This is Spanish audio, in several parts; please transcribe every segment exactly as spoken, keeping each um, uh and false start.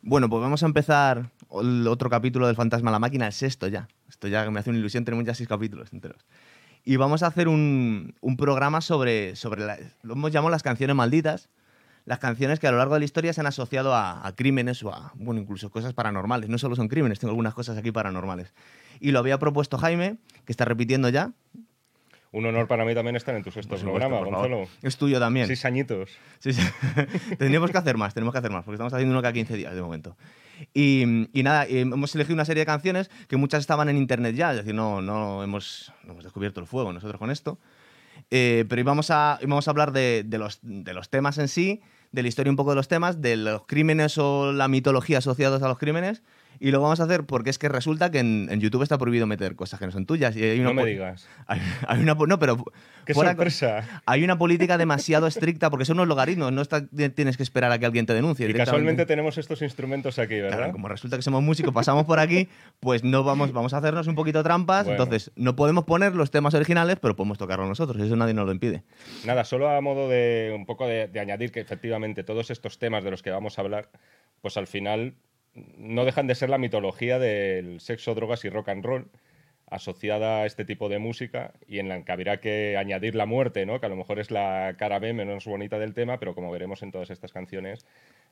Bueno, pues vamos a empezar el otro capítulo del Fantasma a la Máquina, el sexto ya. Esto ya me hace una ilusión, tenemos ya seis capítulos enteros. Y vamos a hacer un, un programa sobre, sobre la, lo hemos llamado las canciones malditas, las canciones que a lo largo de la historia se han asociado a, a crímenes o a, bueno, incluso cosas paranormales. No solo son crímenes, tengo algunas cosas aquí paranormales. Y lo había propuesto Jaime, que está repitiendo ya. Un honor para mí también estar en tu sexto supuesto, programa, Gonzalo. Es tuyo también. Seis añitos. Sí, sí. Tendríamos que hacer más, tenemos que hacer más, porque estamos haciendo uno cada quince días de momento. Y, y nada, hemos elegido una serie de canciones que muchas estaban en internet ya, es decir, no, no, hemos, no hemos descubierto el fuego nosotros con esto. Eh, pero íbamos a, íbamos a hablar de, de, los, de los temas en sí, de la historia un poco de los temas, de los crímenes o la mitología asociados a los crímenes. Y lo vamos a hacer porque es que resulta que en, en YouTube está prohibido meter cosas que no son tuyas. Y hay una no me digas. Hay, hay una, no, pero... ¡Qué fuera, sorpresa! Hay una política demasiado estricta porque son unos logaritmos. No está, tienes que esperar a que alguien te denuncie. Y casualmente tenemos estos instrumentos aquí, ¿verdad? Claro, como resulta que somos músicos, pasamos por aquí, pues no vamos, vamos a hacernos un poquito trampas. Bueno. Entonces, no podemos poner los temas originales, pero podemos tocarlos nosotros. Eso nadie nos lo impide. Nada, solo a modo de un poco de, de añadir que efectivamente todos estos temas de los que vamos a hablar, pues al final no dejan de ser la mitología del sexo, drogas y rock and roll asociada a este tipo de música y en la que habría que añadir la muerte, ¿no? Que a lo mejor es la cara B menos bonita del tema, pero como veremos en todas estas canciones,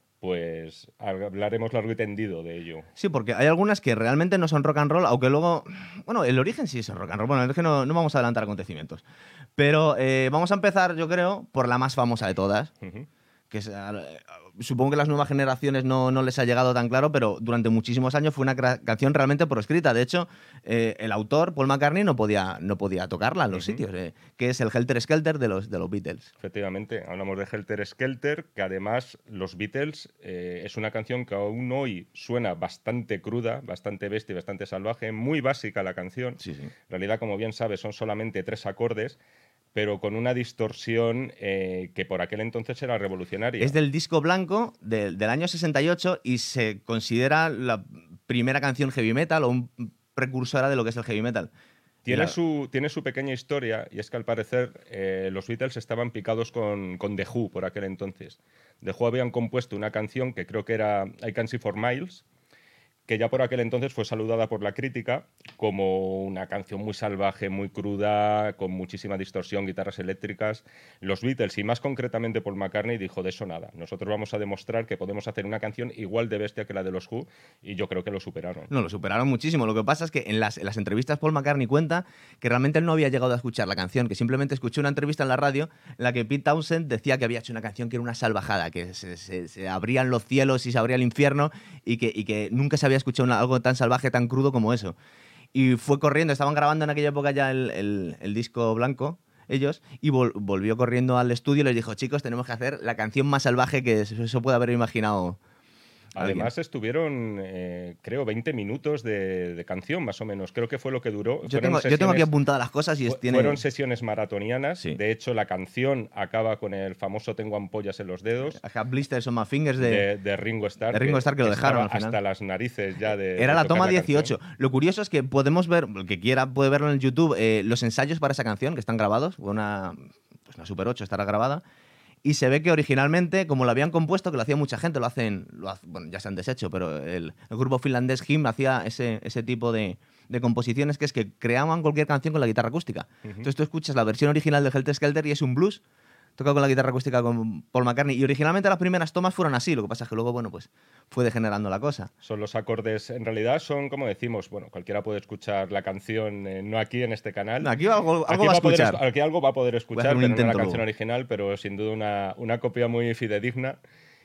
pues hablaremos largo y tendido de ello. Sí, porque hay algunas que realmente no son rock and roll, aunque luego... Bueno, el origen sí es rock and roll. Bueno, es que no, no vamos a adelantar acontecimientos. Pero eh, vamos a empezar, yo creo, por la más famosa de todas. Uh-huh. Que es, eh, supongo que a las nuevas generaciones no, no les ha llegado tan claro, pero durante muchísimos años fue una canción realmente proscrita. De hecho, eh, el autor, Paul McCartney, no podía, no podía tocarla en los uh-huh. sitios, eh, que es el Helter Skelter de los, de los Beatles. Efectivamente, hablamos de Helter Skelter, que además los Beatles eh, es una canción que aún hoy suena bastante cruda, bastante bestia y bastante salvaje, muy básica la canción. Sí, sí. En realidad, como bien sabes, son solamente tres acordes, pero con una distorsión eh, que por aquel entonces era revolucionaria. Es del disco blanco de, del año sesenta y ocho y se considera la primera canción heavy metal o un precursora de lo que es el heavy metal. Tiene, la... su, tiene su pequeña historia, y es que al parecer eh, los Beatles estaban picados con, con The Who por aquel entonces. The Who habían compuesto una canción que creo que era I Can See For Miles, que ya por aquel entonces fue saludada por la crítica como una canción muy salvaje, muy cruda, con muchísima distorsión, guitarras eléctricas. Los Beatles, y más concretamente Paul McCartney, dijo de eso nada. Nosotros vamos a demostrar que podemos hacer una canción igual de bestia que la de los Who, y yo creo que lo superaron. No, lo superaron muchísimo. Lo que pasa es que en las, en las entrevistas Paul McCartney cuenta que realmente él no había llegado a escuchar la canción, que simplemente escuchó una entrevista en la radio en la que Pete Townshend decía que había hecho una canción que era una salvajada, que se, se, se abrían los cielos y se abría el infierno y que, y que nunca se había escuchado una, algo tan salvaje, tan crudo como eso. Y fue corriendo, estaban grabando en aquella época ya el, el, el disco blanco, ellos, y vol volvió corriendo al estudio y les dijo, chicos, tenemos que hacer la canción más salvaje que eso puede haber imaginado. Además ¿Alguien? estuvieron, eh, creo, veinte minutos de, de canción, más o menos. Creo que fue lo que duró. Yo, tengo, yo tengo aquí apuntadas las cosas y fu es, tiene... Fueron sesiones maratonianas. Sí. De hecho, la canción acaba con el famoso Tengo ampollas en los dedos. I have blisters on my fingers de, de, de Ringo Starr. De Ringo Starr, que, que lo dejaron al final. Hasta las narices ya de Era de la toma la dieciocho. Canción. Lo curioso es que podemos ver, el que quiera puede verlo en el YouTube, eh, los ensayos para esa canción, que están grabados. Una, pues una Super ocho estará grabada. Y se ve que originalmente, como lo habían compuesto, que lo hacía mucha gente, lo hacen, lo hace, bueno, ya se han deshecho, pero el, el grupo finlandés Him hacía ese, ese tipo de, de composiciones, que es que creaban cualquier canción con la guitarra acústica. Uh-huh. Entonces tú escuchas la versión original de Helter Skelter y es un blues, tocado con la guitarra acústica con Paul McCartney. Y originalmente las primeras tomas fueron así, lo que pasa es que luego, bueno, pues fue degenerando la cosa. Son los acordes, en realidad son, como decimos, bueno, cualquiera puede escuchar la canción, eh, no aquí en este canal. No, aquí algo, algo aquí va a escuchar. Poder, aquí algo va a poder escuchar, pero no la canción luego. original, pero sin duda una, una copia muy fidedigna.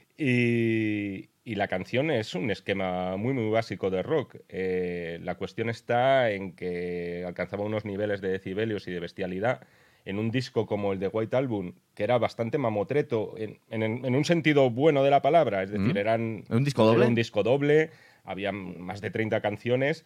Y, y la canción es un esquema muy, muy básico de rock. Eh, la cuestión está en que alcanzaba unos niveles de decibelios y de bestialidad en un disco como el de White Album, que era bastante mamotreto, en, en, en un sentido bueno de la palabra, es decir, ¿Mm? eran ¿Un disco doble? Era un disco doble, había más de treinta canciones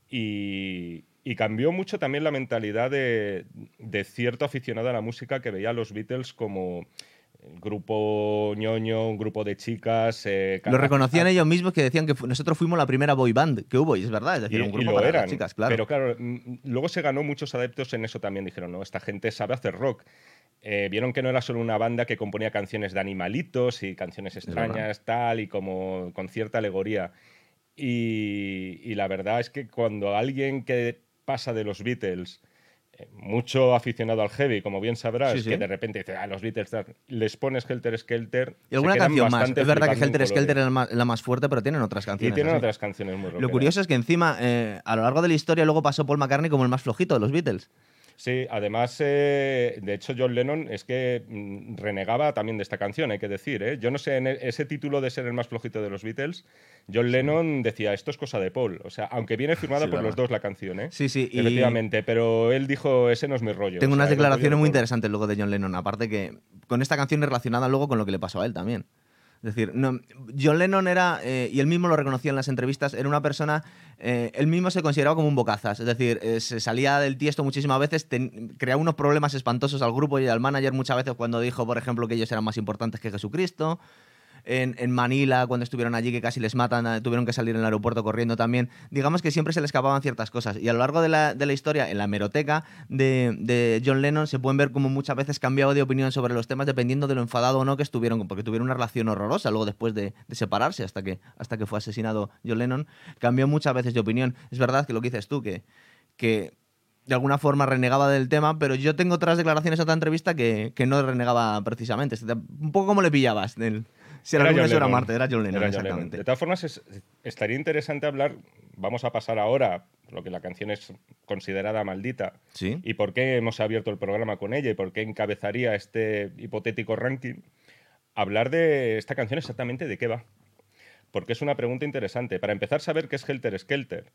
y, y cambió mucho también la mentalidad de, de cierto aficionado a la música que veía a los Beatles como el grupo ñoño, un grupo de chicas. Eh, lo reconocían ellos mismos, que decían que fu nosotros fuimos la primera boy band que hubo, y es verdad, es decir, y, un grupo y lo para eran, las chicas, claro. Pero claro, luego se ganó muchos adeptos en eso también. Dijeron, no, esta gente sabe hacer rock. Eh, vieron que no era solo una banda que componía canciones de animalitos y canciones extrañas, tal, y como con cierta alegoría. Y, y la verdad es que cuando alguien que pasa de los Beatles, eh, mucho aficionado al heavy, como bien sabrás, Sí, sí. que de repente dice, ah, los Beatles, tal", les pones Helter Skelter. Y alguna canción más. Es verdad que Helter en Skelter es colores. la más, la más fuerte, pero tienen otras Y canciones. tienen así. otras canciones muy Lo rockeras. curioso es que encima, eh, a lo largo de la historia, luego pasó Paul McCartney como el más flojito de los Beatles. Sí, además, eh, de hecho, John Lennon es que mm, renegaba también de esta canción, hay que decir. ¿eh? Yo no sé, en ese título de ser el más flojito de los Beatles, John Lennon decía, esto es cosa de Paul. O sea, aunque viene firmada Sí, por verdad. los dos la canción, ¿eh? Sí, sí, y efectivamente, pero él dijo, ese no es mi rollo. tengo o sea, unas es el rollo declaraciones de muy Paul. interesantes luego de John Lennon, aparte que con esta canción es relacionada luego con lo que le pasó a él también. Es decir, no, John Lennon era, eh, y él mismo lo reconocía en las entrevistas, era una persona, eh, él mismo se consideraba como un bocazas, es decir, eh, se salía del tiesto muchísimas veces, ten, creaba unos problemas espantosos al grupo y al manager muchas veces cuando dijo, por ejemplo, que ellos eran más importantes que Jesucristo. En, en Manila, cuando estuvieron allí, que casi les matan, eh, tuvieron que salir en el aeropuerto corriendo también. Digamos que siempre se le escapaban ciertas cosas. Y a lo largo de la, de la historia, en la hemeroteca de, de John Lennon, se pueden ver como muchas veces cambiaba de opinión sobre los temas dependiendo de lo enfadado o no que estuvieron, porque tuvieron una relación horrorosa luego después de, de separarse hasta que, hasta que fue asesinado John Lennon. Cambió muchas veces de opinión. Es verdad que lo que dices tú, que, que de alguna forma renegaba del tema, pero yo tengo otras declaraciones a otra entrevista que, que no renegaba precisamente. Un poco como le pillabas del... Si era alguna era Marte, era John Lennon, era John exactamente. Lennon. De todas formas, es, estaría interesante hablar, vamos a pasar ahora, lo que la canción es considerada maldita, ¿Sí? y por qué hemos abierto el programa con ella, y por qué encabezaría este hipotético ranking, hablar de esta canción exactamente de qué va. Porque es una pregunta interesante. Para empezar, saber qué es Helter Skelter.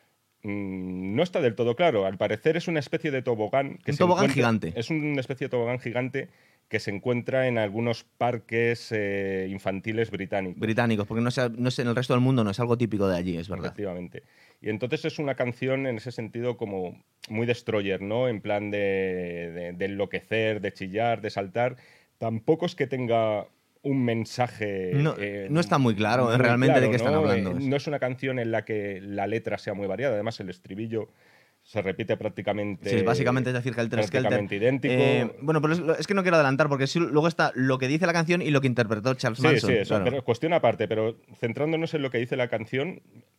No está del todo claro. Al parecer es una especie de tobogán. Que un se tobogán gigante. Es una especie de tobogán gigante que se encuentra en algunos parques eh, infantiles británicos. Británicos, porque no sé, no sé, en el resto del mundo no es algo típico de allí, es verdad. Efectivamente. Y entonces es una canción en ese sentido como muy destroyer, ¿no? En plan de, de, de enloquecer, de chillar, de saltar. Tampoco es que tenga un mensaje... No, eh, no está muy claro muy realmente claro, de qué ¿no? están hablando. Eh, no es una canción en la que la letra sea muy variada. Además, el estribillo se repite prácticamente... Sí, básicamente es decir, Helter Skelter. idéntico. Eh, bueno, pero es, es que no quiero adelantar, porque sí, luego está lo que dice la canción y lo que interpretó Charles sí, Manson. Sí, eso, claro. Pero cuestión aparte, pero centrándonos en lo que dice la canción,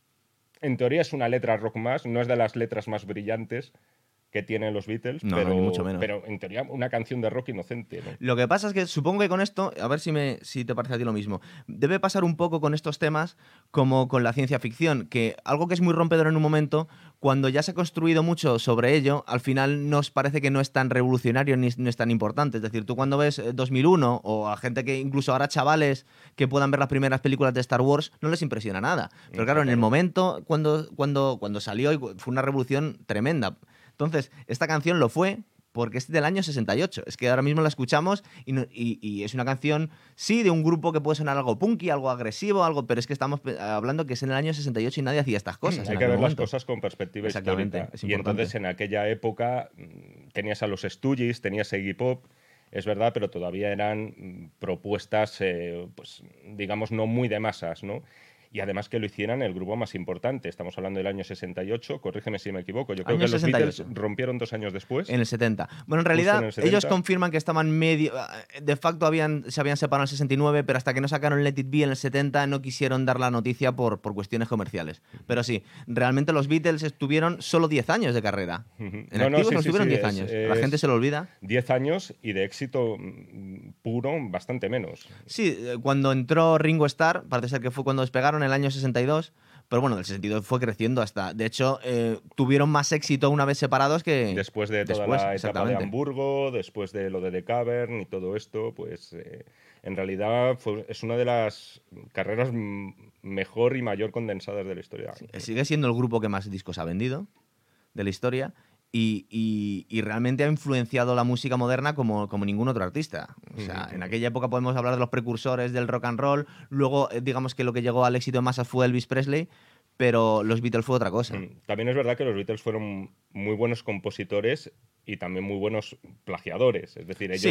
en teoría es una letra rock más, no es de las letras más brillantes que tienen los Beatles, no, pero, no, ni mucho menos. pero en teoría una canción de rock inocente, ¿no? Lo que pasa es que supongo que con esto, a ver si, me, si te parece a ti lo mismo, debe pasar un poco con estos temas como con la ciencia ficción, que algo que es muy rompedor en un momento, cuando ya se ha construido mucho sobre ello, al final nos parece que no es tan revolucionario ni no es tan importante. Es decir, tú cuando ves dos mil uno o a gente que incluso ahora chavales que puedan ver las primeras películas de Star Wars, no les impresiona nada. Pero claro, en el momento cuando, cuando, cuando salió fue una revolución tremenda. Entonces, esta canción lo fue porque es del año sesenta y ocho. Es que ahora mismo la escuchamos y, no, y, y es una canción, sí, de un grupo que puede sonar algo punky, algo agresivo, algo, pero es que estamos hablando que es en el año sesenta y ocho y nadie hacía estas cosas. Hay que ver momento. las cosas con perspectiva histórica. Es y entonces, en aquella época, tenías a los Stooges, tenías a Iggy Pop, es verdad, pero todavía eran propuestas, eh, pues, digamos, no muy de masas, ¿no? Y además que lo hicieran el grupo más importante. Estamos hablando del año sesenta y ocho, corrígeme si me equivoco. Yo creo año que los sesenta y ocho. Beatles rompieron dos años después. En el setenta. Bueno, en realidad, en ellos confirman que estaban medio... De facto habían, se habían separado en el sesenta y nueve, pero hasta que no sacaron Let It Be en el setenta no quisieron dar la noticia por, por cuestiones comerciales. Pero sí, realmente los Beatles estuvieron solo diez años de carrera. En no, activos no, sí, no estuvieron sí, sí, diez años. Es, la gente se lo olvida. diez años y de éxito puro bastante menos. Sí, cuando entró Ringo Starr, parece ser que fue cuando despegaron en el año sesenta y dos, pero bueno, del sesenta y dos fue creciendo hasta... De hecho, eh, tuvieron más éxito una vez separados que... Después de toda después, la etapa de Hamburgo, después de lo de The Cavern y todo esto, pues eh, en realidad fue, es una de las carreras mejor y mayor condensadas de la historia. Sí, sigue siendo el grupo que más discos ha vendido de la historia. Y, y, y realmente ha influenciado la música moderna como, como ningún otro artista. O sea, en aquella época podemos hablar de los precursores del rock and roll, luego digamos que lo que llegó al éxito en masa fue Elvis Presley, pero los Beatles fue otra cosa. También es verdad que los Beatles fueron muy buenos compositores y también muy buenos plagiadores. Es decir, ellos sí.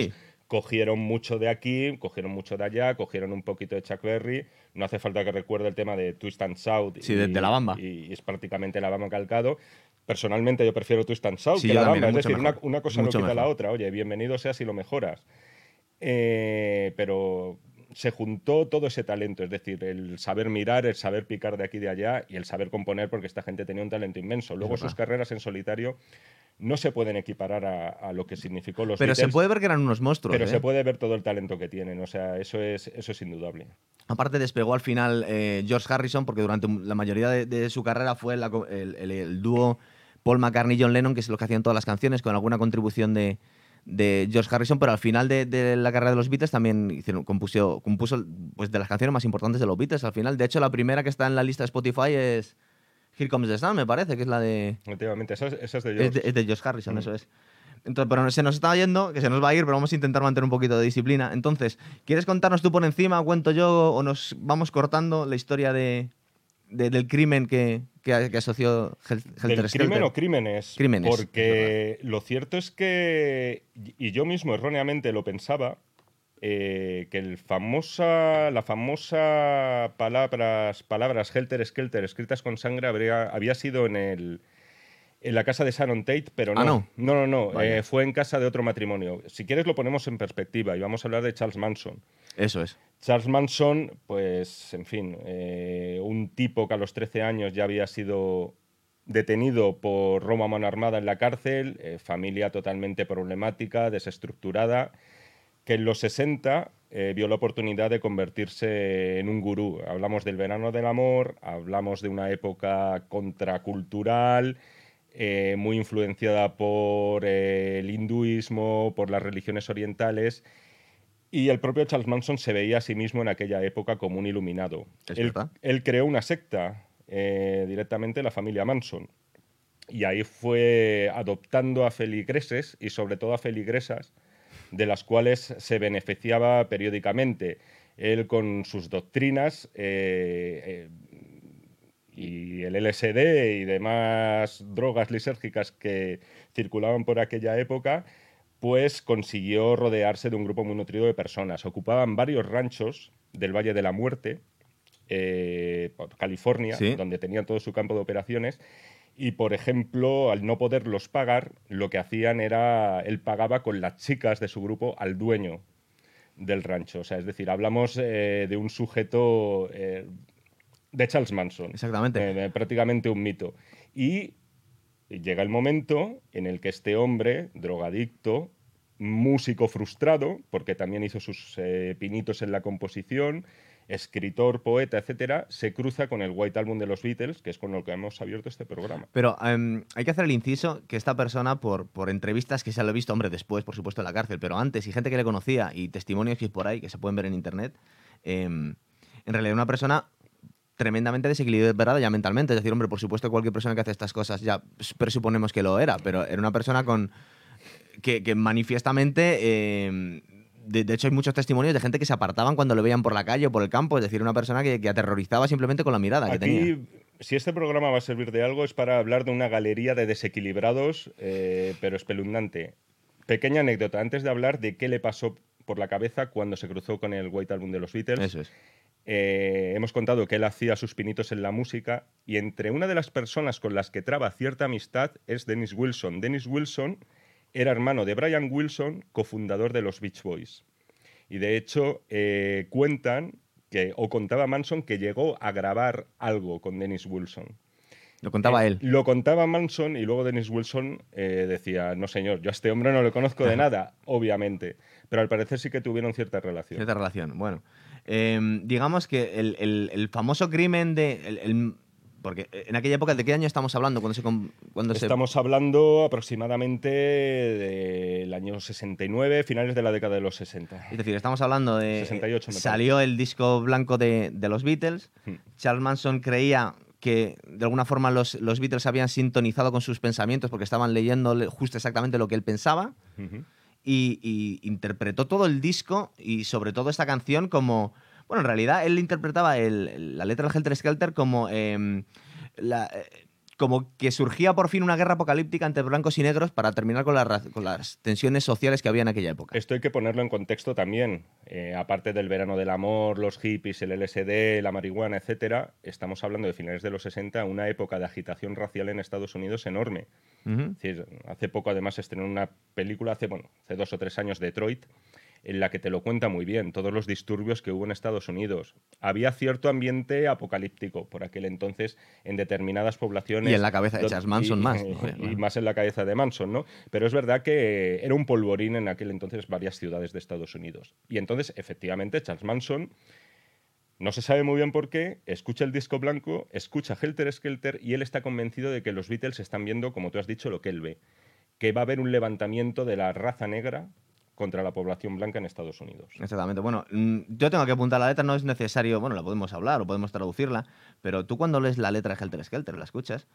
cogieron mucho de aquí, cogieron mucho de allá, cogieron un poquito de Chuck Berry. No hace falta que recuerde el tema de Twist and Shout. Sí, y, de, de La Bamba. Y, y es prácticamente La Bamba calcado. Personalmente yo prefiero Twist and Shout Sí, que yo La también, Bamba. es Es mucho decir, una, mejor. una Es cosa no mucho quita la mejor. otra. Oye, bienvenido sea si lo mejoras. Eh, pero se juntó todo ese talento, es decir, el saber mirar, el saber picar de aquí y de allá y el saber componer, porque esta gente tenía un talento inmenso. Luego sus carreras en solitario no se pueden equiparar a, a lo que significó los Pero Beatles, se puede ver que eran unos monstruos, pero ¿eh? se puede ver todo el talento que tienen, o sea, eso es, eso es indudable. Aparte despegó al final eh, George Harrison, porque durante la mayoría de, de su carrera fue la co- el, el- el dúo Paul McCartney y John Lennon, que es lo que hacían todas las canciones, con alguna contribución de, de George Harrison, pero al final de, de la carrera de los Beatles también hicieron, compuso, compuso pues, de las canciones más importantes de los Beatles al final. De hecho, la primera que está en la lista de Spotify es Here Comes the Sun, me parece, que es la de... Efectivamente, esa es, esa es de Es George. de, es de George Harrison, Mm. eso es. Entonces, pero se nos está yendo, que se nos va a ir, pero vamos a intentar mantener un poquito de disciplina. Entonces, ¿quieres contarnos tú por encima, cuento yo, o nos vamos cortando la historia de, de- del crimen que, que, que asoció Hel- Helter ¿Del Skelter? crimen o crímenes? Crímenes, es Porque lo cierto es que, y yo mismo erróneamente lo pensaba, eh, que el famosa, la famosa palabras, palabras Helter Skelter escritas con sangre habría, había sido en el... En la casa de Sharon Tate, pero no. Ah, no. No, no, no. Vaya. eh, fue en casa de otro matrimonio. Si quieres lo ponemos en perspectiva y vamos a hablar de Charles Manson. Eso es. Charles Manson, pues, en fin, eh, un tipo que a los trece años ya había sido detenido por robo a mano armada en la cárcel, eh, familia totalmente problemática, desestructurada, que en los sesenta eh, vio la oportunidad de convertirse en un gurú. Hablamos del verano del amor, hablamos de una época contracultural, eh, muy influenciada por eh, el hinduismo, por las religiones orientales, y el propio Charles Manson se veía a sí mismo en aquella época como un iluminado. Es Él, verdad. él creó una secta, eh, directamente la familia Manson, y ahí fue adoptando a feligreses y sobre todo a feligresas de las cuales se beneficiaba periódicamente. Él con sus doctrinas eh, eh, y el L S D y demás drogas lisérgicas que circulaban por aquella época, pues consiguió rodearse de un grupo muy nutrido de personas. Ocupaban varios ranchos del Valle de la Muerte, eh, por California, Sí. donde tenían todo su campo de operaciones. Y, por ejemplo, al no poderlos pagar, lo que hacían era, él pagaba con las chicas de su grupo al dueño del rancho. O sea, es decir, hablamos eh, de un sujeto eh, de Charles Manson. Exactamente. Eh, prácticamente un mito. Y llega el momento en el que este hombre, drogadicto, músico frustrado, porque también hizo sus eh, pinitos en la composición, escritor, poeta, etcétera, se cruza con el White Album de los Beatles, que es con lo que hemos abierto este programa. Pero em, hay que hacer el inciso que esta persona, por, por entrevistas que se lo he visto, hombre, después, por supuesto, en la cárcel, pero antes, y gente que le conocía, y testimonios que hay por ahí, que se pueden ver en internet, em, en realidad una persona tremendamente desequilibrada ya mentalmente. Es decir, hombre, por supuesto, cualquier persona que hace estas cosas ya presuponemos que lo era, pero era una persona con que, que manifiestamente... em, de, de hecho, hay muchos testimonios de gente que se apartaban cuando lo veían por la calle o por el campo. Es decir, una persona que, que aterrorizaba simplemente con la mirada que tenía. Aquí, si este programa va a servir de algo, es para hablar de una galería de desequilibrados, eh, pero espeluznante. Pequeña anécdota, antes de hablar de qué le pasó por la cabeza cuando se cruzó con el White Album de los Beatles. Eso es. Eh, hemos contado que él hacía sus pinitos en la música, y entre una de las personas con las que traba cierta amistad es Dennis Wilson. Dennis Wilson era hermano de Brian Wilson, cofundador de los Beach Boys. Y de hecho, eh, cuentan, que, o contaba Manson, que llegó a grabar algo con Dennis Wilson. Lo contaba Eh, él. Lo contaba Manson y luego Dennis Wilson eh, decía, no señor, yo a este hombre no le conozco de nada, obviamente. Pero al parecer sí que tuvieron cierta relación. Cierta relación. Bueno, eh, digamos que el, el- el famoso crimen de... el- el- porque en aquella época, ¿de qué año estamos hablando? Cuando se... com- Cuando se Estamos hablando aproximadamente del año sesenta y nueve, finales de la década de los sesenta. Es decir, estamos hablando de... sesenta y ocho, me parece. Salió el disco blanco de, de los Beatles. Hmm. Charles Manson creía que de alguna forma los, los Beatles habían sintonizado con sus pensamientos porque estaban leyendo justo exactamente lo que él pensaba. Ujú. Y, y interpretó todo el disco y sobre todo esta canción como... Bueno, en realidad él interpretaba el- el- la letra del Helter Skelter como... em, la, eh, como que surgía por fin una guerra apocalíptica entre blancos y negros para terminar con, la, con las tensiones sociales que había en aquella época. Esto hay que ponerlo en contexto también. Eh, aparte del verano del amor, los hippies, el L S D, la marihuana, etcétera, estamos hablando de finales de los sesenta, una época de agitación racial en Estados Unidos enorme. Uh-huh. Es decir, hace poco además estrenó una película, hace, bueno, hace dos o tres años, Detroit, en la que te lo cuenta muy bien, todos los disturbios que hubo en Estados Unidos. Había cierto ambiente apocalíptico por aquel entonces en determinadas poblaciones. Y en la cabeza de Charles Manson y, más. Y, ¿no? Bueno. y más en la cabeza de Manson, ¿no? Pero es verdad que era un polvorín en aquel entonces varias ciudades de Estados Unidos. Y entonces, efectivamente, Charles Manson, no se sabe muy bien por qué, escucha el disco blanco, escucha Helter Skelter y él está convencido de que los Beatles están viendo, como tú has dicho, lo que él ve. Que va a haber un levantamiento de la raza negra contra la población blanca en Estados Unidos. Exactamente. Bueno, yo tengo que apuntar la letra, no es necesario, bueno, la podemos hablar o podemos traducirla, pero tú cuando lees la letra de Helter Skelter, la escuchas,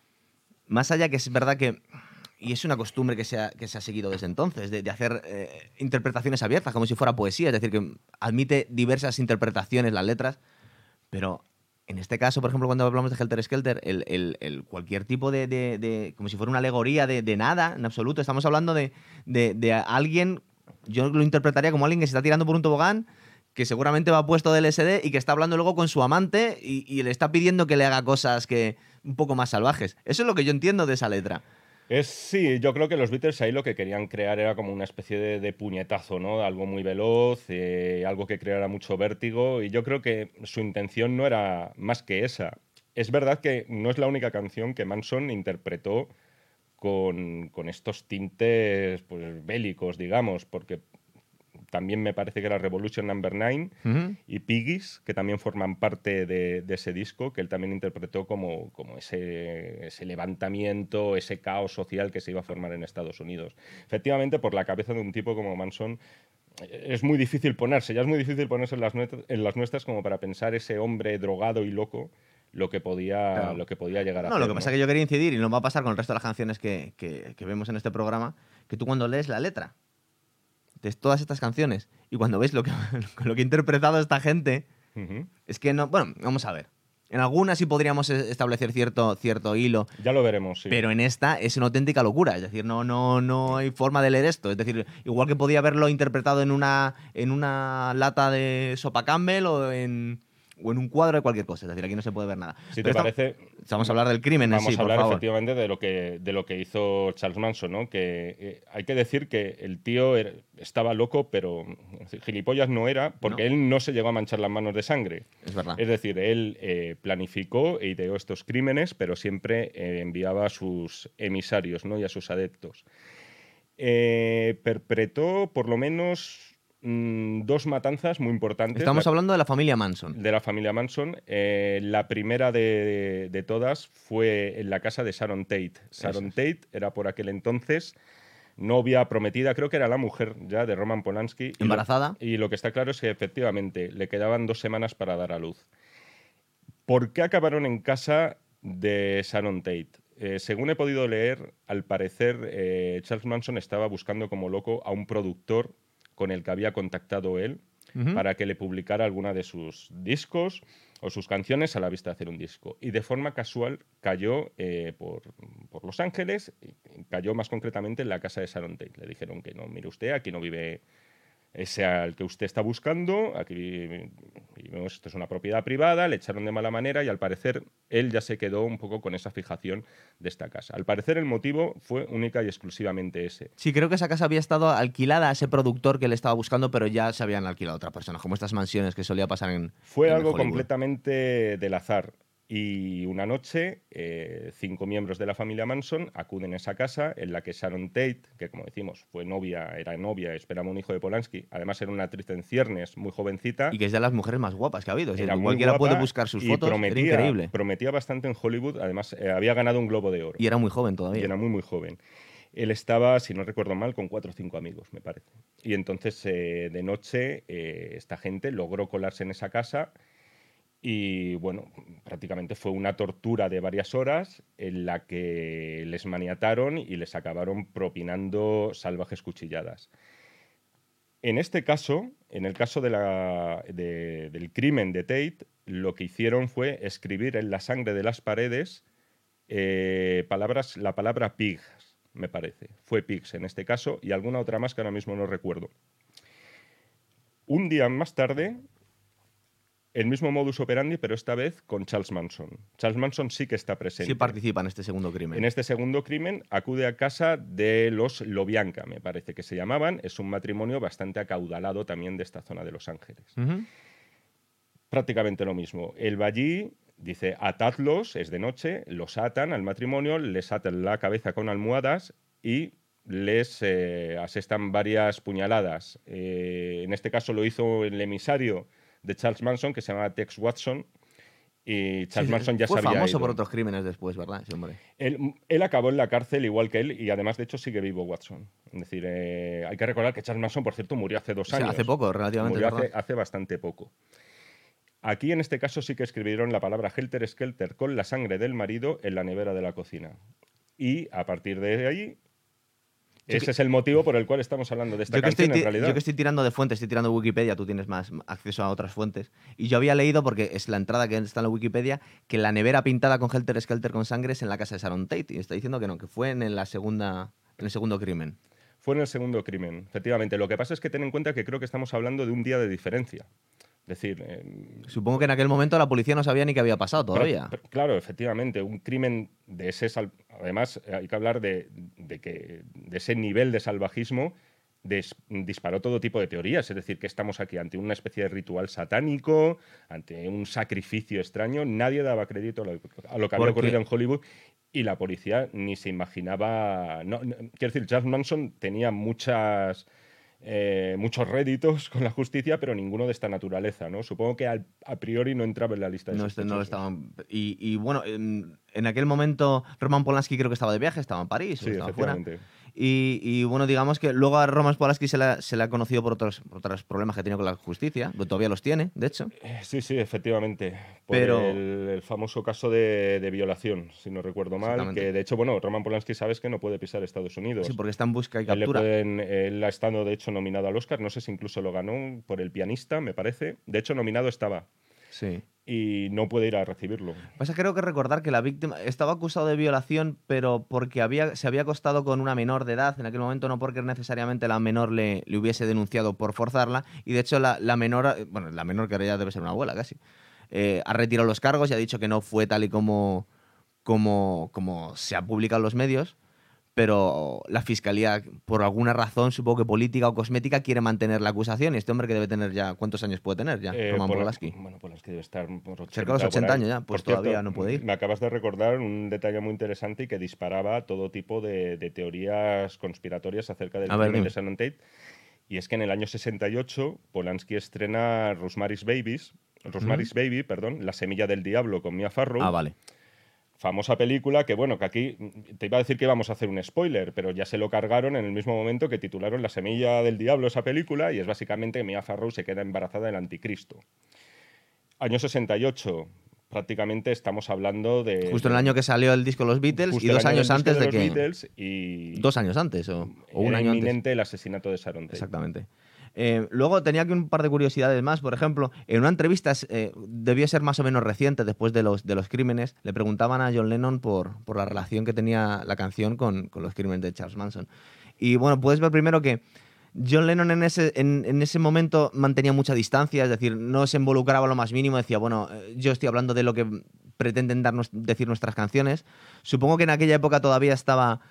más allá que es verdad que, y es una costumbre que se ha, que se ha seguido desde entonces, de, de hacer eh, interpretaciones abiertas, como si fuera poesía, es decir, que admite diversas interpretaciones las letras, pero en este caso, por ejemplo, cuando hablamos de Helter Skelter, el, el, el cualquier tipo de, de, de, como si fuera una alegoría de, de nada, en absoluto, estamos hablando de, de, de alguien. Yo lo interpretaría como alguien que se está tirando por un tobogán, que seguramente va puesto de L S D y que está hablando luego con su amante y, y le está pidiendo que le haga cosas que un poco más salvajes. Eso es lo que yo entiendo de esa letra. Es, sí, yo creo que los Beatles ahí lo que querían crear era como una especie de, de puñetazo, ¿no? Algo muy veloz, eh, algo que creara mucho vértigo, y yo creo que su intención no era más que esa. Es verdad que no es la única canción que Manson interpretó con, con estos tintes pues, bélicos, digamos, porque también me parece que era Revolution Number nine Uh-huh. y Piggies, que también forman parte de, de ese disco, que él también interpretó como, como ese, ese levantamiento, ese caos social que se iba a formar en Estados Unidos. Efectivamente, por la cabeza de un tipo como Manson, es muy difícil ponerse, ya es muy difícil ponerse en las, nuestras, en las nuestras como para pensar ese hombre drogado y loco lo que podía, Claro. lo que podía llegar a No, hacer. lo que pasa ¿no? es que yo quería incidir, y no va a pasar con el resto de las canciones que, que, que vemos en este programa, que tú cuando lees la letra de todas estas canciones y cuando ves lo que, lo que ha interpretado esta gente, Uh-huh. es que no... Bueno, vamos a ver. En algunas sí podríamos establecer cierto, cierto hilo. Ya lo veremos, sí. Pero en esta es una auténtica locura. Es decir, no, no, no hay forma de leer esto. Es decir, igual que podía haberlo interpretado en una, en una lata de sopa Campbell o en, o en un cuadro de cualquier cosa. Es decir, aquí no se puede ver nada. Si Pero te parece... Vamos a hablar del crimen en Vamos sí, a hablar por favor. efectivamente de lo que, de lo que hizo Charles Manson, ¿no? Que eh, hay que decir que el tío era, estaba loco, pero gilipollas no era, porque No. él no se llegó a manchar las manos de sangre. Es verdad. Es decir, él eh, planificó e ideó estos crímenes, pero siempre eh, enviaba a sus emisarios, ¿no? Y a sus adeptos. Eh, perpetró por lo menos mmm, dos matanzas muy importantes. Estamos la, hablando de la familia Manson. De la familia Manson. Eh, la primera de, de todas fue en la casa de Sharon Tate. Sharon es. Tate era por aquel entonces novia prometida, creo que era la mujer ya de Roman Polanski. ¿Embarazada? Y lo, y lo que está claro es que efectivamente le quedaban dos semanas para dar a luz. ¿Por qué acabaron en casa de Sharon Tate? Eh, según he podido leer, al parecer eh, Charles Manson estaba buscando como loco a un productor con el que había contactado él uh-huh. para que le publicara alguna de sus discos o sus canciones a la vista de hacer un disco. Y de forma casual cayó eh, por, por Los Ángeles, y cayó más concretamente en la casa de Sharon Tate. Le dijeron que no, mire usted, aquí no vive ese al que usted está buscando, aquí vivimos, esto es una propiedad privada, le echaron de mala manera y al parecer él ya se quedó un poco con esa fijación de esta casa. Al parecer el motivo fue única y exclusivamente ese. Sí, creo que esa casa había estado alquilada a ese productor que le estaba buscando, pero ya se habían alquilado a otra persona, como estas mansiones que solía pasar en Fue en algo Hollywood. completamente del azar. Y una noche, eh, cinco miembros de la familia Manson acuden a esa casa en la que Sharon Tate, que como decimos fue novia, era novia, esperaba un hijo de Polanski, además era una actriz en ciernes, muy jovencita. Y que es de las mujeres más guapas que ha habido. Es decir, Era muy cualquiera guapa puede buscar sus y fotos, prometía, era increíble. prometía bastante en Hollywood, además eh, había ganado un Globo de Oro. Y era muy joven todavía. Y era muy, muy joven. Él estaba, si no recuerdo mal, con cuatro o cinco amigos, me parece. Y entonces, eh, de noche, eh, esta gente logró colarse en esa casa. Y bueno, prácticamente fue una tortura de varias horas en la que les maniataron y les acabaron propinando salvajes cuchilladas. En este caso, en el caso de la, de, del crimen de Tate, lo que hicieron fue escribir en la sangre de las paredes eh, palabras, la palabra pigs, me parece. Fue pigs en este caso y alguna otra más que ahora mismo no recuerdo. Un día más tarde, el mismo modus operandi, pero esta vez con Charles Manson. Charles Manson sí que está presente. Sí participa en este segundo crimen. En este segundo crimen acude a casa de los Lobianca, me parece que se llamaban. Es un matrimonio bastante acaudalado también de esta zona de Los Ángeles. Uh-huh. Prácticamente lo mismo. Él va allí, dice, atadlos, es de noche, los atan al matrimonio, les atan la cabeza con almohadas y les eh, asestan varias puñaladas. Eh, en este caso lo hizo el emisario de Charles Manson, que se llama Tex Watson, y Charles Sí, Manson ya fue se había famoso ido. por otros crímenes después, ¿verdad? Ese hombre. Él, él acabó en la cárcel igual que él y además, de hecho, sigue vivo Watson. Es decir, eh, hay que recordar que Charles Manson, por cierto, murió hace dos O sea, años. hace poco, relativamente. Murió hace, ¿verdad? hace bastante poco. Aquí, en este caso, sí que escribieron la palabra Helter Skelter con la sangre del marido en la nevera de la cocina. Y a partir de ahí, Yo ese que- es el motivo por el cual estamos hablando de esta Yo que, estoy, canción, en ti- realidad. yo que estoy tirando de fuentes, estoy tirando de Wikipedia, tú tienes más acceso a otras fuentes. Y yo había leído, porque es la entrada que está en la Wikipedia, que la nevera pintada con Helter Skelter con sangre es en la casa de Sharon Tate. Y está diciendo que no, que fue en la segunda, en el segundo crimen. Fue en el segundo crimen, efectivamente. Lo que pasa es que ten en cuenta que creo que estamos hablando de un día de diferencia. Es decir, eh, Supongo que en aquel momento la policía no sabía ni qué había pasado todavía. Pero, pero, claro, efectivamente, un crimen de ese... Sal... Además, hay que hablar de, de, que, de ese nivel de salvajismo. Des... disparó todo tipo de teorías. Es decir, que estamos aquí ante una especie de ritual satánico, ante un sacrificio extraño. Nadie daba crédito a lo, a lo que había Porque- ocurrido en Hollywood y la policía ni se imaginaba... No, no, quiero decir, Charles Manson tenía muchas... Eh, muchos réditos con la justicia, pero ninguno de esta naturaleza, ¿no? Supongo que al- a priori no entraba en la lista de No, este- no lo sospechosos. estaban. Y, y, bueno, en, en aquel momento Roman Polanski creo que estaba de viaje, estaba en París, o Sí, estaba fuera. efectivamente. Y, y, bueno, digamos que luego a Roman Polanski se le, ha- se le ha conocido por otros, por otros problemas que ha tenido con la justicia, pero todavía los tiene, de hecho. Eh, Sí, sí, efectivamente. Por Pero- el, el famoso caso de, de violación, si no recuerdo mal, Exactamente. que de hecho, bueno, Roman Polanski sabes que no puede pisar Estados Unidos. Sí, porque está en busca y Él, le captura. pueden- él ha estado, de hecho, nominado al Oscar, no sé si incluso lo ganó por El pianista, me parece. De hecho, nominado estaba Sí. y no puede ir a recibirlo. Pasa creo que recordar que la víctima estaba acusado de violación, pero porque había, se había acostado con una menor de edad en aquel momento, no porque necesariamente la menor le, le hubiese denunciado por forzarla. Y de hecho la, la menor, eh, bueno, la menor que ahora ya debe ser una abuela casi, eh, ha retirado los cargos y ha dicho que no fue tal y como, como, como se ha publicado en los medios. Pero la fiscalía, por alguna razón, supongo que política o cosmética, quiere mantener la acusación. Y este hombre que debe tener ya, ¿cuántos años puede tener ya? Eh, Roman Pola- Polanski. Bueno, Polanski debe estar por ochenta, Cerca de los por ochenta ahí. años ya, pues Por cierto, todavía no puede ir. Me acabas de recordar un detalle muy interesante y que disparaba todo tipo de, de teorías conspiratorias acerca del A ver, crimen dime. de Sharon Tate. Y es que en el año sesenta y ocho Polanski estrena Rosemary's Babies, Rosemary's Baby, perdón, La semilla del diablo con Mia Farrow. Ah, vale. Famosa película que, bueno, que aquí te iba a decir que íbamos a hacer un spoiler, pero ya se lo cargaron en el mismo momento que titularon La semilla del diablo esa película, y es básicamente que Mia Farrow se queda embarazada del anticristo. Año sesenta y ocho, prácticamente estamos hablando de... Justo en el año que salió el disco Los Beatles justo y el dos año años del antes disco de que... los Beatles y Dos años antes o, o un era año antes. inminente el asesinato de Sharon Tate. Exactamente. Eh, luego tenía aquí un par de curiosidades más. Por ejemplo, en una entrevista, eh, debió ser más o menos reciente, después de los, de los crímenes, le preguntaban a John Lennon por, por la relación que tenía la canción con, con los crímenes de Charles Manson. Y bueno, puedes ver primero que John Lennon en ese, en, en ese momento mantenía mucha distancia, es decir, no se involucraba lo más mínimo, decía, bueno, eh, yo estoy hablando de lo que pretenden darnos, decir nuestras canciones. Supongo que en aquella época todavía estaba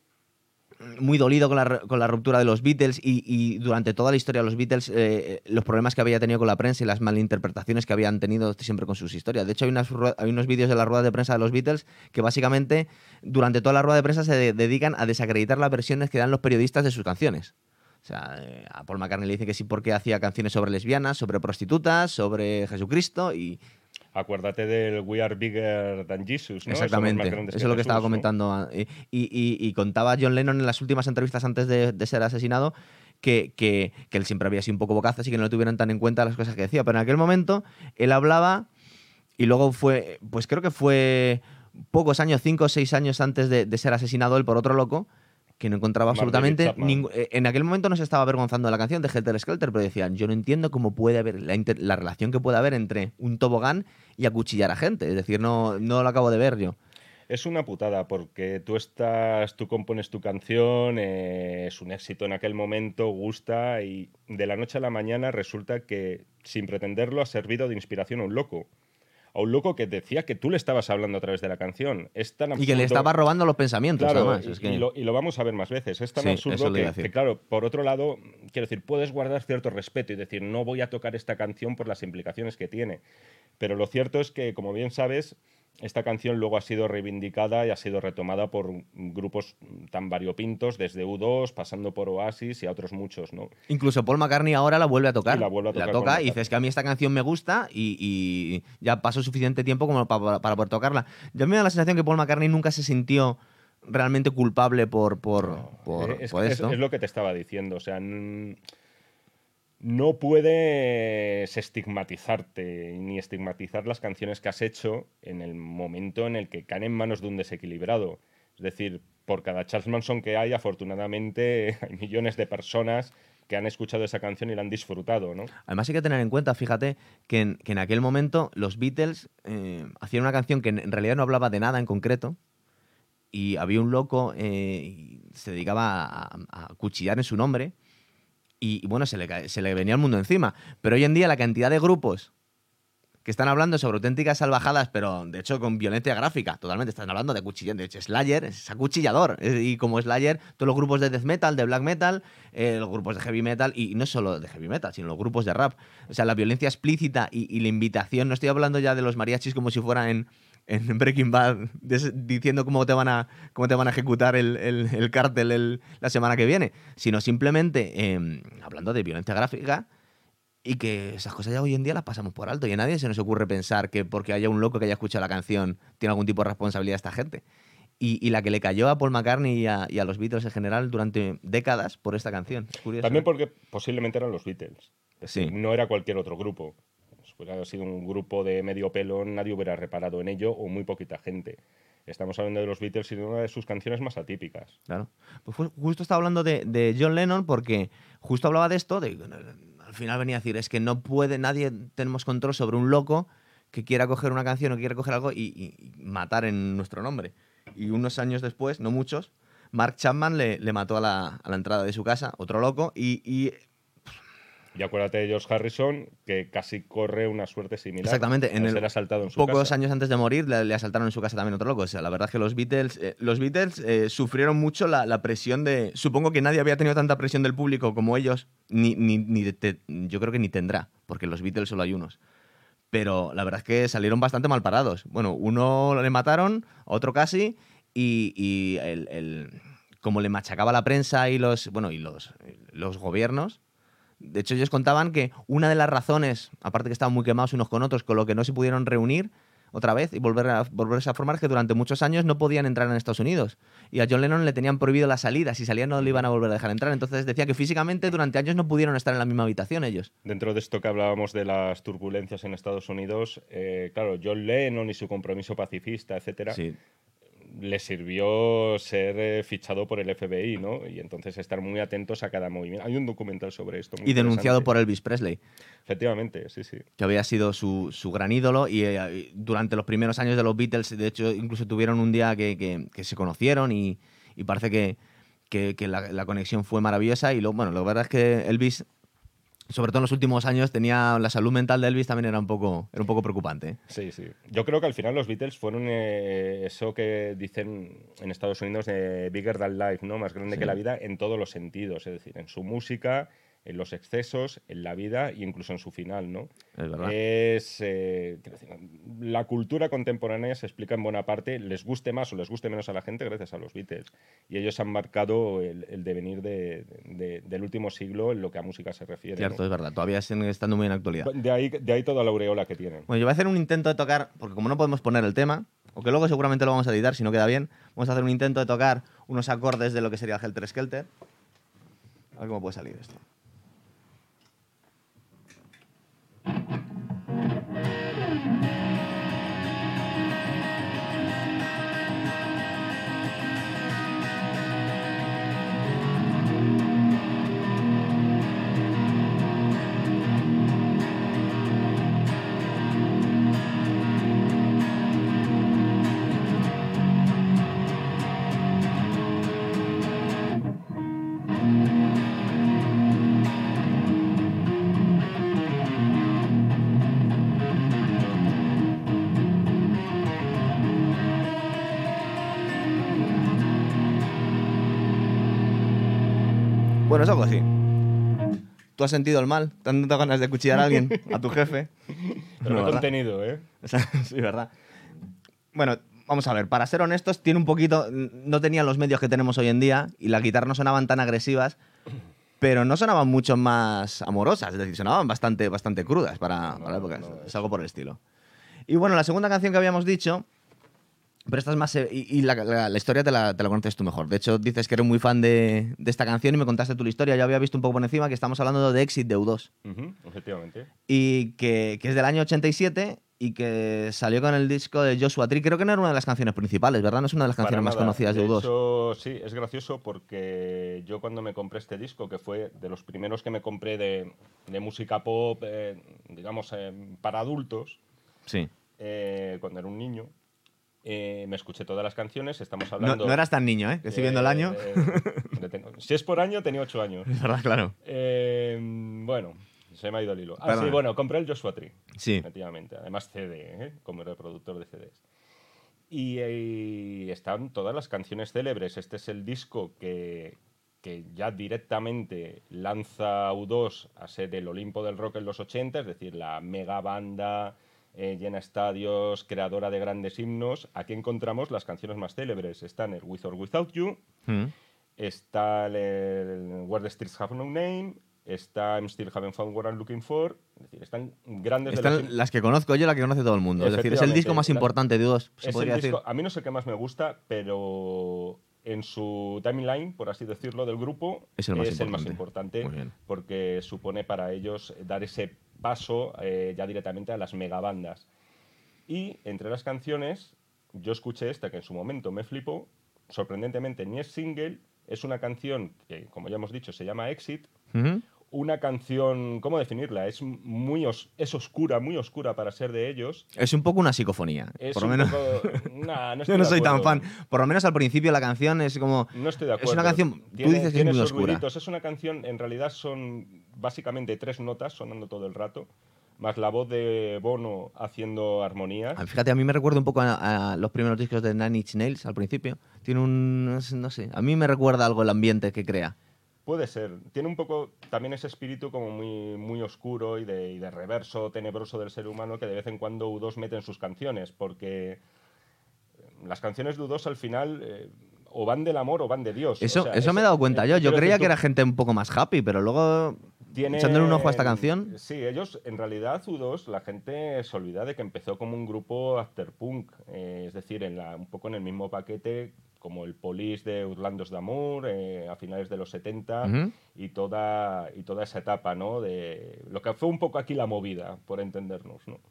muy dolido con la, con la ruptura de los Beatles y, y durante toda la historia de los Beatles eh, los problemas que había tenido con la prensa y las malinterpretaciones que habían tenido siempre con sus historias. De hecho, hay, unas, hay unos vídeos de la rueda de prensa de los Beatles que básicamente durante toda la rueda de prensa se de, dedican a desacreditar las versiones que dan los periodistas de sus canciones. O sea, eh, a Paul McCartney le dice que sí porque hacía canciones sobre lesbianas, sobre prostitutas, sobre Jesucristo y... Acuérdate del We Are Bigger Than Jesus, ¿no? Exactamente, Somos más grandes eso que es lo que estaba Jesús, ¿no? comentando. Y, y- y contaba John Lennon en las últimas entrevistas antes de, de ser asesinado que, que- que él siempre había sido un poco bocazas y que no le tuvieran tan en cuenta las cosas que decía. Pero en aquel momento él hablaba y luego fue, pues creo que fue pocos años, cinco o seis años antes de, de ser asesinado él por otro loco, que no encontraba Mark absolutamente David Chapman. ningún... En aquel momento no se estaba avergonzando de la canción de Helter Skelter, pero decían, yo no entiendo cómo puede haber la, inter- la relación que puede haber entre un tobogán y acuchillar a gente. Es decir, no, no lo acabo de ver yo. Es una putada porque tú estás, tú compones tu canción, eh, es un éxito en aquel momento, gusta y de la noche a la mañana resulta que sin pretenderlo ha servido de inspiración a un loco. A un loco que decía que tú le estabas hablando a través de la canción. Es tan absurdo. Y que le estaba robando los pensamientos, Claro, además. y, Es que... y, lo, y lo vamos a ver más veces. Es tan Sí, absurdo eso lo iba a que, decir. que, claro, por otro lado, quiero decir, puedes guardar cierto respeto y decir, no voy a tocar esta canción por las implicaciones que tiene. Pero lo cierto es que, como bien sabes, esta canción luego ha sido reivindicada y ha sido retomada por grupos tan variopintos, desde U dos, pasando por Oasis y a otros muchos, ¿no? Incluso Paul McCartney ahora la vuelve a tocar. Y la vuelve a tocar La con toca y McCartney. dices que a mí esta canción me gusta y, y ya pasó suficiente tiempo como para, para poder tocarla. Yo me da la sensación que Paul McCartney nunca se sintió realmente culpable por, por, No, por, es, por es- esto. es lo que te estaba diciendo. O sea, n- no puedes estigmatizarte ni estigmatizar las canciones que has hecho en el momento en el que caen en manos de un desequilibrado. Es decir, por cada Charles Manson que hay, afortunadamente hay millones de personas que han escuchado esa canción y la han disfrutado, ¿no? Además hay que tener en cuenta, fíjate, que en, que en aquel momento los Beatles eh, hacían una canción que en, en realidad no hablaba de nada en concreto y había un loco eh, y se dedicaba a, a cuchillar en su nombre y, y bueno, se le, ca- se le venía el mundo encima. Pero hoy en día la cantidad de grupos que están hablando sobre auténticas salvajadas, pero de hecho con violencia gráfica, totalmente, están hablando de cuchillar. De hecho, Slayer es acuchillador. Eh, Y como Slayer, todos los grupos de death metal, de black metal, eh, los grupos de heavy metal, y no solo de heavy metal, sino los grupos de rap. O sea, la violencia explícita y, y la invitación, no estoy hablando ya de los mariachis como si fueran en, en Breaking Bad, des- diciendo cómo te van a, cómo te van a ejecutar el, el, el cártel el- la semana que viene, sino simplemente eh, hablando de violencia gráfica. Y que esas cosas ya hoy en día las pasamos por alto y a nadie se nos ocurre pensar que porque haya un loco que haya escuchado la canción tiene algún tipo de responsabilidad esta gente. Y, y la que le cayó a Paul McCartney y a, y a los Beatles en general durante décadas por esta canción. Es curioso. También ¿eh? porque posiblemente eran los Beatles. Es Sí. decir, no era cualquier otro grupo. Si hubiera sido un grupo de medio pelo, nadie hubiera reparado en ello o muy poquita gente. Estamos hablando de los Beatles y de una de sus canciones más atípicas. Claro. Pues ju- justo estaba hablando de, de John Lennon porque justo hablaba de esto, de, al final venía a decir, es que no puede, nadie tenemos control sobre un loco que quiera coger una canción o que quiera coger algo y, y- y matar en nuestro nombre. Y unos años después, no muchos, Mark Chapman le, le mató a la, a la entrada de su casa, otro loco, y, y Y acuérdate de George Harrison, que casi corre una suerte similar. exactamente, en al el, ser asaltado en su pocos casa. años antes de morir le, le asaltaron en su casa también otro loco. O sea, la verdad es que los Beatles, eh, los Beatles eh, sufrieron mucho la, la presión de... Supongo que nadie había tenido tanta presión del público como ellos, ni, ni, ni de- te- yo creo que ni tendrá, porque los Beatles solo hay unos. Pero la verdad es que salieron bastante mal parados. Bueno, uno le mataron, otro casi, y, y el, el- como le machacaba la prensa y los, bueno, y los, los gobiernos. De hecho, ellos contaban que una de las razones, aparte que estaban muy quemados unos con otros, con lo que no se pudieron reunir otra vez y volver a, volverse a formar, es que durante muchos años no podían entrar en Estados Unidos. Y a John Lennon le tenían prohibido la salida. Si salían no le iban a volver a dejar entrar. Entonces decía que físicamente durante años no pudieron estar en la misma habitación ellos. Dentro de esto que hablábamos de las turbulencias en Estados Unidos, eh, claro, John Lennon y su compromiso pacifista, etcétera, Sí. le sirvió ser eh, fichado por el F B I, ¿no? Y entonces estar muy atentos a cada movimiento. Hay un documental sobre esto. Muy Y denunciado interesante. por Elvis Presley, Efectivamente, sí, sí. que había sido su, su gran ídolo. Y eh, durante los primeros años de los Beatles, de hecho, incluso tuvieron un día que, que- que se conocieron y, y parece que, que- que la, la conexión fue maravillosa. Y lo, bueno, la verdad es que Elvis, sobre todo en los últimos años, tenía la salud mental de Elvis también era un poco, era un poco preocupante. ¿eh? Sí, sí. Yo creo que al final los Beatles fueron eh, eso que dicen en Estados Unidos de bigger than life, ¿no? Más grande Sí. que la vida en todos los sentidos. Es decir, en su música, en los excesos, en la vida e incluso en su final, ¿no? Es verdad. Es, eh, quiero decir, la cultura contemporánea se explica en buena parte, les guste más o les guste menos a la gente, gracias a los Beatles. Y ellos han marcado el, el devenir de- de- del último siglo en lo que a música se refiere. Cierto, ¿no? es verdad. Todavía siguen estando muy en actualidad. De ahí, de ahí toda la aureola que tienen. Bueno, yo voy a hacer un intento de tocar, porque como no podemos poner el tema, o que luego seguramente lo vamos a editar si no queda bien, vamos a hacer un intento de tocar unos acordes de lo que sería el Helter Skelter. A ver cómo puede salir esto. Bueno, es algo así. ¿Tú has sentido el mal? ¿Te han dado ganas de cuchillar a alguien? ¿A tu jefe? Pero No, no, ¿verdad? contenido, ¿eh? Sí, ¿verdad? Bueno, vamos a ver, para ser honestos, tiene un poquito... No tenían los medios que tenemos hoy en día y las guitarras no sonaban tan agresivas, pero no sonaban mucho más amorosas, es decir, sonaban bastante, bastante crudas para, No, para la época. no, es es- algo por el estilo. Y bueno, la segunda canción que habíamos dicho... Pero esta es más... eh, Y, y la, la- la historia te la, te la conoces tú mejor. De hecho, dices que eres muy fan de, de esta canción y me contaste tú la historia. Yo había visto un poco por encima que estamos hablando de Exit de U dos. Ujú, efectivamente. Y que, que es del año ochenta y siete y que salió con el disco de Joshua Tree. Creo que no era una de las canciones principales, ¿verdad? No es una de las canciones Para más nada. conocidas de, De U dos. hecho, sí, es gracioso porque yo cuando me compré este disco, que fue de los primeros que me compré de, de música pop, eh, digamos, eh, para adultos, Sí. eh, cuando era un niño, eh, me escuché todas las canciones. Estamos No, hablando... no eras tan niño, ¿eh? Que estoy viendo el eh, año. de- de- de- si es por año, tenía ocho años. Es verdad, claro. Eh, bueno, se me ha ido el hilo. Ah, Perdona. sí, bueno, compré el Joshua Tree. Sí. Efectivamente. Además C D, ¿eh? Como reproductor de C Ds. Y, eh, están todas las canciones célebres. Este es el disco que, que ya directamente lanza U dos a ser el Olimpo del rock en los ochenta, es decir, la mega banda, eh, llena estadios, creadora de grandes himnos. Aquí encontramos las canciones más célebres. Están el With or Without You, Mm. está el, el Where the Streets Have No Name, está I'm Still Haven't Found What I'm Looking For. Es decir, están grandes de Están los... las que conozco yo, la que conoce todo el mundo. Es decir, es el disco más Efectivamente, la- importante de U dos, se Es podría el decir. disco, a mí no es el que más me gusta, pero en su timeline, por así decirlo, del grupo, Es el más importante. importante Muy bien. porque supone para ellos dar ese paso eh, ya directamente a las megabandas. Y entre las canciones, yo escuché esta que en su momento me flipó. Sorprendentemente, ni es single, es una canción que, como ya hemos dicho, se llama Exit. Ujú. Una canción, ¿cómo definirla? Es muy os- es oscura, muy oscura para ser de ellos. Es un poco una psicofonía. Es por lo un menos. poco... Nah, no estoy Yo no de soy tan acuerdo. fan. Por lo menos al principio la canción es como... No estoy de acuerdo. Es una canción... Tú Tiene- dices que es tiene muy esos oscura. ruiditos. Es una canción, en realidad son básicamente tres notas sonando todo el rato, más la voz de Bono haciendo armonías. Ah, fíjate, a mí me recuerda un poco a, a los primeros discos de Nine Inch Nails al principio. Tiene un... no sé- no sé. A mí me recuerda algo el ambiente que crea. Puede ser. Tiene un poco también ese espíritu como muy, muy oscuro y de, y de reverso tenebroso del ser humano que de vez en cuando U dos mete en sus canciones, porque las canciones de U dos al final eh, o van del amor o van de Dios. Eso, O sea, eso es- me he dado cuenta eh, yo. Yo quiero creía decir, que tú era gente un poco más happy, pero luego... tienen- Echándole un ojo a esta canción... Sí, ellos, en realidad, U dos, la gente se olvida de que empezó como un grupo afterpunk, eh, es decir, en la, un poco en el mismo paquete como el Police de Urlandos d'Amour eh, a finales de los setenta Ujú. y, toda, y toda esa etapa, ¿no? De lo que fue un poco aquí la movida, por entendernos, ¿no?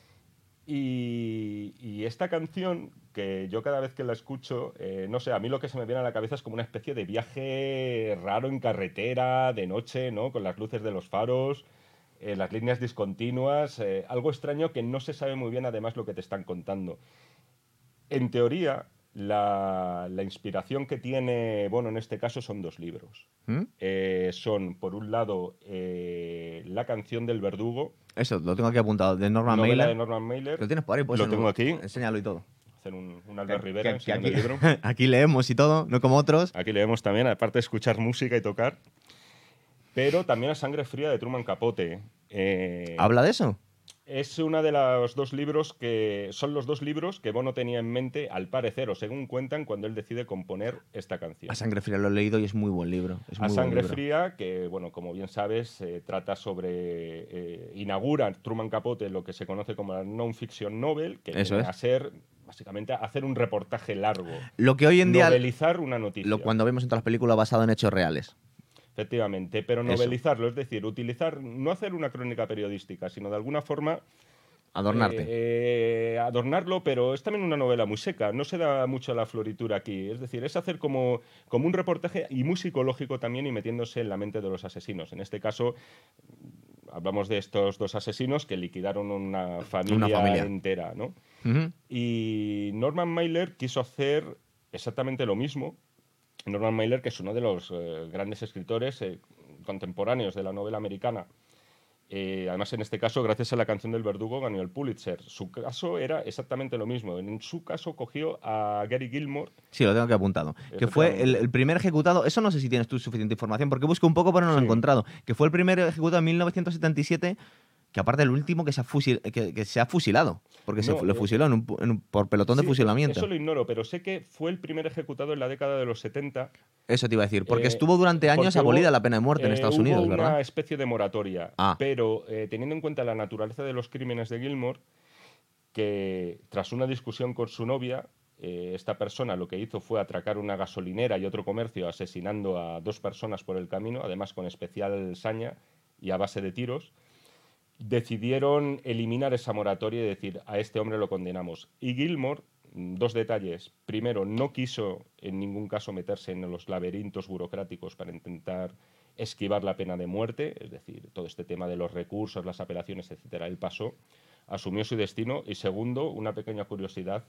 Y, y esta canción, que yo cada vez que la escucho, eh, no sé, a mí lo que se me viene a la cabeza es como una especie de viaje raro en carretera, de noche, ¿no? Con las luces de los faros, eh, las líneas discontinuas, eh, algo extraño que no se sabe muy bien además lo que te están contando. En teoría, la, la inspiración que tiene Bono en este caso son dos libros. ¿Mm? Eh, son, por un lado, eh, La canción del verdugo, Eso, lo tengo aquí apuntado. De Norman novela Mailer. de Norman Mailer. Lo tienes por ahí, pues. Lo tengo aquí. Enséñalo y todo. Hacer un, un Albert Que- Rivera que- que enseñando aquí, el libro. aquí leemos y todo, no como otros. Aquí leemos también, aparte de escuchar música y tocar. Pero también a Sangre Fría de Truman Capote. Eh, ¿Habla de eso? Es uno de los dos libros que son los dos libros que Bono tenía en mente, al parecer, o según cuentan, cuando él decide componer esta canción. A Sangre Fría lo he leído y es muy buen libro. Es A muy buen Sangre libro. Fría, que, bueno, como bien sabes, eh, trata sobre... eh, inaugura Truman Capote lo que se conoce como la non-fiction novel, que Eso viene es. a ser, básicamente, hacer un reportaje largo. Lo que hoy en día, Novelizar una noticia. lo, cuando vemos en todas las películas basado en hechos reales. Efectivamente, pero Eso. novelizarlo, es decir, utilizar, no hacer una crónica periodística, sino de alguna forma Adornarte. eh, eh, adornarlo, pero es también una novela muy seca, no se da mucho la floritura aquí, es decir, es hacer como, como un reportaje y muy psicológico también y metiéndose en la mente de los asesinos. En este caso, hablamos de estos dos asesinos que liquidaron una familia, familia. entera, ¿no? Ujú. Y Norman Mailer quiso hacer exactamente lo mismo. Norman Mailer, que es uno de los eh, grandes escritores eh, contemporáneos de la novela americana. Eh, además, en este caso, gracias a la canción del Verdugo, ganó el Pulitzer. Su caso era exactamente lo mismo. En su caso, cogió a Gary Gilmore. Sí, lo tengo aquí apuntado. Que fue el, el primer ejecutado. Eso no sé si tienes tú suficiente información, porque busco un poco, pero no lo he Sí. encontrado. Que fue el primer ejecutado en mil novecientos setenta y siete, que aparte el último que se ha, fusil, que, que se ha fusilado. Porque No, se le eh, fusiló en un, en un- por pelotón Sí, de fusilamiento. eso lo ignoro, pero sé que fue el primer ejecutado en la década de los setenta. Eso te iba a decir. Porque eh, estuvo durante años porque abolida hubo, la pena de muerte en eh, Estados hubo Unidos, una ¿verdad? especie de moratoria, Ah. pero eh, teniendo en cuenta la naturaleza de los crímenes de Gilmore, que tras una discusión con su novia, eh, esta persona lo que hizo fue atracar una gasolinera y otro comercio, asesinando a dos personas por el camino, además con especial saña y a base de tiros, decidieron eliminar esa moratoria y decir, a este hombre lo condenamos. Y Gilmore, dos detalles. Primero, no quiso en ningún caso meterse en los laberintos burocráticos para intentar esquivar la pena de muerte, es decir, todo este tema de los recursos, las apelaciones, etcétera. Él pasó, asumió su destino. Y segundo, una pequeña curiosidad,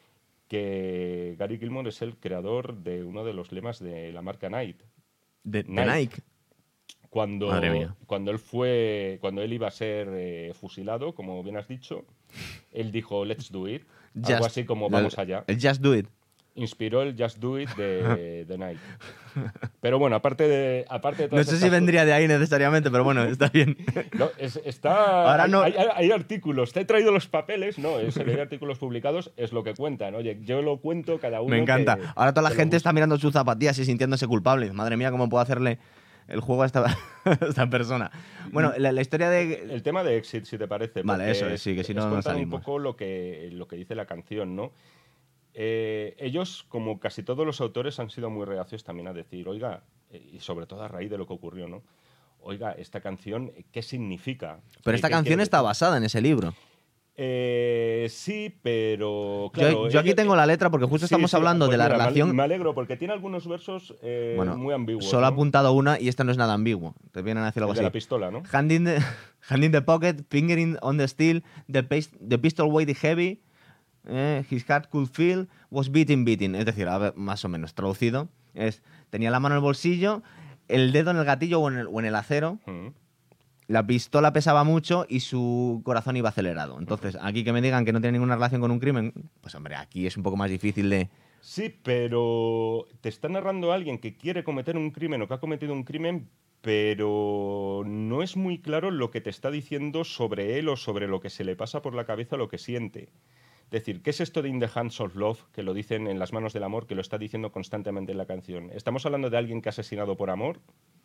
que Gary Gilmore es el creador de uno de los lemas de la marca Nike. De, de Nike. Nike. Madre Cuando, mía. cuando él fue, cuando él iba a ser eh, fusilado, como bien has dicho, él dijo "Let's do it", algo Just- así como el- "vamos allá". El Just Do It. Inspiró el "Just do it" de, de Nike. Pero bueno, aparte de, aparte de No todas sé si estas co- vendría de ahí necesariamente, pero bueno, está bien. No, es- está, Ahora hay, no- hay- hay artículos. Te he traído los papeles, no, es, hay artículos publicados, es lo que cuentan. Oye, yo lo cuento cada uno. Me encanta. que- Ahora toda la que lo gente busque. está mirando sus zapatillas y sintiéndose culpable. Madre mía, ¿cómo puedo hacerle el juego a esta, a esta persona? Bueno, la, la historia de... El tema de Exit, si te parece. Vale, porque eso es, sí, que si no, es no contar un salimos. poco lo que, lo que dice la canción, ¿no? Eh, ellos, como casi todos los autores, han sido muy reacios también a decir, oiga, eh, y sobre todo a raíz de lo que ocurrió, ¿no? Oiga, esta canción, ¿qué significa? Pero ¿Qué- esta qué canción quiere está decir? basada en ese libro. Eh, sí, pero claro. yo, yo aquí ellos- tengo la letra porque justo sí, estamos sí, hablando pues de la mira, me ale- relación... Me alegro porque tiene algunos versos eh, Bueno, muy ambiguos. solo he ¿no? apuntado una y esta no es nada ambiguo. Te vienen a decir El algo de así. la pistola, ¿no? Hand in, the, hand in the pocket, fingering on the steel, the, pas- the pistol weighed heavy, eh, his heart could feel, was beating, beating. Es decir, a ver, más o menos traducido, es tenía la mano en el bolsillo, el dedo en el gatillo o en el, o en el acero, Mm. la pistola pesaba mucho y su corazón iba acelerado. Entonces, aquí que me digan que no tiene ninguna relación con un crimen, pues hombre, aquí es un poco más difícil de... Sí, pero te está narrando alguien que quiere cometer un crimen o que ha cometido un crimen, pero no es muy claro lo que te está diciendo sobre él o sobre lo que se le pasa por la cabeza o lo que siente. Es decir, ¿qué es esto de In the Hands of Love, que lo dicen en Las manos del amor, que lo está diciendo constantemente en la canción? ¿Estamos hablando de alguien que ha asesinado por amor?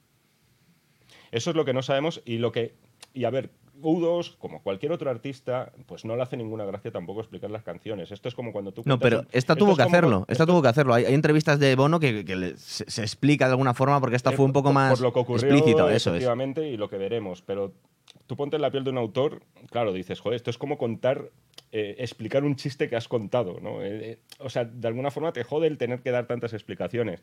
Eso es lo que no sabemos y lo que... Y a ver, U dos, como cualquier otro artista, pues no le hace ninguna gracia tampoco explicar las canciones. Esto es como cuando tú... No, cuentas pero un- esta esto tuvo es que como hacerlo, cu- esta esto- tuvo que hacerlo. Hay, hay entrevistas de Bono que, que le- se, se explica de alguna forma porque esta eh, fue un poco por- más por lo que ocurrió, explícito, eso es. efectivamente, y lo que veremos. Pero tú ponte en la piel de un autor, claro, dices, joder, esto es como contar, eh, explicar un chiste que has contado, ¿no? Eh, eh, o sea, de alguna forma te jode el tener que dar tantas explicaciones.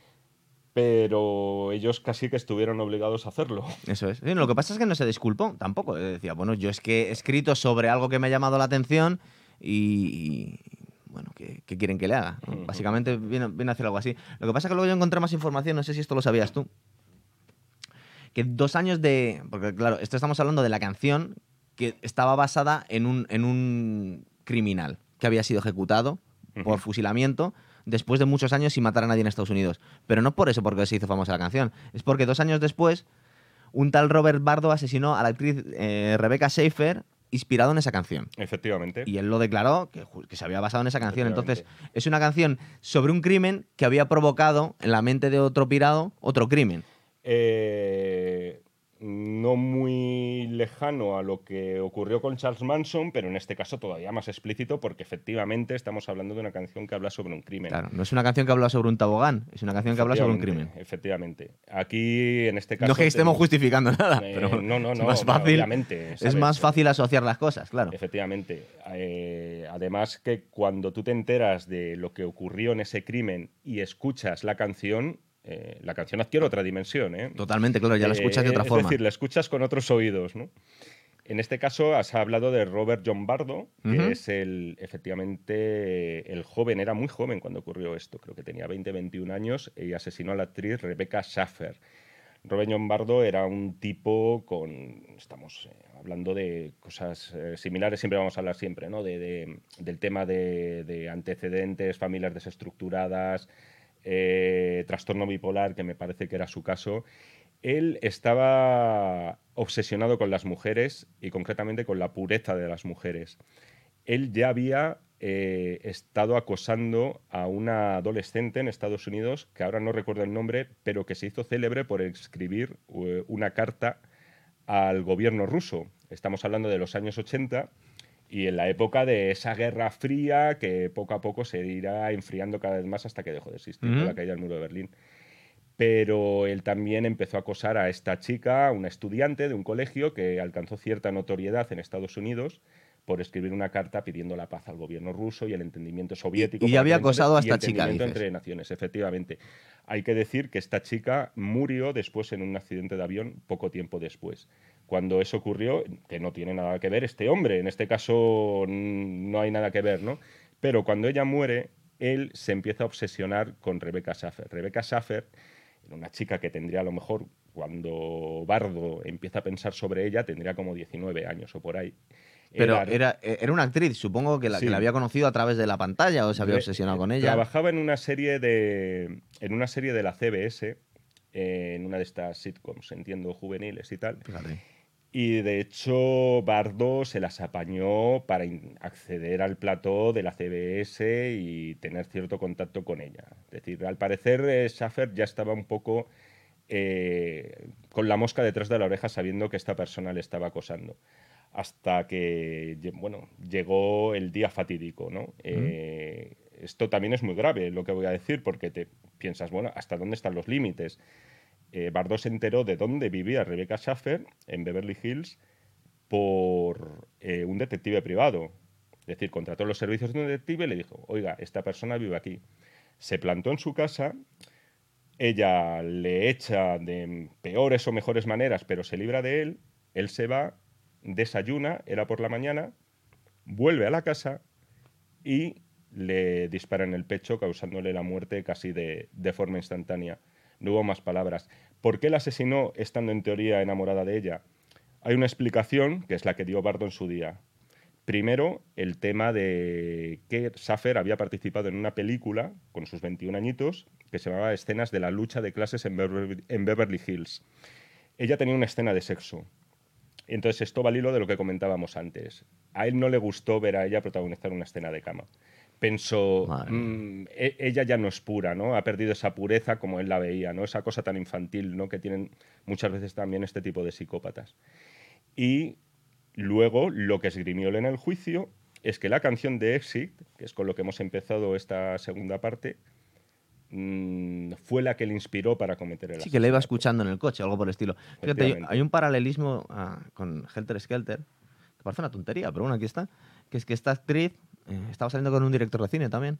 Pero ellos casi que estuvieron obligados a hacerlo. Eso es. Sí, lo que pasa es que no se disculpó tampoco. Eh, Decía, bueno, yo es que he escrito sobre algo que me ha llamado la atención y, y, bueno, ¿qué, qué quieren que le haga? ¿no? Ujú. Básicamente viene, viene a hacer algo así. Lo que pasa es que luego yo encontré más información, no sé si esto lo sabías tú. Que dos años de... Porque claro, esto estamos hablando de la canción que estaba basada en un, en un criminal que había sido ejecutado por Ujú. fusilamiento después de muchos años sin matar a nadie en Estados Unidos. Pero no por eso porque se hizo famosa la canción. Es porque dos años después un tal Robert Bardo asesinó a la actriz eh, Rebecca Schaeffer inspirado en esa canción. Efectivamente. Y él lo declaró que, ju- que se había basado en esa canción. Entonces, Efectivamente. es una canción sobre un crimen que había provocado en la mente de otro pirado otro crimen. Eh, no muy lejano a lo que ocurrió con Charles Manson, pero en este caso todavía más explícito porque efectivamente estamos hablando de una canción que habla sobre un crimen. Claro, no es una canción que habla sobre un tobogán, es una canción que habla sobre un crimen. Efectivamente. Aquí, en este caso... No es que estemos tenemos- justificando nada, Eh, pero no, no, es no, más hombre, fácil, obviamente, es ¿sabes? más fácil asociar las cosas, claro. Efectivamente. Eh, además que cuando tú te enteras de lo que ocurrió en ese crimen y escuchas la canción, eh, la canción adquiere otra dimensión, ¿eh? Totalmente, claro, ya la escuchas de Eh, otra es forma. decir, la escuchas con otros oídos, ¿no? En este caso has hablado de Robert John Bardo, que Ujú. es el, efectivamente, el joven, era muy joven cuando ocurrió esto, creo que tenía veinte, veintiún años y asesinó a la actriz Rebecca Schaeffer. Robert John Bardo era un tipo con, estamos eh, hablando de cosas eh, similares, siempre vamos a hablar siempre, ¿no? De, de, del tema de, de antecedentes, familias desestructuradas, eh, trastorno bipolar, que me parece que era su caso. Él estaba obsesionado con las mujeres y concretamente con la pureza de las mujeres. Él ya había eh, estado acosando a una adolescente en Estados Unidos, que ahora no recuerdo el nombre, pero que se hizo célebre por escribir uh, una carta al gobierno ruso. Estamos hablando de los años ochenta y en la época de esa guerra fría que poco a poco se irá enfriando cada vez más hasta que dejó de existir Ujú. con la caída del muro de Berlín. Pero él también empezó a acosar a esta chica, una estudiante de un colegio que alcanzó cierta notoriedad en Estados Unidos por escribir una carta pidiendo la paz al gobierno ruso y el entendimiento Y, soviético y por ya aquel había entonces, acosado a y esta chica, entendimiento dices. entre naciones, efectivamente. Hay que decir que esta chica murió después en un accidente de avión poco tiempo después. Cuando eso ocurrió, que no tiene nada que ver este hombre, en este caso mm, no hay nada que ver, ¿no? Pero cuando ella muere, él se empieza a obsesionar con Rebecca Schaffer. Rebecca Schaffer era una chica que tendría a lo mejor, cuando Bardo empieza a pensar sobre ella, tendría como diecinueve años o por ahí. Pero Era, era, era una actriz, supongo que la, que la sí, había conocido a través de la pantalla o se había re- obsesionado eh, con ella. trabajaba en una serie de, en una serie de la C B S, eh, en una de estas sitcoms, entiendo, juveniles y tal. Fíjate. Y de hecho, Bardo se las apañó para in- acceder al plató de la C B S y tener cierto contacto con ella. Es decir, al parecer, eh, Schaffer ya estaba un poco eh, con la mosca detrás de la oreja sabiendo que esta persona le estaba acosando. Hasta que, lle- bueno, llegó el día fatídico, ¿no? ¿Mm? Eh, esto también es muy grave lo que voy a decir porque te piensas, bueno, ¿hasta dónde están los límites? Eh, Bardo se enteró de dónde vivía Rebecca Schaffer en Beverly Hills por eh, un detective privado. Es decir, contrató los servicios de un detective y le dijo, oiga, esta persona vive aquí. Se plantó en su casa, ella le echa de peores o mejores maneras, pero se libra de él, él se va, desayuna, era por la mañana, vuelve a la casa y le dispara en el pecho, causándole la muerte casi de, de forma instantánea. No hubo más palabras. ¿Por qué la asesinó estando en teoría enamorada de ella? Hay una explicación, que es la que dio Bardo en su día. Primero, el tema de que Schaffer había participado en una película con sus veintiún añitos que se llamaba Escenas de la lucha de clases en Beverly, en Beverly Hills. Ella tenía una escena de sexo. Entonces, esto va al hilo de lo que comentábamos antes. A él no le gustó ver a ella protagonizar una escena de cama. Pensó, Madre mía. "Mm, e- ella ya no es pura, ¿no? Ha perdido esa pureza como él la veía, ¿no? Esa cosa tan infantil, ¿no? Que tienen muchas veces también este tipo de psicópatas. Y luego, lo que esgrimió él en el juicio es que la canción de Exit, que es con lo que hemos empezado esta segunda parte, mm, fue la que le inspiró para cometer el Sí, que la iba asesinato. escuchando en el coche, algo por el estilo. Fíjate, hay, Efectivamente. hay un paralelismo ah, con Helter Skelter, que parece una tontería, pero bueno, aquí está. Que es que esta actriz eh, estaba saliendo con un director de cine también.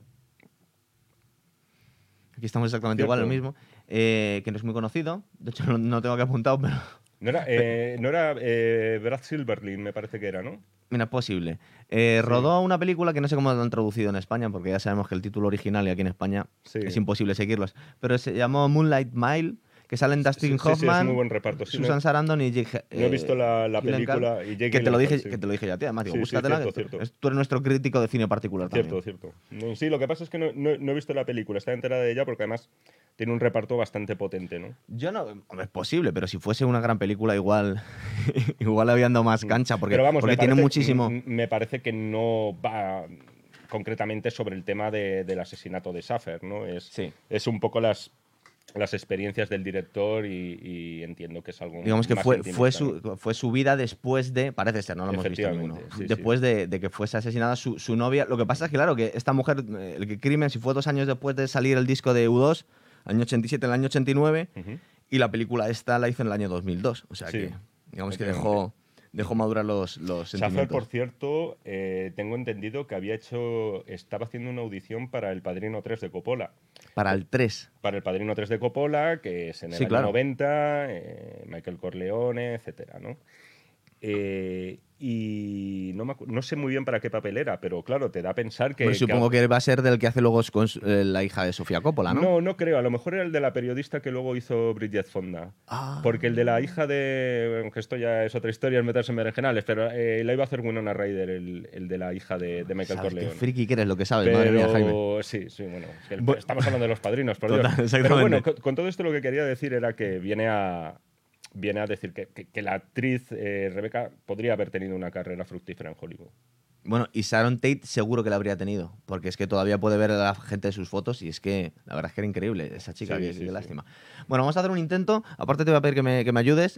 Aquí estamos exactamente igual, el Cierto. mismo. eh, que no es muy conocido. De hecho, no, no tengo que apuntado, pero. No era, eh, no era eh, Brad Silverlin, me parece que era, ¿no? Mira, es posible. Eh, Sí, rodó una película que no sé cómo lo han traducido en España, porque ya sabemos que el título original y aquí en España sí. es imposible seguirlos. Pero se llamó Moonlight Mile, que salen Dustin Sí, sí, sí, es muy Hoffman, buen reparto. Sí, no, Susan Sarandon y Jake no he visto eh, la, la Gyllenhaal, película y Jake que te lo Gyllenhaal, dije, sí. que te lo dije ya, tío. Además, digo, Sí, sí, búscatela, que cierto, tú, cierto. es- tú eres nuestro crítico de cine particular Cierto, también. cierto. No, sí, lo que pasa es que no, no- no he visto la película, estaba enterada de ella porque además tiene un reparto bastante potente, ¿no? Yo no, hombre, es posible, pero si fuese una gran película, igual, igual había dado más Mm. cancha, porque, Pero vamos, porque me tiene parece, muchísimo. mm, me parece que no va concretamente sobre el tema de- del asesinato de Schaffer, ¿no? Es, Sí. es un poco las, las experiencias del director y, y entiendo que es algo Digamos que más fue, fue, intimista, ¿no? su, fue su vida después de. Parece ser, no lo hemos visto ninguno. Efectivamente, sí, sí. Después de, de que fuese asesinada su, su novia. Lo que pasa es que, claro, que esta mujer, eh, el que crimen, si fue dos años después de salir el disco de U dos, año ochenta y siete, en el año ochenta y nueve, Ujú. y la película esta la hizo en el año dos mil dos. O sea Sí, que, digamos que efectivamente. dejó, dejó madurar los, los Schaffer, sentimientos. por cierto, eh, tengo entendido que había hecho, estaba haciendo una audición para El Padrino tres de Coppola. Para el tres. Para El Padrino tres de Coppola, que es en el Sí, año claro. noventa, eh, Michael Corleone, etcétera, ¿no? Eh, y no, me acu- no sé muy bien para qué papel era, pero claro, te da a pensar que... Pues que supongo que va a ser del que hace luego con su- eh, la hija de Sofía Coppola, ¿no? No, no creo. A lo mejor era el de la periodista que luego hizo Bridget Fonda. Ah. Porque el de la hija de... Aunque esto ya es otra historia, es meterse en berenjenales, pero eh, la iba a hacer Winona Ryder, el, el de la hija de, de Michael ¿Sabes qué Corleone. friki que eres lo que sabes? Madre mía, Jaime. Pero sí, sí, bueno. es que el- Bu- estamos hablando de los padrinos, por Total, Dios. Pero exactamente. bueno, con, con todo esto lo que quería decir era que viene a, viene a decir que, que- que la actriz eh, Rebeca podría haber tenido una carrera fructífera en Hollywood. Bueno, y Sharon Tate seguro que la habría tenido, porque es que todavía puede ver a la gente de sus fotos y es que la verdad es que era increíble esa chica, Sí, qué, sí, qué sí. lástima. Bueno, vamos a hacer un intento, aparte te voy a pedir que me, que me ayudes.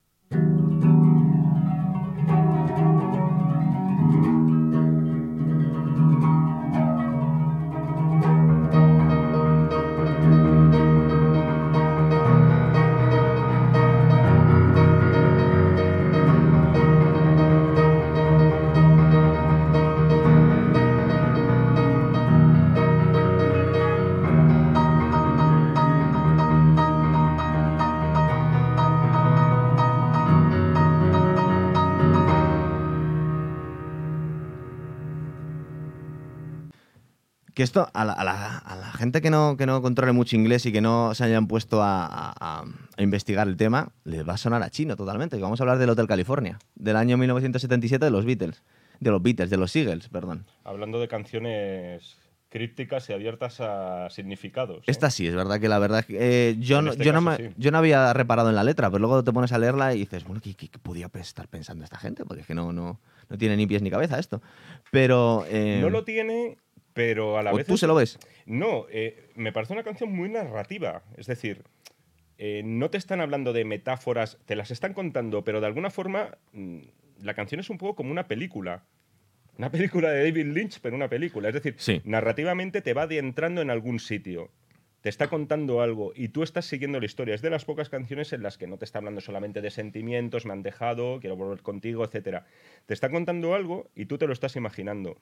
Que esto, a la, a la- a la gente que no, que no controle mucho inglés y que no se hayan puesto a, a- a investigar el tema, les va a sonar a chino totalmente. Que vamos a hablar del Hotel California, del año mil novecientos setenta y siete de los Beatles. De los Beatles, de los Eagles, perdón. Hablando de canciones crípticas y abiertas a significados. ¿eh? Esta sí, es verdad que la verdad es que eh, yo, En no, este yo, no caso, me- sí. yo no había reparado en la letra, pero luego te pones a leerla y dices, bueno, ¿qué, qué- qué podía estar pensando esta gente? Porque es que no, no, no tiene ni pies ni cabeza esto. Pero... eh, No lo tiene, pero a la ¿o vez... tú es- se lo ves? No, eh, me parece una canción muy narrativa. Es decir, eh, no te están hablando de metáforas, te las están contando, pero de alguna forma mm, la canción es un poco como una película. Una película de David Lynch, pero una película. Es decir, Sí. narrativamente te va adentrando en algún sitio. Te está contando algo y tú estás siguiendo la historia. Es de las pocas canciones en las que no te está hablando solamente de sentimientos, me han dejado, quiero volver contigo, etcétera. Te está contando algo y tú te lo estás imaginando.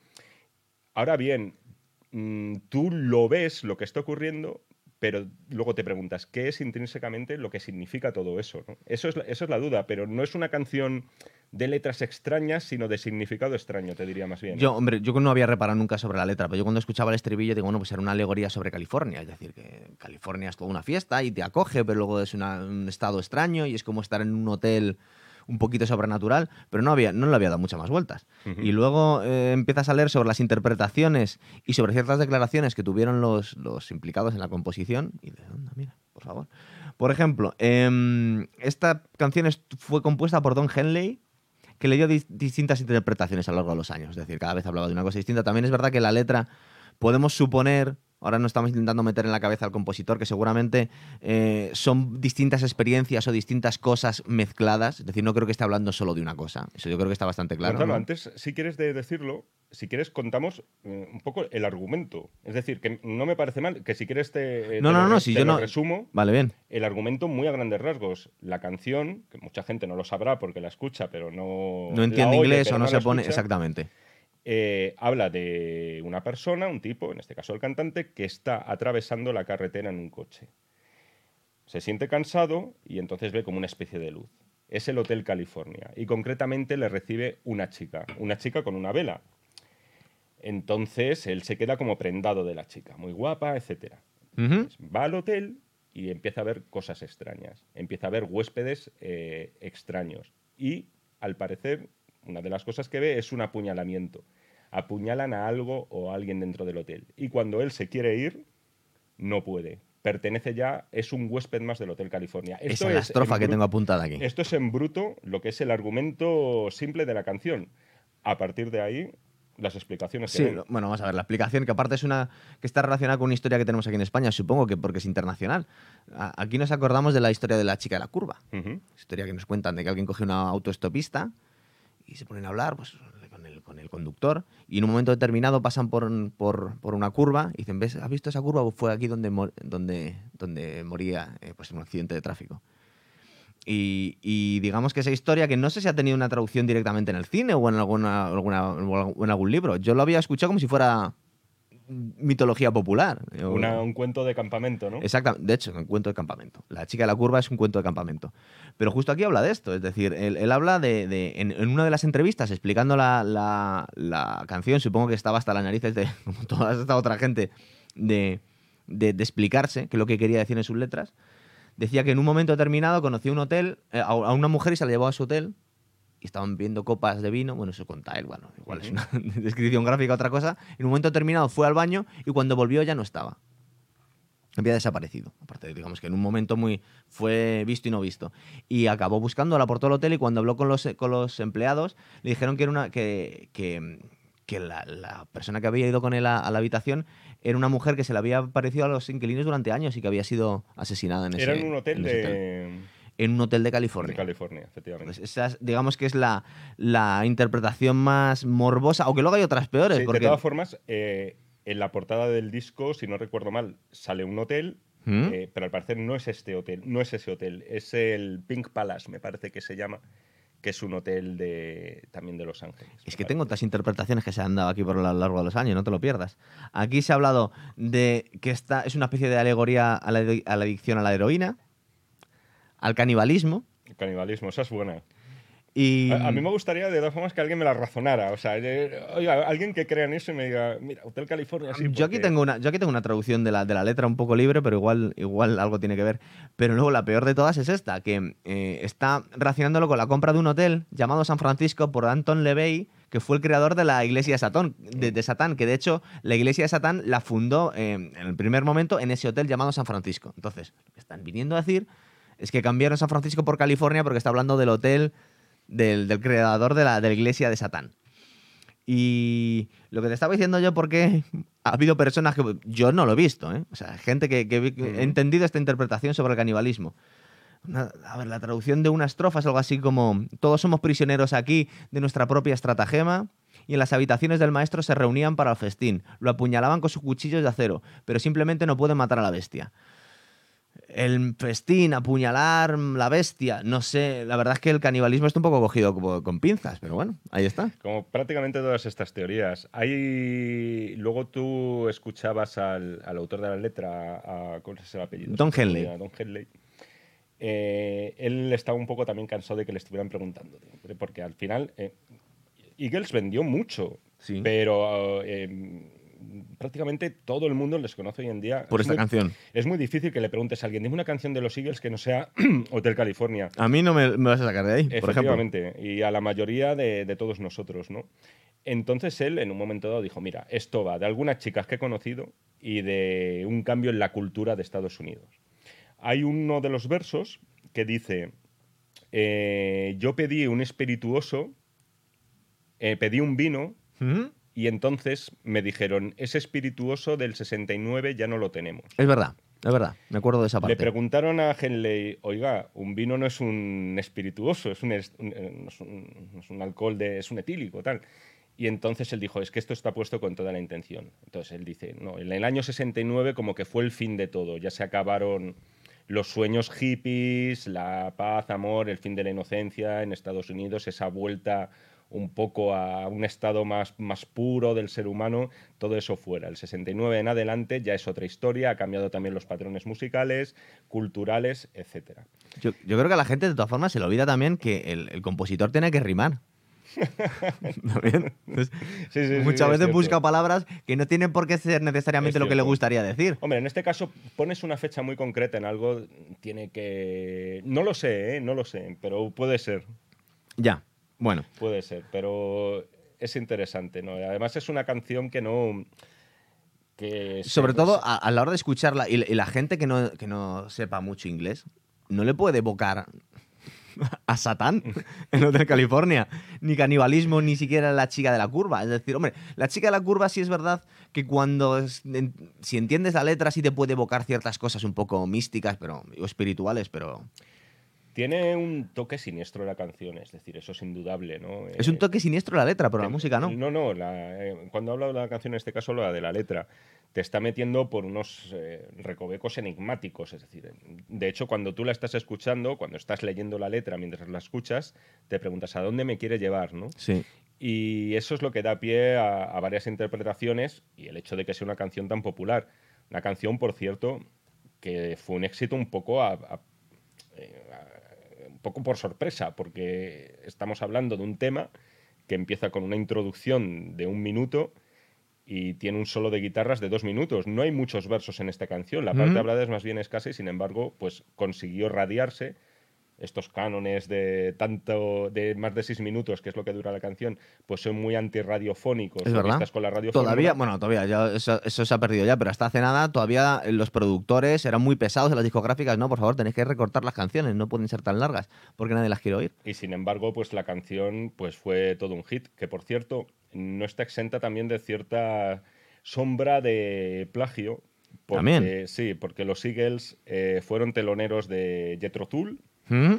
Ahora bien, mm, tú lo ves, lo que está ocurriendo, pero luego te preguntas, ¿qué es intrínsecamente lo que significa todo eso? ¿no? Eso es, la- eso es la duda, pero no es una canción de letras extrañas, sino de significado extraño, te diría más bien. ¿eh? Yo, hombre, yo no había reparado nunca sobre la letra, pero yo cuando escuchaba el estribillo digo, bueno, pues era una alegoría sobre California. Es decir, que California es toda una fiesta y te acoge, pero luego es una- un estado extraño y es como estar en un hotel un poquito sobrenatural, pero no, había, no le había dado muchas más vueltas. Ujú. Y luego eh, empiezas a leer sobre las interpretaciones y sobre ciertas declaraciones que tuvieron los, los implicados en la composición y de onda, mira, por favor. Por ejemplo, em, esta canción es- fue compuesta por Don Henley, que le dio dis- distintas interpretaciones a lo largo de los años. Es decir, cada vez hablaba de una cosa distinta. También es verdad que la letra, podemos suponer, ahora no estamos intentando meter en la cabeza al compositor, que seguramente eh, son distintas experiencias o distintas cosas mezcladas. Es decir, no creo que esté hablando solo de una cosa. Eso yo creo que está bastante claro. Gonzalo, ¿no? antes, si quieres de decirlo, si quieres contamos eh, un poco el argumento. Es decir, que no me parece mal, que si quieres te, eh, No, te no, lo, no, re- si te yo lo no- resumo. Vale, bien. El argumento muy a grandes rasgos. La canción, que mucha gente no lo sabrá porque la escucha, pero no... No la entiende oye, inglés pero o no, la se pone... escucha, Exactamente. eh, habla de una persona, un tipo, en este caso el cantante, que está atravesando la carretera en un coche. Se siente cansado y entonces ve como una especie de luz. Es el Hotel California y concretamente le recibe una chica, una chica con una vela. Entonces él se queda como prendado de la chica, muy guapa, etcétera. Ujú. Va al hotel y empieza a ver cosas extrañas. Empieza a ver huéspedes eh, extraños. Y, al parecer, una de las cosas que ve es un apuñalamiento. Apuñalan a algo o a alguien dentro del hotel. Y cuando él se quiere ir, no puede. Pertenece ya, es un huésped más del Hotel California. Esa Esto es la es estrofa en que bru- tengo apuntada aquí. Esto es en bruto lo que es el argumento simple de la canción. A partir de ahí, las explicaciones que Sí, den. lo- bueno, vamos a ver, la explicación, que aparte es una que está relacionada con una historia que tenemos aquí en España, supongo que porque es internacional. A- Aquí nos acordamos de la historia de la chica de la curva. Ujú. Historia que nos cuentan de que alguien coge una autoestopista y se ponen a hablar pues, con, el, con el conductor y en un momento determinado pasan por, un- por, por una curva y dicen, ¿ves? ¿Has visto esa curva? Pues fue aquí donde, mor- donde, donde moría eh, pues, en un accidente de tráfico. Y, y digamos que esa historia, que no sé si ha tenido una traducción directamente en el cine o en, alguna, alguna- o en algún libro, yo lo había escuchado como si fuera mitología popular. Una, un cuento de campamento, ¿no? Exactamente, de hecho, un cuento de campamento. La chica de la curva es un cuento de campamento. Pero justo aquí habla de esto, es decir, él, él habla de, de en, en una de las entrevistas explicando la, la, la canción, supongo que estaba hasta las narices de, como toda esta otra gente, de, de, de explicarse qué es lo que quería decir en sus letras. Decía que en un momento determinado conoció un hotel, eh, a, a una mujer y se la llevó a su hotel y estaban viendo copas de vino, bueno, eso cuenta él, bueno, igual uh-huh. es una descripción gráfica, otra cosa. En un momento determinado fue al baño y cuando volvió ya no estaba. Había desaparecido. Aparte, digamos que en un momento muy fue visto y no visto. Y acabó buscándola por todo el hotel y cuando habló con los, con los empleados le dijeron que era una que, que, que la, la persona que había ido con él a, a la habitación era una mujer que se le había aparecido a los inquilinos durante años y que había sido asesinada en ese hotel. Era en un hotel en de... hotel. En un hotel de California. De California, efectivamente. Pues esa, digamos que es la, la interpretación más morbosa, aunque luego hay otras peores. Sí, porque... De todas formas, eh, en la portada del disco, si no recuerdo mal, sale un hotel, ¿Mm? eh, pero al parecer no es este hotel, no es ese hotel, es el Pink Palace, me parece que se llama, que es un hotel de, también de Los Ángeles. Es que tengo otras interpretaciones que se han dado aquí por lo largo de los años, no te lo pierdas. Aquí se ha hablado de que esta es una especie de alegoría a la, a la adicción a la heroína, al canibalismo. El canibalismo, esa es buena. Y... A, a mí me gustaría, de todas formas, que alguien me la razonara. O sea, eh, oiga, alguien que crea en eso y me diga, mira, Hotel California, sí. Yo, porque... aquí tengo una, yo aquí tengo una traducción de la, de la letra un poco libre, pero igual, igual algo tiene que ver. Pero luego la peor de todas es esta, que eh, está relacionándolo con la compra de un hotel llamado San Francisco por Anton LaVey, que fue el creador de la iglesia de Satán, de, de Satán, que de hecho la iglesia de Satán la fundó eh, en el primer momento en ese hotel llamado San Francisco. Entonces, lo que están viniendo a decir es que cambiaron San Francisco por California porque está hablando del hotel del, del creador de la, de la iglesia de Satán. Y lo que te estaba diciendo yo, porque ha habido personas que yo no lo he visto, ¿eh? O sea, gente que, que, que he entendido esta interpretación sobre el canibalismo. Una, a ver, la traducción de una estrofa es algo así como: todos somos prisioneros aquí de nuestra propia estratagema, y en las habitaciones del maestro se reunían para el festín. Lo apuñalaban con sus cuchillos de acero, pero simplemente no pueden matar a la bestia. El festín, apuñalar la bestia, no sé, la verdad es que el canibalismo está un poco cogido como con pinzas, pero bueno, ahí está. Como prácticamente todas estas teorías. Hay... Luego tú escuchabas al, al autor de la letra, a, ¿cómo es el apellido? Don Henley. Don Henley. Eh, él estaba un poco también cansado de que le estuvieran preguntando, porque al final eh, Eagles vendió mucho, sí. pero... Eh, prácticamente todo el mundo les conoce hoy en día. Por es esta muy, canción. Es muy difícil que le preguntes a alguien, dime una canción de los Eagles que no sea Hotel California. A mí no me, me vas a sacar de ahí, por ejemplo. Efectivamente, y a la mayoría de, de todos nosotros, ¿no? Entonces él, en un momento dado, dijo, mira, esto va de algunas chicas que he conocido y de un cambio en la cultura de Estados Unidos. Hay uno de los versos que dice, eh, yo pedí un espirituoso, eh, pedí un vino... ¿Mm? Y entonces me dijeron, ese espirituoso del sesenta y nueve ya no lo tenemos. Es verdad, es verdad, me acuerdo de esa parte. Le preguntaron a Henley, oiga, un vino no es un espirituoso, es un, es un, no es un, no es un alcohol, de, es un etílico, tal. Y entonces él dijo, es que esto está puesto con toda la intención. Entonces él dice, no, en el año sesenta y nueve como que fue el fin de todo, ya se acabaron los sueños hippies, la paz, amor, el fin de la inocencia en Estados Unidos, esa vuelta... un poco a un estado más, más puro del ser humano, todo eso fuera. El sesenta y nueve en adelante ya es otra historia, ha cambiado también los patrones musicales, culturales, etcétera. Yo, yo creo que a la gente, de todas formas, se le olvida también que el, el compositor tiene que rimar. Entonces, sí, sí, muchas sí, veces busca palabras que no tienen por qué ser necesariamente lo que le gustaría decir. Hombre, en este caso pones una fecha muy concreta en algo, tiene que... No lo sé, ¿eh? No lo sé, pero puede ser. Ya. Bueno. Puede ser, pero es interesante, ¿no? Además es una canción que no... Que Sobre se, todo pues, a, a la hora de escucharla, y, y la gente que no, que no sepa mucho inglés, no le puede evocar a Satán en Hotel California, ni canibalismo, ni siquiera la chica de la curva. Es decir, hombre, la chica de la curva sí es verdad que cuando, es, en, si entiendes la letra, sí te puede evocar ciertas cosas un poco místicas pero, o espirituales, pero... Tiene un toque siniestro la canción, es decir, eso es indudable, ¿no? Es un toque siniestro la letra, pero eh, la música no. No, no, la, eh, cuando hablo de la canción, en este caso, la de la letra, te está metiendo por unos eh, recovecos enigmáticos, es decir, de hecho, cuando tú la estás escuchando, cuando estás leyendo la letra mientras la escuchas, te preguntas, ¿a dónde me quiere llevar, no? Sí. Y eso es lo que da pie a, a varias interpretaciones y el hecho de que sea una canción tan popular. Una canción, por cierto, que fue un éxito un poco a, a, a, un poco por sorpresa, porque estamos hablando de un tema que empieza con una introducción de un minuto y tiene un solo de guitarras de dos minutos. No hay muchos versos en esta canción. La parte Mm. hablada es más bien escasa y, sin embargo, pues consiguió radiarse. Estos cánones de tanto de más de seis minutos, que es lo que dura la canción, pues son muy antirradiofónicos. Es verdad. Vistas con la radio Todavía, fórmula. bueno, todavía, ya eso, eso se ha perdido ya, pero hasta hace nada todavía los productores eran muy pesados en las discográficas. No, por favor, tenéis que recortar las canciones, no pueden ser tan largas, porque nadie las quiere oír. Y sin embargo, pues la canción pues fue todo un hit, que por cierto, no está exenta también de cierta sombra de plagio. Porque, ¿También? sí, porque los Eagles eh, fueron teloneros de Jethro Tull. ¿Mm?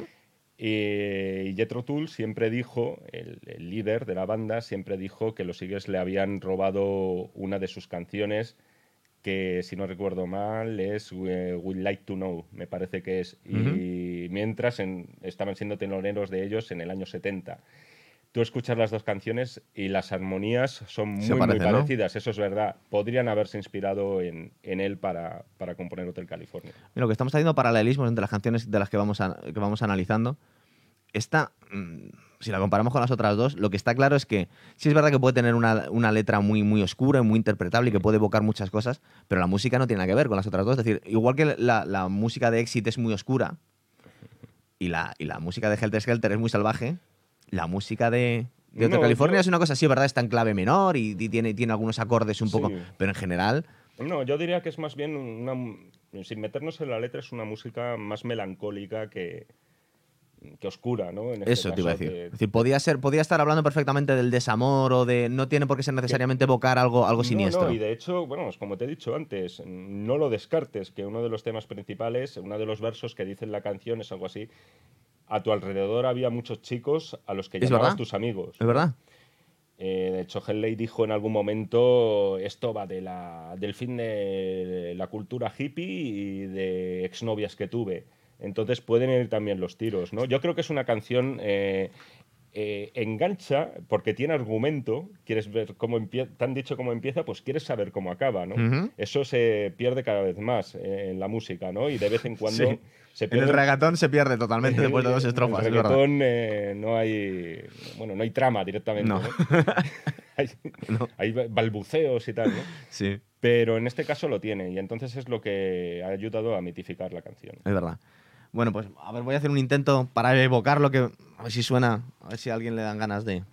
Y Jethro Tull siempre dijo, el, el líder de la banda, siempre dijo que los Eagles le habían robado una de sus canciones, que si no recuerdo mal es We We'd Like to Know, me parece que es. Y Uh-huh. mientras en, estaban siendo teloneros de ellos en el año setenta. Tú escuchas las dos canciones y las armonías son muy, Se parecen, muy ¿no? parecidas, eso es verdad. Podrían haberse inspirado en, en él para, para componer Hotel California. Mira, lo que estamos haciendo paralelismos entre las canciones de las que vamos, a- que vamos analizando. Esta, mm, si la comparamos con las otras dos, lo que está claro es que sí es verdad que puede tener una, una letra muy, muy oscura y muy interpretable y que puede evocar muchas cosas, pero la música no tiene nada que ver con las otras dos. Es decir, igual que la, la música de Exit es muy oscura y la, y la música de Helter Skelter es muy salvaje, la música de, de Hotel No, California yo- es una cosa así, ¿verdad? Está en clave menor y, y tiene, tiene algunos acordes un poco, Sí. pero en general, No, yo diría que es más bien una, sin meternos en la letra, es una música más melancólica que, que oscura, ¿no? En este eso te iba a caso, decir. que- Es decir, podía, ser, podía estar hablando perfectamente del desamor o de... No tiene por qué ser necesariamente evocar algo, algo No, siniestro. no, y de hecho, bueno, pues como te he dicho antes, no lo descartes, que uno de los temas principales, uno de los versos que dice en la canción es algo así: a tu alrededor había muchos chicos a los que Es llamabas verdad. tus amigos. ¿Es verdad? Eh, de hecho, Henley dijo en algún momento, esto va de la, del fin de la cultura hippie y de exnovias que tuve. Entonces pueden ir también los tiros, ¿no? Yo creo que es una canción... eh, eh, engancha porque tiene argumento, quieres ver cómo empieza, te han dicho cómo empieza, pues quieres saber cómo acaba, ¿no? Ujú. Eso se pierde cada vez más eh, en la música, ¿no? Y de vez en cuando Sí. se En pierde... el reggaetón se pierde totalmente después de dos estrofas, En es el verdad. reggaetón eh, no hay... Bueno, no hay trama directamente, No. ¿no? hay, No. hay balbuceos y tal, ¿no? Sí, Pero en este caso lo tiene y entonces es lo que ha ayudado a mitificar la canción. es verdad. Bueno, pues a ver, voy a hacer un intento para evocar lo que... A ver si suena, a ver si a alguien le dan ganas de...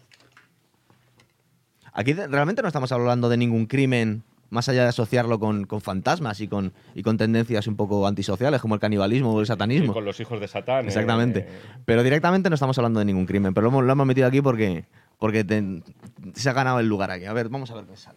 Aquí de- realmente no estamos hablando de ningún crimen más allá de asociarlo con, con fantasmas y con, y con tendencias un poco antisociales como el canibalismo o el Sí, satanismo. con los hijos de Satán. Exactamente. eh, Pero directamente no estamos hablando de ningún crimen, pero lo hemos, lo hemos metido aquí porque, porque te- se ha ganado el lugar aquí. A ver, vamos a ver qué sale.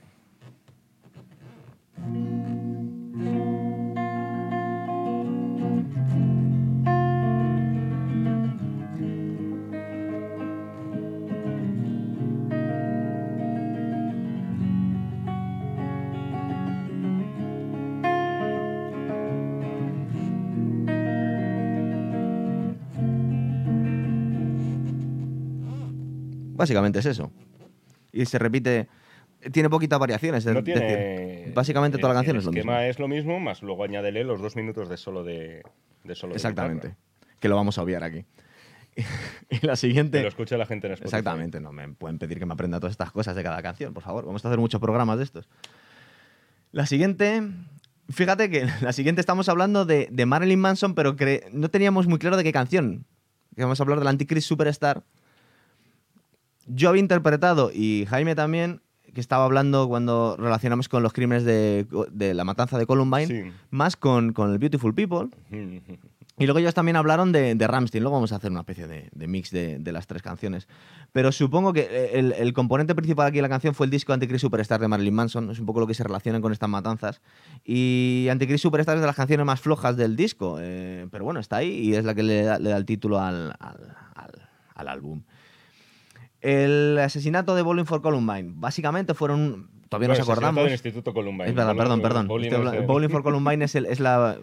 Básicamente es eso. Y se repite, tiene poquitas variaciones. no es tiene... decir, básicamente toda la canción el es lo mismo. esquema es lo mismo, más luego añádele los dos minutos de solo de, de solo de Exactamente. guitarra. Que lo vamos a obviar aquí. Y la Que siguiente... lo escuche la gente en Spotify. Exactamente, no me pueden pedir que me aprenda todas estas cosas de cada canción, por favor. Vamos a hacer muchos programas de estos. La siguiente, fíjate que la siguiente estamos hablando de, de Marilyn Manson, pero cre- no teníamos muy claro de qué canción. Que vamos a hablar del Antichrist Superstar. Yo había interpretado, y Jaime también, que estaba hablando cuando relacionamos con los crímenes de, de la matanza de Columbine, Sí. más con, con el Beautiful People. Y luego ellos también hablaron de, de Rammstein. Luego vamos a hacer una especie de, de mix de, de las tres canciones. Pero supongo que el, el componente principal aquí de la canción fue el disco Antichrist Superstar de Marilyn Manson. Es un poco lo que se relaciona con estas matanzas. Y Antichrist Superstar es de las canciones más flojas del disco. Eh, pero bueno, está ahí y es la que le da, le da el título al, al, al, al álbum. El asesinato de Bowling for Columbine. Básicamente fueron... Todavía Bueno, nos el asesinato acordamos. del Instituto Columbine. Es verdad, Bowling- perdón, perdón. Bowling Estoy es habla- el- Bowling for Columbine es, el- es la,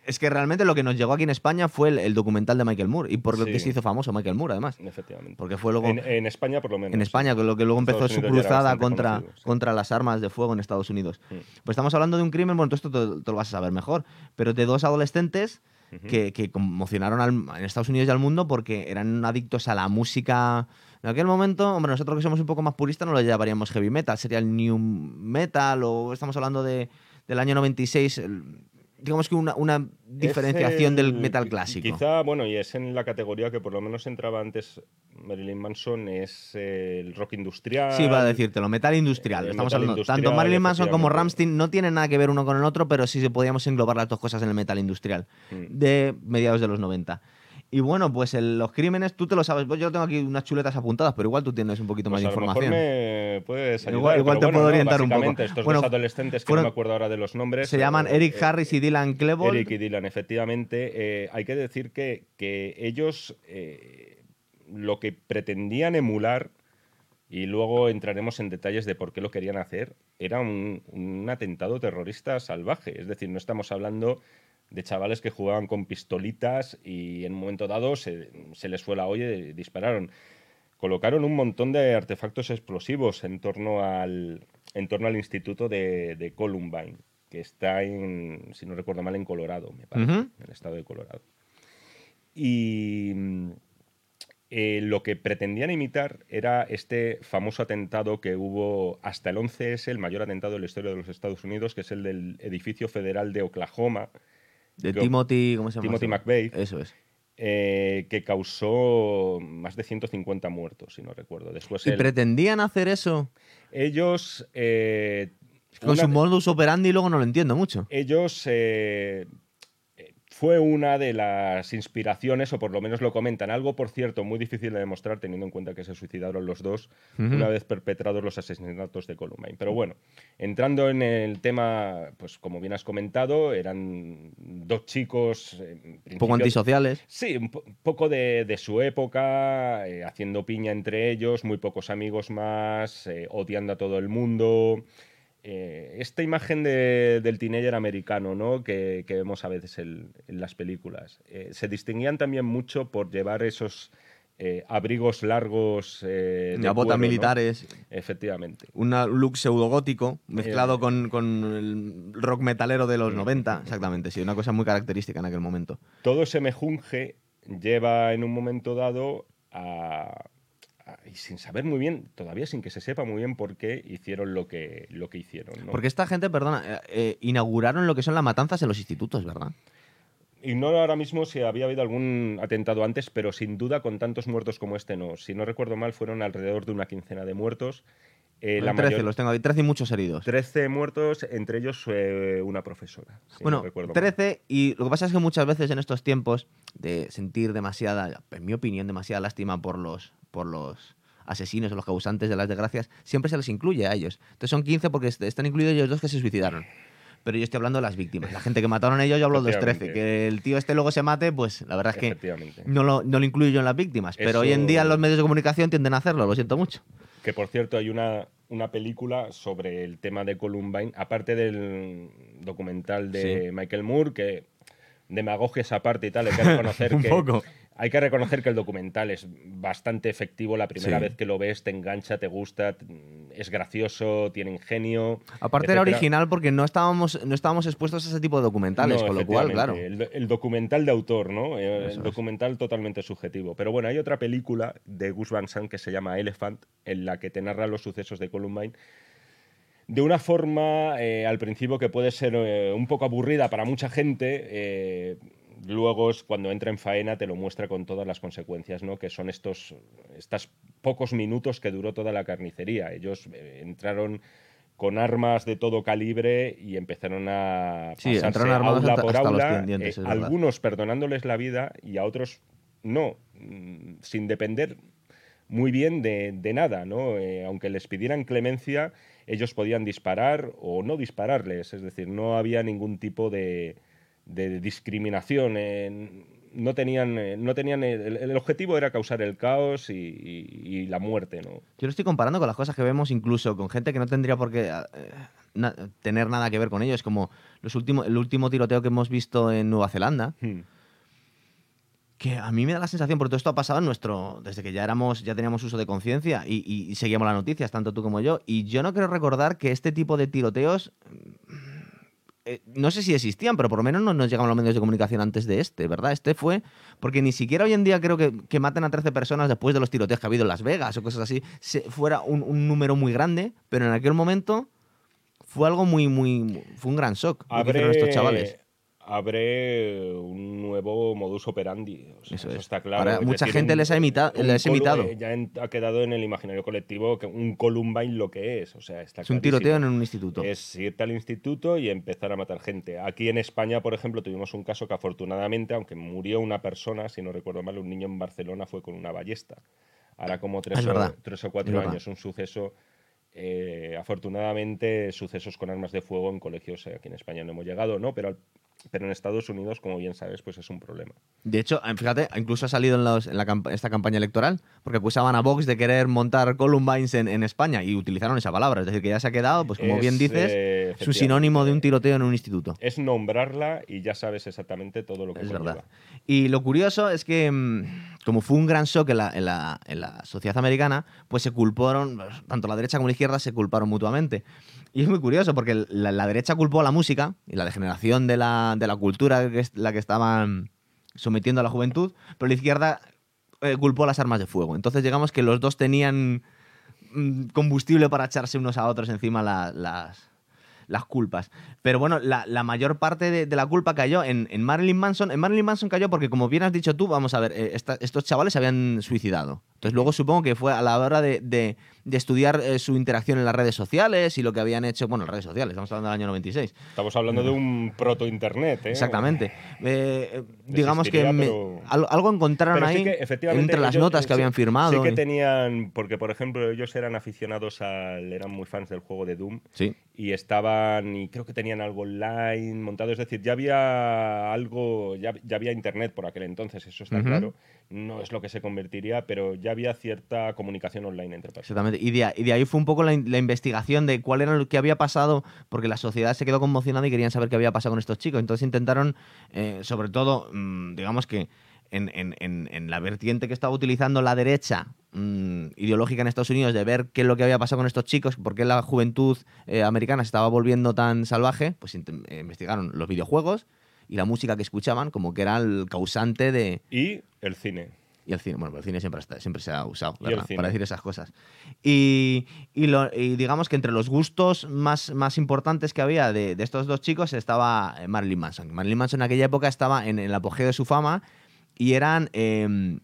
Es que realmente lo que nos llegó aquí en España fue el, el documental de Michael Moore y por lo Sí. que se hizo famoso Michael Moore, además. Efectivamente. Porque fue luego... En, en España, por lo menos. En España, sí. que lo que luego En empezó Estados su Unidos ya era cruzada bastante contra, conocido, sí. contra las armas de fuego en Estados Unidos. Mm. Pues estamos hablando de un crimen, bueno, tú esto te, te lo vas a saber mejor, pero de dos adolescentes Ujú. que, que conmocionaron al- en Estados Unidos y al mundo porque eran adictos a la música. En aquel momento, hombre, nosotros que somos un poco más puristas no lo llamaríamos heavy metal, sería el new metal, o estamos hablando de, del año noventa y seis, el- digamos que una, una diferenciación Es del el- metal qui- clásico. Quizá, bueno, y es en la categoría que por lo menos entraba antes Marilyn Manson, es eh, el rock industrial. Sí, va a decírtelo, metal industrial. eh, Estamos metal hablando, tanto industrial, Marilyn Manson como efectivamente. Rammstein no tienen nada que ver uno con el otro, pero sí se podíamos englobar las dos cosas en el metal industrial Mm. de mediados de los noventa. Y bueno, pues el- los crímenes, tú te lo sabes. Pues yo tengo aquí unas chuletas apuntadas, pero igual tú tienes un poquito Pues más a de lo mejor información. me puedes ayudar. Igual- igual pero te bueno, puedo no, orientar un poco. básicamente, estos Bueno, dos adolescentes que fueron- no me acuerdo ahora de los nombres. Se llaman eh, Eric eh, Harris y Dylan Klebold. Eric y Dylan, efectivamente. Eh, hay que decir que, que ellos eh, lo que pretendían emular, y luego entraremos en detalles de por qué lo querían hacer, era un, un atentado terrorista salvaje. Es decir, no estamos hablando de chavales que jugaban con pistolitas y en un momento dado se, se les fue la olla y dispararon. Colocaron un montón de artefactos explosivos en torno al, en torno al instituto de, de Columbine, que está en, si no recuerdo mal, en Colorado, me parece, Ujú. en el estado de Colorado. Y mm, eh, lo que pretendían imitar era este famoso atentado que hubo hasta el once ese, el mayor atentado de la historia de los Estados Unidos, que es el del edificio federal de Oklahoma, De que- Timothy, ¿cómo se llama? Timothy eso? McVeigh. Eso es. eh, que causó más de ciento cincuenta muertos, si no recuerdo. Después ¿Y el- pretendían hacer eso ellos... eh, con una su de- modus operandi y luego no lo entiendo mucho? ellos eh, eh, fue una de las inspiraciones, o por lo menos lo comentan. Algo, por cierto, muy difícil de demostrar, teniendo en cuenta que se suicidaron los dos Ujú. una vez perpetrados los asesinatos de Columbine. Pero bueno, entrando en el tema, pues como bien has comentado, eran dos chicos... eh, en Un poco principio- antisociales. Sí, un po- poco de, de su época, eh, haciendo piña entre ellos, muy pocos amigos más, eh, odiando a todo el mundo. Eh, esta imagen de- del teenager americano, ¿no? que, que vemos a veces en, en las películas. Eh, se distinguían también mucho por llevar esos eh, abrigos largos eh, de Ya botas cuero, ¿no? militares. Efectivamente. Un look pseudogótico mezclado Eh, con, con el rock metalero de los noventa. Exactamente, sí, una cosa muy característica en aquel momento. Todo ese mejunje lleva en un momento dado a, a- y sin saber muy bien, todavía sin que se sepa muy bien por qué hicieron lo que, lo que hicieron, ¿no? Porque esta gente, perdona, eh, eh, inauguraron lo que son las matanzas en los institutos, ¿verdad? Ignoro ahora mismo si había habido algún atentado antes, pero sin duda con tantos muertos como este no. Si no recuerdo mal, fueron alrededor de una quincena de muertos. Eh, la trece, mayor- los tengo ahí, trece y muchos heridos. trece muertos, entre ellos eh, una profesora. si Bueno, no recuerdo mal. trece, y lo que pasa es que muchas veces en estos tiempos de sentir demasiada, en mi opinión, demasiada lástima por los, por los asesinos o los causantes de las desgracias, siempre se les incluye a ellos. Entonces son quince porque est- están incluidos ellos dos que se suicidaron. Pero yo estoy hablando de las víctimas. La gente que mataron a ellos, yo hablo de los trece. Efectivamente. Que el tío este luego se mate, pues la verdad es que Efectivamente. no lo, no lo incluyo yo en las víctimas. Pero hoy en Eso- día los medios de comunicación tienden a hacerlo, lo siento mucho. Que por cierto hay una, una película sobre el tema de Columbine, aparte del documental de Sí. Michael Moore, que demagogia esa parte y tal, hay que reconocer Un que poco. hay que reconocer que el documental es bastante efectivo. La primera Sí. vez que lo ves te engancha, te gusta, t- es gracioso, tiene ingenio. Aparte era etcétera. original porque no estábamos, no estábamos expuestos a ese tipo de documentales, No, con lo cual, claro. efectivamente, El, el documental de autor, ¿no? Eh, Eso el es. documental totalmente subjetivo. Pero bueno, hay otra película de Gus Van Sant que se llama Elephant, en la que te narra los sucesos de Columbine de una forma, eh, al principio, que puede ser eh, un poco aburrida para mucha gente. eh, luego, es cuando entra en faena, te lo muestra con todas las consecuencias, ¿no? Que son estos, estos pocos minutos que duró toda la carnicería. Ellos eh, entraron con armas de todo calibre y empezaron a Sí, pasarse entraron armados aula hasta- por hasta los aula, cien dientes, eh, es verdad. algunos perdonándoles la vida y a otros no, mm, sin depender muy bien de, de nada, ¿no? Eh, aunque les pidieran clemencia, ellos podían disparar o no dispararles, es decir, no había ningún tipo de, de discriminación. En- no tenían, eh, no tenían el, el objetivo era causar el caos y, y- y la muerte, ¿no? Yo lo estoy comparando con las cosas que vemos incluso con gente que no tendría por qué eh, na- tener nada que ver con ellos, como los últimos, el último tiroteo que hemos visto en Nueva Zelanda, Hmm. que a mí me da la sensación, porque todo esto ha pasado en nuestro, desde que ya éramos, ya teníamos uso de conciencia y, y- y seguíamos las noticias, tanto tú como yo, y yo no creo recordar que este tipo de tiroteos, eh, no sé si existían, pero por lo menos no nos llegaban los medios de comunicación antes de este, ¿verdad? Este fue, porque ni siquiera hoy en día creo que, que maten a trece personas después de los tiroteos que ha habido en Las Vegas o cosas así, se, fuera un, un número muy grande, pero en aquel momento fue algo muy, muy, fue un gran shock lo que hicieron estos chavales. Abre, abre un nuevo modus operandi, o sea, Eso eso es. está claro. Ahora Es mucha decir, gente un- les ha, imita- un les ha colu- imitado. eh, ya en- ha quedado en el imaginario colectivo que un Columbine lo que es, o sea, está Es un clarísimo. tiroteo en un instituto. Es irte al instituto y empezar a matar gente. Aquí en España, por ejemplo, tuvimos un caso que afortunadamente, aunque murió una persona, si no recuerdo mal, un niño en Barcelona fue con una ballesta. Ahora como tres, Es o, verdad, tres o es cuatro verdad. años, un suceso. Eh, afortunadamente, sucesos con armas de fuego en colegios eh, aquí en España no hemos llegado, ¿no? Pero, al- pero en Estados Unidos, como bien sabes, pues es un problema. De hecho, eh, fíjate, incluso ha salido en, los- en la camp- esta campaña electoral, porque acusaban a Vox de querer montar Columbines en, en España y utilizaron esa palabra. Es decir, que ya se ha quedado, pues como Es, bien dices, eh, su sinónimo de un efectivamente, tiroteo en un instituto. Es nombrarla y ya sabes exactamente todo lo que Es conlleva. verdad. Y lo curioso es que, mm, como fue un gran shock en la, en la- en la sociedad americana, pues se culparon, pues, tanto la derecha como la izquierda se culparon mutuamente. Y es muy curioso porque la, la derecha culpó a la música y la degeneración de la, de la cultura que es la que estaban sometiendo a la juventud, pero la izquierda eh, culpó a las armas de fuego. Entonces digamos que los dos tenían mm, combustible para echarse unos a otros encima la- las, las culpas. Pero bueno, la, la mayor parte de, de la culpa cayó en, en Marilyn Manson. En Marilyn Manson cayó porque, como bien has dicho tú, vamos a ver, eh, esta- estos chavales se habían suicidado. Entonces luego supongo que fue a la hora de, de- de estudiar eh, su interacción en las redes sociales y lo que habían hecho, bueno, en las redes sociales, estamos hablando del año noventa y seis. Estamos hablando de un proto-internet, ¿eh? Exactamente. Eh, eh, digamos que Existiría, me- pero- al- algo encontraron Pero ahí sí que, efectivamente, entre las ellos, notas eh, que habían sí- firmado. Sí que y- tenían, porque por ejemplo ellos eran aficionados al, eran muy fans del juego de Doom Sí. y estaban, y creo que tenían algo online montado, es decir, ya había algo, ya, ya había internet por aquel entonces, eso está Ujú. claro, no es lo que se convertiría, pero ya había cierta comunicación online entre personas. Exactamente. Y de, y de ahí fue un poco la, in- la investigación de cuál era lo que había pasado, porque la sociedad se quedó conmocionada y querían saber qué había pasado con estos chicos. Entonces intentaron, eh, sobre todo, mm, digamos que en, en- en- en la vertiente que estaba utilizando la derecha mm, ideológica en Estados Unidos, de ver qué es lo que había pasado con estos chicos, por qué la juventud eh, americana se estaba volviendo tan salvaje, pues int- eh, investigaron los videojuegos y la música que escuchaban como que era el causante de, Y el cine. y el cine, bueno, el cine siempre, está- siempre se ha usado, Y el ¿verdad? cine. Para decir esas cosas. Y, y lo- y digamos que entre los gustos más, más importantes que había de, de estos dos chicos estaba eh, Marilyn Manson. Marilyn Manson en aquella época estaba en el apogeo de su fama y eran... eh,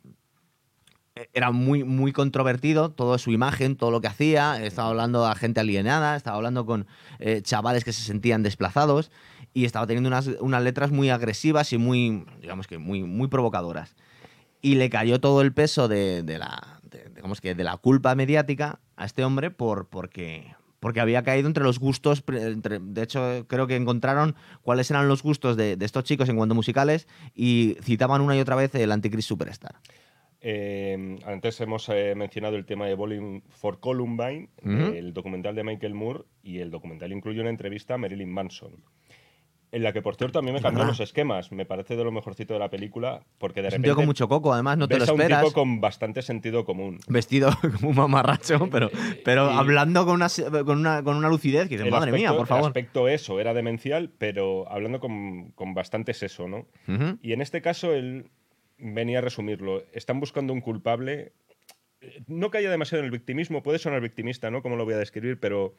era muy, muy controvertido toda su imagen, todo lo que hacía. Estaba hablando a gente alienada, estaba hablando con eh, chavales que se sentían desplazados y estaba teniendo unas, unas letras muy agresivas y muy, digamos que muy, muy provocadoras. Y le cayó todo el peso de, de la, de- digamos que de la culpa mediática a este hombre por, porque, porque había caído entre los gustos. pre- entre- de hecho, creo que encontraron cuáles eran los gustos de, de estos chicos en cuanto a musicales y citaban una y otra vez el Antichrist Superstar. Eh, antes hemos eh, mencionado el tema de Bowling for Columbine, Ujú. el documental de Michael Moore, y el documental incluye una entrevista a Marilyn Manson, en la que, por cierto, a mí me Es cambió verdad. los esquemas. Me parece de lo mejorcito de la película, porque de Es un repente tío con mucho coco, además, no te lo ves a un esperas. tipo con bastante sentido común. Vestido como un mamarracho, pero, pero y- hablando con una, se- con una, con una lucidez que dices, El madre mía, aspecto- por favor. El aspecto eso era demencial, pero hablando con, con bastante seso, ¿no? Ujú. Y en este caso él venía a resumirlo. Están buscando un culpable. Eh, No caiga demasiado en el victimismo, puede sonar victimista, ¿no? Como lo voy a describir, pero.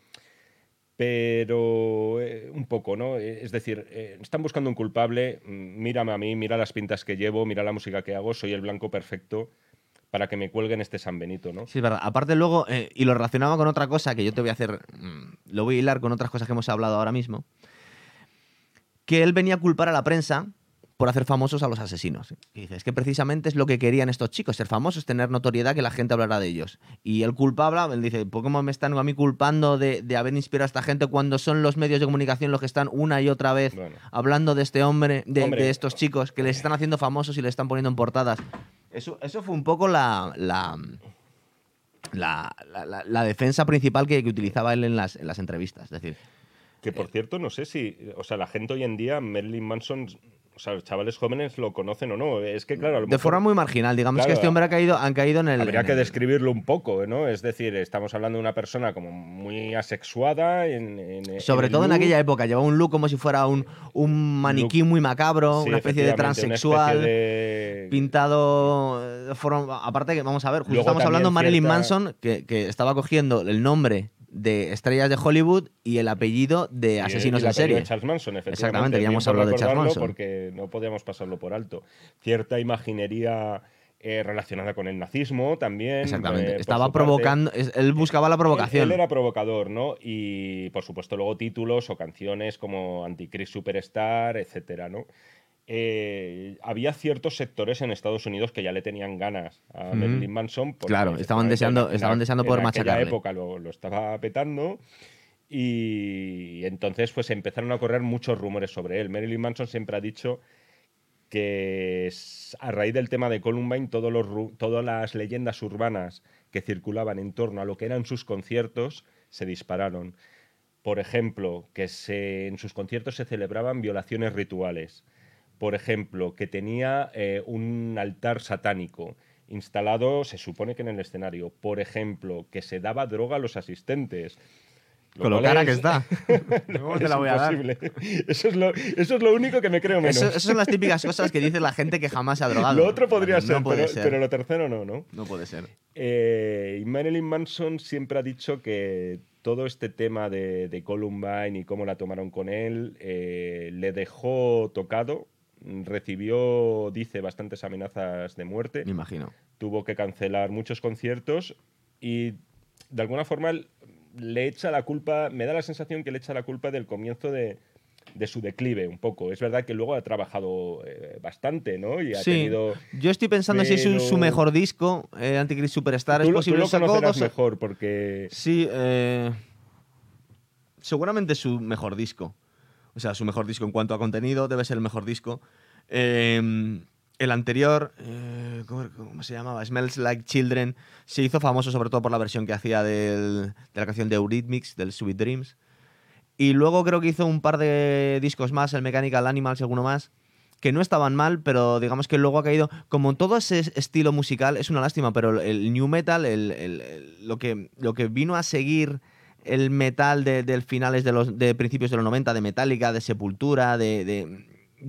Pero eh, un poco, ¿no? Eh, Es decir, eh, están buscando un culpable. mm, Mírame a mí, mira las pintas que llevo, mira la música que hago, soy el blanco perfecto para que me cuelguen este San Benito, ¿no? Sí, es verdad. Aparte luego, eh, y lo relacionaba con otra cosa que yo te voy a hacer, mm, lo voy a hilar con otras cosas que hemos hablado ahora mismo, que él venía a culpar a la prensa por hacer famosos a los asesinos. Y dice, es que precisamente es lo que querían estos chicos, ser famosos, tener notoriedad, que la gente hablara de ellos. Y el culpable, él dice, ¿por qué me están a mí culpando de, de haber inspirado a esta gente cuando son los medios de comunicación los que están una y otra vez bueno. hablando de este hombre, de, hombre, de estos chicos, que les están haciendo famosos y les están poniendo en portadas? Eso, eso fue un poco la... la La, la, la defensa principal que, que utilizaba él en las, en las entrevistas. Es decir, que por cierto, no sé si, o sea, la gente hoy en día, Marilyn Manson, o sea, los chavales jóvenes lo conocen o no. Es que, claro, a lo de mejor, forma muy marginal, digamos, claro, que este hombre ha caído, han caído en el... Habría en que el... describirlo un poco, ¿no? Es decir, estamos hablando de una persona como muy asexuada. En, en, Sobre en todo look. En aquella época, llevaba un look como si fuera un, un maniquí look, muy macabro, sí, una especie de transexual, especie de... pintado de forma... Aparte que, vamos a ver, justo Luego estamos hablando de Marilyn cierta... Manson, que, que estaba cogiendo el nombre de estrellas de Hollywood y el apellido de asesinos y el, en serie. De Charles Manson, efectivamente. Exactamente, que ya hemos hablado de Charles Manson. Porque no podíamos pasarlo por alto. Cierta imaginería eh, relacionada con el nazismo también. Exactamente. Eh, Estaba provocando, parte. él buscaba la provocación. Él, él era provocador, ¿no? Y por supuesto luego títulos o canciones como Antichrist Superstar, etcétera, ¿no? Eh, había ciertos sectores en Estados Unidos que ya le tenían ganas a mm. Marilyn Manson. Claro, estaban deseando, en, estaban deseando poder machacarle. En aquella época lo, lo estaba petando y entonces pues empezaron a correr muchos rumores sobre él. Marilyn Manson siempre ha dicho que a raíz del tema de Columbine todos los, todas las leyendas urbanas que circulaban en torno a lo que eran sus conciertos se dispararon. Por ejemplo, que se, en sus conciertos se celebraban violaciones rituales. Por ejemplo, que tenía eh, un altar satánico instalado, se supone que en el escenario. Por ejemplo, que se daba droga a los asistentes. Lo Con lo cara es... que está. No, te la voy a dar. Eso es, lo, eso es lo único que me creo menos. Eso, eso son las típicas cosas que dice la gente que jamás se ha drogado. Lo otro podría no, ser, no pero, ser, pero lo tercero no, ¿no? No puede ser. Eh, y Marilyn Manson siempre ha dicho que todo este tema de, de Columbine y cómo la tomaron con él eh, le dejó tocado. Recibió, dice, bastantes amenazas de muerte. Me imagino. Tuvo que cancelar muchos conciertos y, de alguna forma, le echa la culpa, me da la sensación que le echa la culpa del comienzo de, de su declive, un poco. Es verdad que luego ha trabajado eh, bastante, ¿no? Y ha sí, tenido, yo estoy pensando pero... si es su, su mejor disco, eh, Antichrist Superstar. Tú, es posible tú lo conocerás dos... mejor, porque... Sí, eh... seguramente es su mejor disco. O sea, su mejor disco en cuanto a contenido debe ser el mejor disco. Eh, el anterior, eh, ¿cómo, ¿cómo se llamaba? Smells Like Children, se hizo famoso sobre todo por la versión que hacía del, de la canción de Eurythmics, del Sweet Dreams. Y luego creo que hizo un par de discos más, el Mechanical Animals y alguno más, que no estaban mal, pero digamos que luego ha caído... Como todo ese estilo musical, es una lástima, pero el new metal, el, el, el, lo, que, lo que vino a seguir... el metal de, de finales de los de principios de los noventa, de Metallica, de Sepultura, de, de,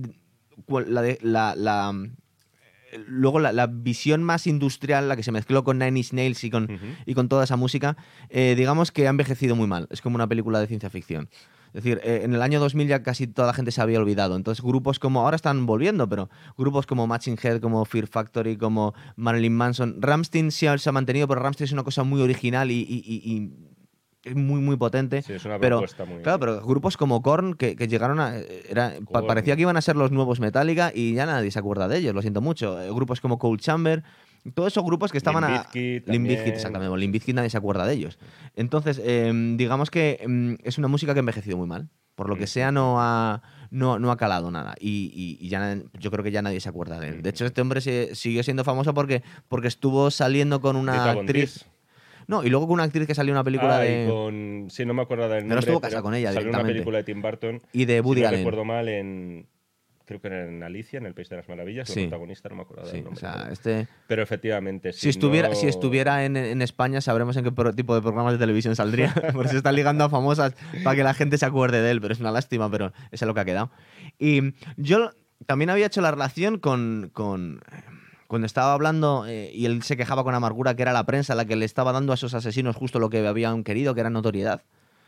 de, la, de la, la luego la, la visión más industrial, la que se mezcló con Nine Inch Nails y con, uh-huh. y con toda esa música, eh, digamos que ha envejecido muy mal. Es como una película de ciencia ficción. Es decir, eh, en el año dos mil ya casi toda la gente se había olvidado. Entonces grupos como, ahora están volviendo, pero grupos como Machine Head, como Fear Factory, como Marilyn Manson, Rammstein sí se ha mantenido, pero Rammstein es una cosa muy original y, y, y, y es muy muy potente. Sí, es una pero propuesta muy... Claro, pero grupos como Korn que, que llegaron a era, pa, parecía que iban a ser los nuevos Metallica y ya nadie se acuerda de ellos, lo siento mucho. Eh, grupos como Cold Chamber, todos esos grupos que estaban Limp Bizkit a Limp Bizkit, exactamente, Limp Bizkit nadie se acuerda de ellos. Entonces, eh, digamos que eh, es una música que ha envejecido muy mal. Por lo que sea, no ha, no, no ha calado nada. Y, y, y ya yo creo que ya nadie se acuerda de él. De hecho, este hombre se, siguió siendo famoso porque, porque estuvo saliendo con una Dita actriz... No, y luego con una actriz que salió en una película ah, de... Y con... Sí, no me acuerdo del nombre. Pero estuvo casada con ella salió directamente. Salió una película de Tim Burton. Y de Woody si Allen. no recuerdo mal, en... Creo que era en Alicia, en El País de las Maravillas. Sí. La protagonista, no me acuerdo sí, del nombre. O sea, este... Pero efectivamente, si, si, estuviera, no... si estuviera en, en España, sabremos en qué tipo de programas de televisión saldría. Porque se está ligando a famosas para que la gente se acuerde de él. Pero es una lástima, pero eso es lo que ha quedado. Y yo también había hecho la relación con... con cuando estaba hablando eh, y él se quejaba con amargura que era la prensa la que le estaba dando a esos asesinos justo lo que habían querido, que era notoriedad.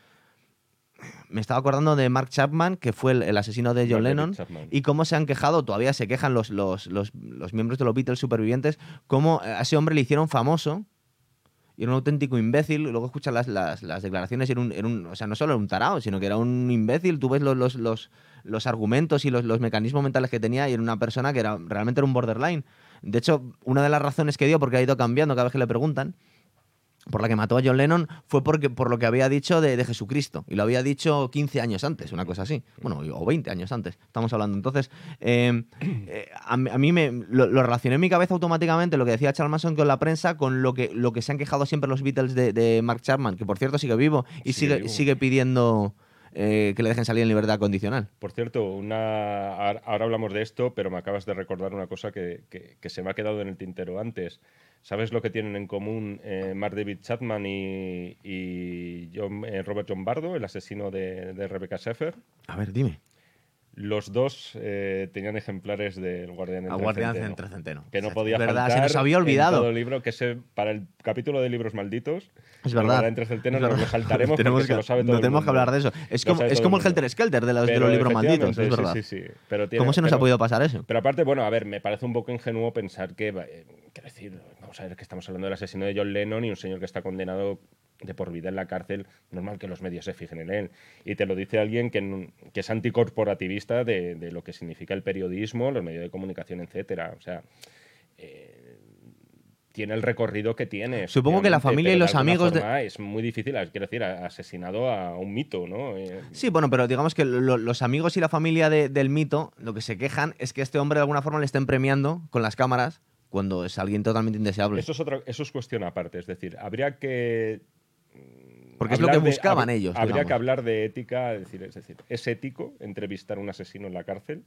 Me estaba acordando de Mark Chapman, que fue el, el asesino de John Lennon, y cómo se han quejado, todavía se quejan los, los, los, los miembros de los Beatles supervivientes, cómo a ese hombre le hicieron famoso y era un auténtico imbécil. Luego escuchas las, las, las declaraciones y era un, era un... O sea, no solo era un tarao, sino que era un imbécil. Tú ves los, los, los, los argumentos y los, los mecanismos mentales que tenía y era una persona que era, realmente era un borderline. De hecho, una de las razones que dio, porque ha ido cambiando cada vez que le preguntan, por la que mató a John Lennon, fue porque, por lo que había dicho de, de Jesucristo. Y lo había dicho quince años antes, una cosa así. Bueno, o veinte años antes, estamos hablando. Entonces, eh, eh, a, a mí me, lo, lo relacioné en mi cabeza automáticamente, lo que decía Charles Manson con la prensa, con lo que, lo que se han quejado siempre los Beatles de, de Mark Chapman, que por cierto sigue vivo y sigue, vivo. sigue pidiendo... Eh, que le dejen salir en libertad condicional. Por cierto, una, ahora hablamos de esto, pero me acabas de recordar una cosa que, que, que se me ha quedado en el tintero antes. ¿Sabes lo que tienen en común eh, Mark David Chapman y, y John, eh, Robert John Bardo, el asesino de, de Rebecca Schaeffer? A ver, dime. Los dos eh, tenían ejemplares del Guardián A Guardián entre Centeno. Que no podía verdad, faltar se nos había olvidado. en todo el libro, que ese, para el capítulo de libros malditos, es verdad. Entre Centeno nos lo saltaremos tenemos porque que, se lo sabe todo no el tenemos mundo. que hablar de eso. Es como, es como el Helter Skelter de los, de los libros malditos, es verdad. Sí, sí, sí. Pero tiene, ¿Cómo se nos pero, ha podido pasar eso? Pero aparte, bueno, a ver, me parece un poco ingenuo pensar que, eh, quiero decir, vamos a ver que estamos hablando del asesino de John Lennon y un señor que está condenado de por vida en la cárcel. Normal que los medios se fijen en él. Y te lo dice alguien que, que es anticorporativista de, de lo que significa el periodismo, los medios de comunicación, etcétera. O sea, eh, tiene el recorrido que tiene. Supongo que la familia y los amigos forma, de... es muy difícil, quiero decir, ha asesinado a un mito, ¿no? Eh... Sí, bueno, pero digamos que lo, los amigos y la familia de, del mito lo que se quejan es que este hombre de alguna forma le estén premiando con las cámaras cuando es alguien totalmente indeseable. Eso es otra, eso es cuestión aparte, es decir, habría que porque es lo que buscaban de, ellos. Habría digamos. que hablar de ética, es decir, es decir, ¿es ético entrevistar a un asesino en la cárcel?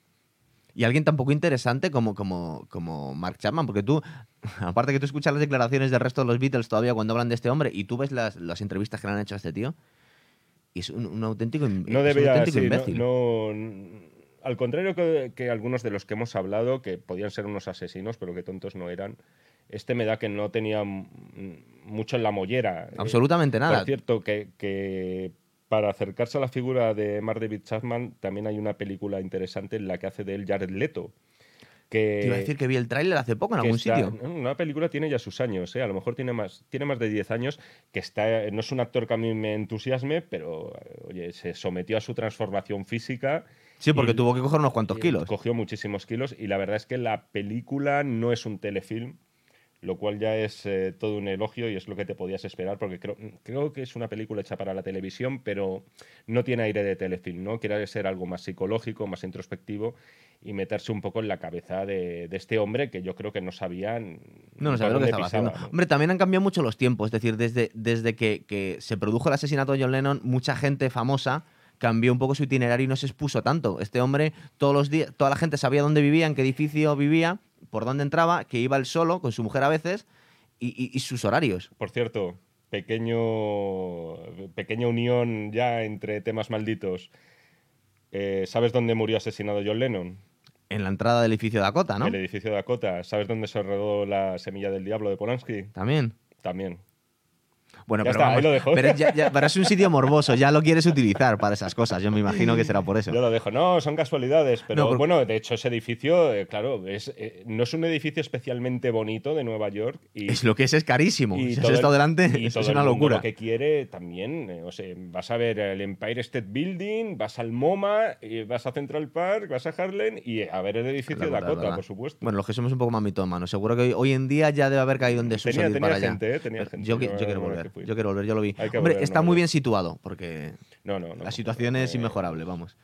Y alguien tan poco interesante como, como, como Mark Chapman, porque tú, aparte que tú escuchas las declaraciones del resto de los Beatles todavía cuando hablan de este hombre y tú ves las, las entrevistas que le han hecho a este tío, y es un, un auténtico, no es debía, un auténtico sí, imbécil. No, no, al contrario que, que algunos de los que hemos hablado, que podían ser unos asesinos, pero que tontos no eran, este me da que no tenía mucho en la mollera. Absolutamente eh, nada. Por cierto, que... que para acercarse a la figura de Mark David Chapman, también hay una película interesante en la que hace de él Jared Leto. Que, Te iba a decir que vi el tráiler hace poco en algún está, sitio. Una película tiene ya sus años, ¿eh? A lo mejor tiene más, tiene más de diez años, que está, no es un actor que a mí me entusiasme, pero oye, se sometió a su transformación física. Sí, porque y, tuvo que coger unos cuantos kilos. Cogió muchísimos kilos y la verdad es que la película no es un telefilm, lo cual ya es eh, todo un elogio y es lo que te podías esperar, porque creo, creo que es una película hecha para la televisión, pero no tiene aire de telefilm, ¿no? Quiere ser algo más psicológico, más introspectivo y meterse un poco en la cabeza de, de este hombre que yo creo que no sabían. No, no sabía lo que estaba pisaba, haciendo. ¿no? Hombre, también han cambiado mucho los tiempos, es decir, desde, desde que, que se produjo el asesinato de John Lennon, mucha gente famosa cambió un poco su itinerario y no se expuso tanto. Este hombre, todos los días, toda la gente sabía dónde vivía, en qué edificio vivía, por dónde entraba, que iba él solo, con su mujer a veces, y, y, y sus horarios. Por cierto, pequeño, pequeña unión ya entre temas malditos. Eh, ¿Sabes dónde murió asesinado John Lennon? En la entrada del edificio de Dakota, ¿no? El edificio de Dakota. ¿Sabes dónde se rodó La semilla del diablo de Polanski? ¿También? También. Bueno, ya pero, está, vamos, ahí lo dejo. Pero, ya, ya, pero es un sitio morboso, ya lo quieres utilizar para esas cosas. Yo me imagino que será por eso. Yo lo dejo. No, son casualidades, pero no, porque... bueno, de hecho ese edificio, eh, claro, es, eh, no es un edificio especialmente bonito de Nueva York. Y, es lo que es, es carísimo. Y si has estado delante, y eso todo es una el mundo locura. Lo que quiere también, eh, o sea, vas a ver el Empire State Building, vas al MoMA, y vas a Central Park, vas a Harlem y a ver el edificio de Dakota, por supuesto. Bueno, los que somos un poco más mitómanos. Seguro que hoy, hoy en día ya debe haber caído en desuso tenía, ir tenía para gente, allá. Eh, tenía gente. Yo, yo, yo quiero volver. Yo quiero volver, yo lo vi. Hombre, volver, está no, muy bien situado, porque no, no, no, la situación no, es no, inmejorable, vamos.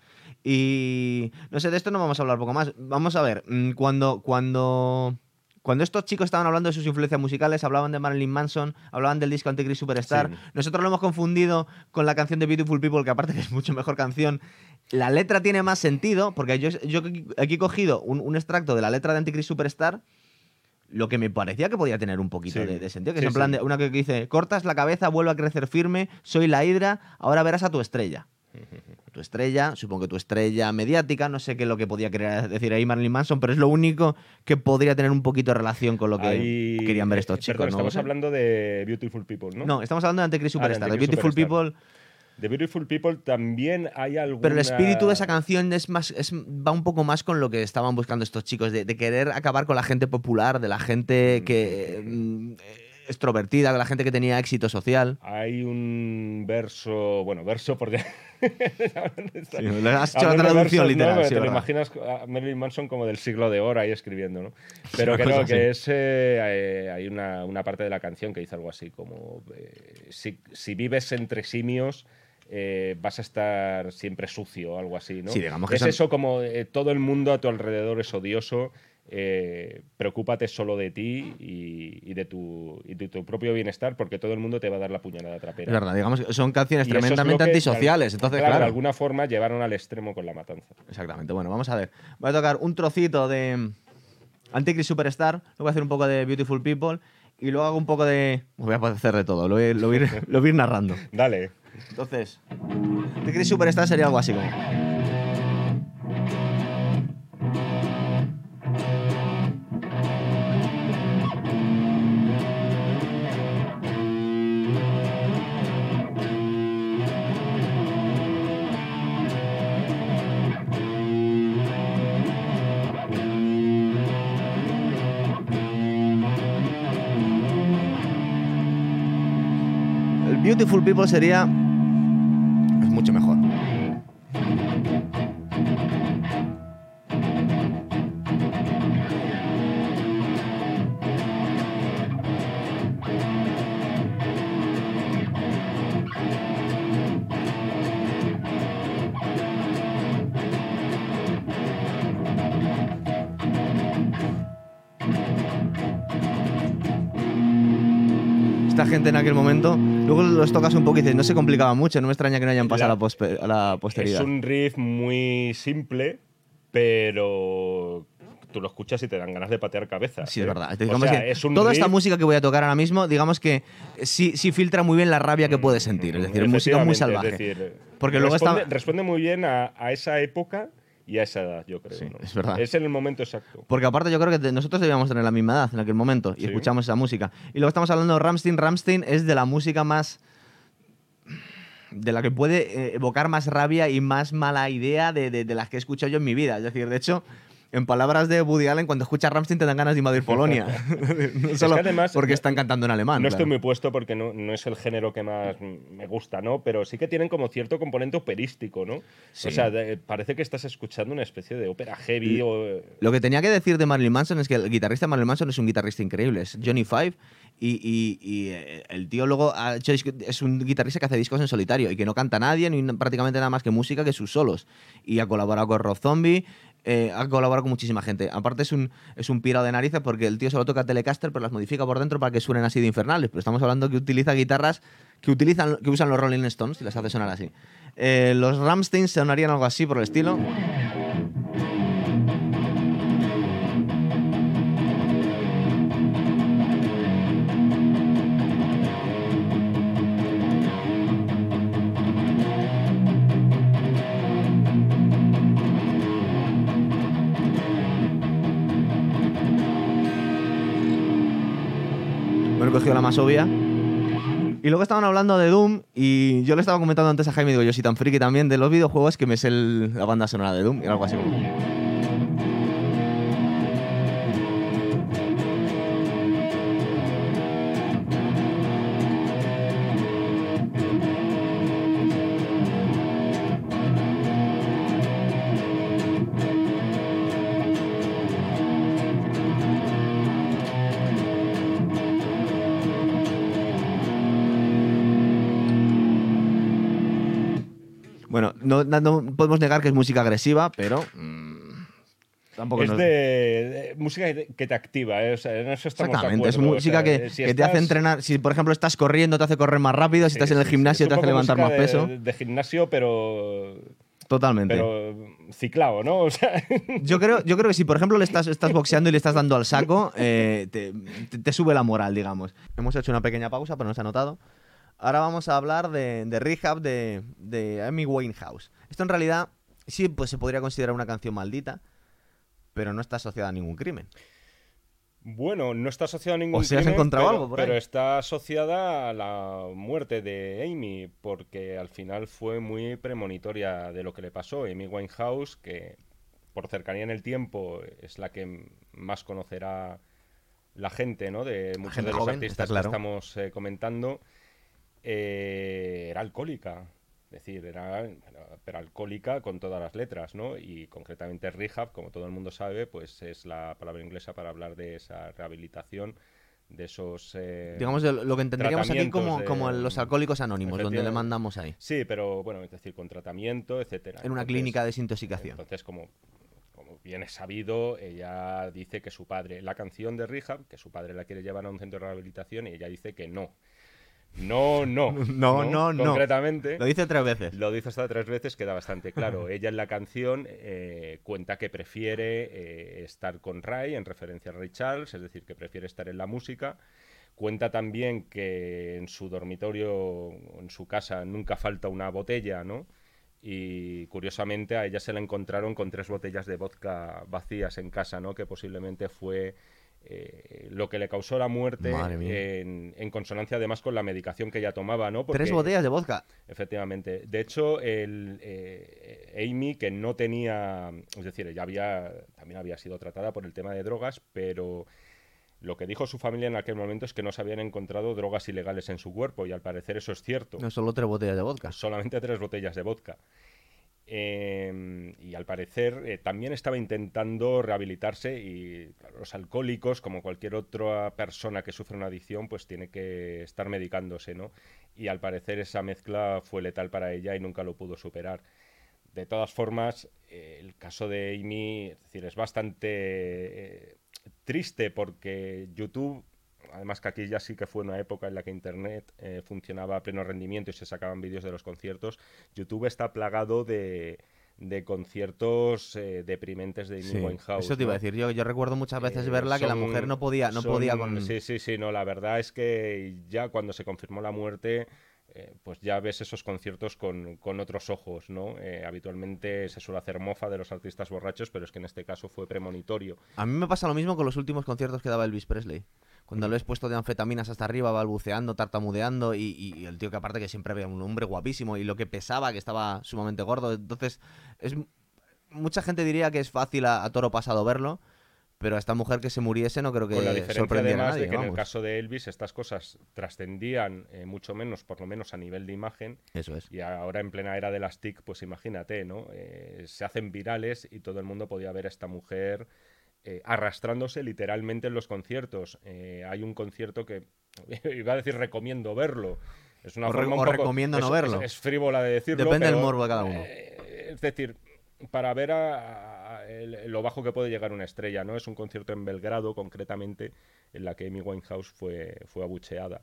Y no sé, de esto no vamos a hablar poco más. Vamos a ver, cuando, cuando, cuando estos chicos estaban hablando de sus influencias musicales, hablaban de Marilyn Manson, hablaban del disco Antichrist Superstar. Sí. Nosotros lo hemos confundido con la canción de Beautiful People, que aparte que es mucho mejor canción. La letra tiene más sentido, porque yo, yo aquí he cogido un, un extracto de la letra de Antichrist Superstar, lo que me parecía que podía tener un poquito sí. de, de sentido, que sí, es en plan sí. de una que dice, cortas la cabeza, vuelve a crecer firme, soy la hidra, ahora verás a tu estrella. Tu estrella, supongo que tu estrella mediática, no sé qué es lo que podía querer decir ahí Marilyn Manson, pero es lo único que podría tener un poquito de relación con lo que ahí... querían ver estos chicos. Perdón, ¿no? estamos hablando de Beautiful People, ¿no? No, estamos hablando de Antichrist Superstar. Ah, de, de Beautiful Superstar. People... The Beautiful People también hay alguna... Pero el espíritu de esa canción es más, es, va un poco más con lo que estaban buscando estos chicos, de, de querer acabar con la gente popular, de la gente que... extrovertida, la gente que tenía éxito social. Hay un verso, bueno, verso porque... sí, le has hecho la traducción versos, literal. ¿no? Sí, te lo verdad. imaginas a Marilyn Manson como del siglo de oro ahí escribiendo, ¿no? Pero Una creo cosa que así. es, eh, hay una, una parte de la canción que dice algo así como eh, si, si vives entre simios eh, vas a estar siempre sucio o algo así, ¿no? Sí, digamos que es son- eso como eh, todo el mundo a tu alrededor es odioso. Eh, preocúpate solo de ti y, y de tu, y de tu propio bienestar porque todo el mundo te va a dar la puñalada trapera. Es verdad, digamos que son canciones Y eso es lo tremendamente que, antisociales, de, entonces, claro, claro. de alguna forma llevaron al extremo con la matanza. Exactamente, bueno, vamos a ver. Voy a tocar un trocito de Antichrist Superstar, luego voy a hacer un poco de Beautiful People y luego hago un poco de... Voy a hacer de todo, lo voy, lo voy a ir, lo voy a ir narrando. Dale. Entonces, Antichrist Superstar sería algo así como... El Beautiful People sería... Es mucho mejor. Esta gente en aquel momento, luego los tocas un poco y dices, no se complicaba mucho, no me extraña que no hayan pasado La- a la, pospe- a la posteridad. Es un riff muy simple, pero tú lo escuchas y te dan ganas de patear cabezas. Sí, ¿eh? es verdad. O Digamos sea, que es un toda esta riff- música que voy a tocar ahora mismo, digamos que sí, sí filtra muy bien la rabia que puedes sentir. Es decir, es música muy Efectivamente, salvaje. Es decir, Porque luego responde, está... responde muy bien a, a esa época y a esa edad, yo creo. Sí, ¿no? es verdad. Es en el momento exacto. Porque aparte yo creo que te- nosotros debíamos tener la misma edad en aquel momento y Sí. escuchamos esa música. Y luego estamos hablando de Rammstein. Rammstein es de la música más... de la que puede eh, evocar más rabia y más mala idea de, de- de las que he escuchado yo en mi vida. Es decir, de hecho, en palabras de Woody Allen, cuando escuchas Rammstein te dan ganas de invadir Polonia. No solo que además, porque no- están cantando en alemán. No claro. estoy muy puesto porque no, no es el género que más me gusta, ¿no? Pero sí que tienen como cierto componente operístico, ¿no? Sí. O sea, de- parece que estás escuchando una especie de ópera heavy o... Lo que tenía que decir de Marilyn Manson es que el guitarrista de Marilyn Manson es un guitarrista increíble, es Johnny Five, y, y- y, eh, el tío luego ha hecho disco- es un guitarrista que hace discos en solitario y que no canta nadie ni n- prácticamente nada más que música que sus solos. Y ha colaborado con Rob Zombie, eh, ha colaborado con muchísima gente. Aparte es un, es un pirado de narices porque el tío solo toca Telecaster pero las modifica por dentro para que suenen así de infernales. Pero estamos hablando que utiliza guitarras que, utilizan, que usan los Rolling Stones y las hace sonar así. Eh, los Rammstein sonarían algo así por el estilo. Bueno, he cogido la más obvia. Y luego estaban hablando de Doom y yo le estaba comentando antes a Jaime, digo, yo soy tan friki también de los videojuegos que me sé el- la banda sonora de Doom y algo así como... Bueno, no, no- no podemos negar que es música agresiva, pero... mm, tampoco Es nos- de, de música que te activa, ¿eh? O sea, en eso estamos de Exactamente, es acuerdo. música O sea, que, si que te hace estás- entrenar. Si, por ejemplo, estás corriendo, te hace correr más rápido. Si Sí, estás en el sí, sí. gimnasio, Es te un hace poco levantar música más de- peso. De, gimnasio, pero... Totalmente. Pero ciclado, ¿no? O sea... Yo creo, yo creo que si, por ejemplo, le estás, estás boxeando y le estás dando al saco, eh, te, te- te sube la moral, digamos. Hemos hecho una pequeña pausa, pero no se ha notado. Ahora vamos a hablar de, de Rehab de, de Amy Winehouse. Esto en realidad sí pues, se podría considerar una canción maldita, pero no está asociada a ningún crimen. Bueno, no está asociada a ningún ¿O si has crimen, encontrado pero, algo por pero ahí? está asociada a la muerte de Amy, porque al final fue muy premonitoria de lo que le pasó. Amy Winehouse, que por cercanía en el tiempo es la que más conocerá la gente, ¿no? De muchos gente de los joven, artistas está claro. que estamos eh, comentando, eh, era alcohólica. Es decir, era, era alcohólica con todas las letras, ¿no? Y concretamente rehab, como todo el mundo sabe, pues es la palabra inglesa para hablar de esa rehabilitación, de esos eh, Digamos de lo que entenderíamos aquí tratamientos como, de, como los alcohólicos anónimos, donde le efectivamente, mandamos ahí, sí, pero bueno, es decir, con tratamiento, etcétera. en una Entonces, clínica de desintoxicación. entonces como, como bien es sabido, ella dice que su padre, la canción de rehab, que su padre la quiere llevar a un centro de rehabilitación y ella dice que no. No, no, No, no, no. Concretamente, Lo dice tres veces. lo dice hasta tres veces, queda bastante claro. Ella en la canción eh, cuenta que prefiere eh, estar con Ray, en referencia a Ray Charles, es decir, que prefiere estar en la música. Cuenta también que en su dormitorio, en su casa, nunca falta una botella, ¿no? Y curiosamente a ella se la encontraron con tres botellas de vodka vacías en casa, ¿no? Que posiblemente fue eh, lo que le causó la muerte, Madre mía. en, en consonancia además con la medicación que ella tomaba, ¿no? Tres Porque, botellas de vodka. efectivamente. De hecho, el, eh, Amy, que no tenía, es decir, ella había, también había sido tratada por el tema de drogas, pero lo que dijo su familia en aquel momento es que no se habían encontrado drogas ilegales en su cuerpo, y al parecer eso es cierto. No, solo tres botellas de vodka. Solamente tres botellas de vodka. Eh, y al parecer eh, también estaba intentando rehabilitarse, y claro, los alcohólicos, como cualquier otra persona que sufre una adicción, pues tiene que estar medicándose, ¿no? Y al parecer esa mezcla fue letal para ella y nunca lo pudo superar. De todas formas, eh, el caso de Amy, es decir, es bastante eh, triste, porque YouTube, además que aquí ya sí que fue una época en la que Internet eh, funcionaba a pleno rendimiento y se sacaban vídeos de los conciertos, YouTube está plagado de, de conciertos eh, deprimentes de Amy Sí, Winehouse. eso te iba ¿no? a decir. Yo, yo recuerdo muchas veces Eh, verla que la son- mujer no podía, no son- podía con... Sí, sí, sí, no, la verdad es que ya cuando se confirmó la muerte, eh, pues ya ves esos conciertos con, con otros ojos, ¿no? Eh, habitualmente se suele hacer mofa de los artistas borrachos, pero es que en este caso fue premonitorio. A mí me pasa lo mismo con los últimos conciertos que daba Elvis Presley. Cuando lo he puesto de anfetaminas hasta arriba, balbuceando, tartamudeando, y, y- y el tío que aparte que siempre había un hombre guapísimo, y lo que pesaba, que estaba sumamente gordo. Entonces, es mucha gente diría que es fácil a, a toro pasado verlo, pero a esta mujer que se muriese no creo que Con la diferencia sorprendiera a además nadie, de que en el vamos. caso de Elvis estas cosas trascendían eh, mucho menos, por lo menos a nivel de imagen, Eso es. y ahora en plena era de las T I C, pues imagínate, ¿no? Eh, se hacen virales y todo el mundo podía ver a esta mujer eh, arrastrándose literalmente en los conciertos. Eh, hay un concierto que, iba a decir recomiendo verlo, es una O re- forma un o poco... recomiendo es, no verlo. Es, es frívola de decirlo, Depende del pero, morbo de cada uno. eh, es decir, para ver a, a el, lo bajo que puede llegar una estrella, ¿no? Es un concierto en Belgrado, concretamente, en la que Amy Winehouse fue, fue abucheada.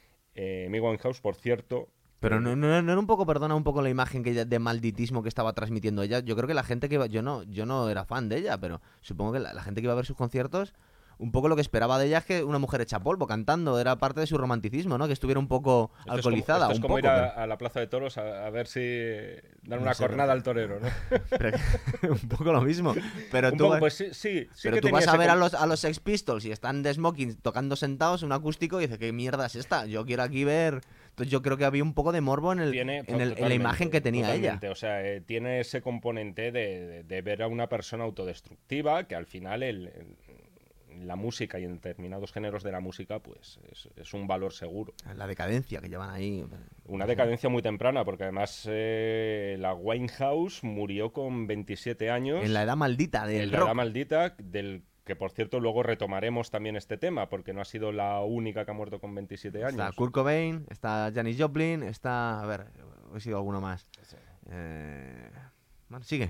Eh, Amy Winehouse, por cierto... Pero eh, no, no, no era un poco, perdona, un poco la imagen que ella- de malditismo que estaba transmitiendo ella. Yo creo que la gente que iba, yo no, yo no era fan de ella, pero supongo que la, la gente que iba a ver sus conciertos, un poco lo que esperaba de ella es que una mujer hecha polvo cantando, era parte de su romanticismo, ¿no? Que estuviera un poco Esto alcoholizada, es como, esto es un como poco. ir a, pero- a la plaza de toros a, a ver si dan No una sé, cornada pero- al torero, ¿no? pero que- un poco lo mismo. Pero Un tú, poco, vas- pues sí, sí, sí pero que tú tenía vas a ese ver a com- los, a los Sex Pistols y están de smoking tocando sentados, un acústico, y dices, ¿qué mierda es esta? Yo quiero aquí ver... Entonces yo creo que había un poco de morbo en, el, tiene, en, el- en la imagen que tenía totalmente. ella. O sea, eh, tiene ese componente de, de- de ver a una persona autodestructiva, que al final el, el- la música y en determinados géneros de la música, pues es, es un valor seguro. La decadencia que llevan ahí. Una decadencia muy temprana, porque además eh, la Winehouse murió con veintisiete años. En la edad maldita del en la rock. edad maldita, del que por cierto luego retomaremos también este tema, porque no ha sido la única que ha muerto con veintisiete años. Está Kurt Cobain, está Janis Joplin, está... A ver, he sido alguno más. Sí. Eh... Bueno, sigue.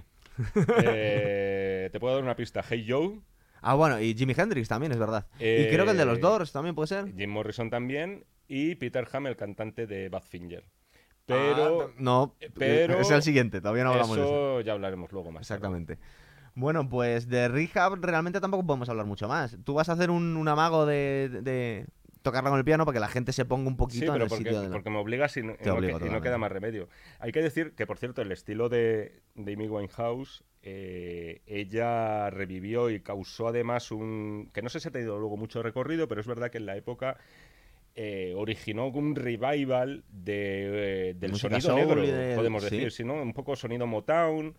Eh, te puedo dar una pista. Hey Joe, Ah, bueno, y Jimi Hendrix también, es verdad. Eh, Y creo que el de los Doors también puede ser. Jim Morrison también, y Peter Ham, el cantante de Badfinger. Pero Ah, no, pero es el siguiente, todavía no hablamos de eso. eso ya hablaremos luego más tarde. Exactamente. Bueno, pues de Rehab realmente tampoco podemos hablar mucho más. Tú vas a hacer un, un amago de, de- de tocarla con el piano para que la gente se ponga un poquito Sí, en pero el porque, sitio de la... porque me obligas y no, y Te no obligo que- y no totalmente. queda más remedio. Hay que decir que, por cierto, el estilo de, de Amy Winehouse, eh, ella revivió y causó además un... que no sé si ha tenido luego mucho recorrido, pero es verdad que en la época eh, originó un revival de, eh, del Música sonido soul negro, y del- podemos sí. decir, ¿sí, no? Un poco sonido Motown.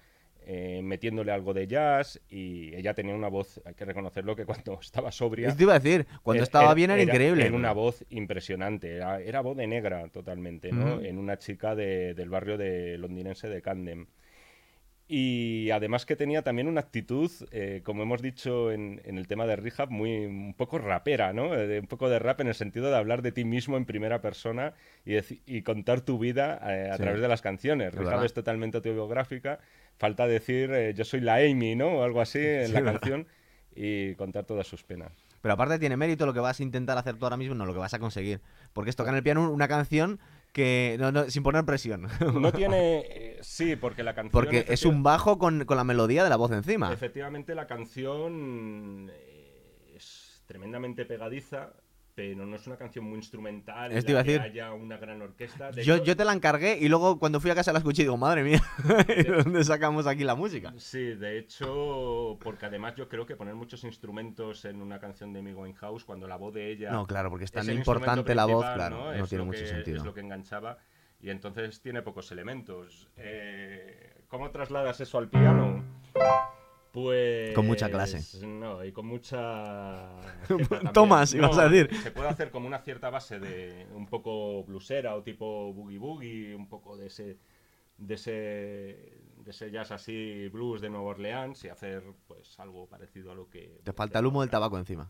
eh, metiéndole algo de jazz, y ella tenía una voz, hay que reconocerlo, que cuando estaba sobria... Esto iba a decir, cuando estaba bien era, era increíble. Era una voz impresionante, era, era voz de negra totalmente, ¿no? Uh-huh. En una chica de, del barrio de londinense de Camden. Y además que tenía también una actitud, eh, como hemos dicho en, en el tema de Rehab, muy un poco rapera, ¿no? Eh, un poco de rap en el sentido de hablar de ti mismo en primera persona y, y contar tu vida eh, a sí. través de las canciones. Rehab ¿verdad? Es totalmente autobiográfica. Falta decir, eh, yo soy la Amy, ¿no? O algo así en sí, la ¿verdad? Canción, y contar todas sus penas. Pero aparte tiene mérito lo que vas a intentar hacer tú ahora mismo, no lo que vas a conseguir. Porque es tocar en el piano una canción... que no, no, sin poner presión. No tiene... Eh, sí, porque la canción... Porque es un bajo con, con la melodía de la voz encima. Efectivamente, la canción eh, es tremendamente pegadiza, pero no es una canción muy instrumental en la que haya una gran orquesta. De yo, hecho, yo te la encargué y luego cuando fui a casa la escuché y digo, madre mía, ¿de dónde sacamos aquí la música? Sí, de hecho, porque además yo creo que poner muchos instrumentos en una canción de Amy Winehouse, cuando la voz de ella... No, claro, porque es tan importante la voz, claro, no, no es tiene mucho que, sentido. Es lo que enganchaba y entonces tiene pocos elementos. Eh, ¿Cómo trasladas eso al piano? Pues... Con mucha clase. No, y con mucha... Tomás, no, ibas a decir. Se puede hacer como una cierta base de un poco bluesera o tipo boogie boogie, un poco de ese, de ese, de ese jazz así, blues de Nueva Orleans, y hacer pues algo parecido a lo que... Te falta el humo del tabaco encima.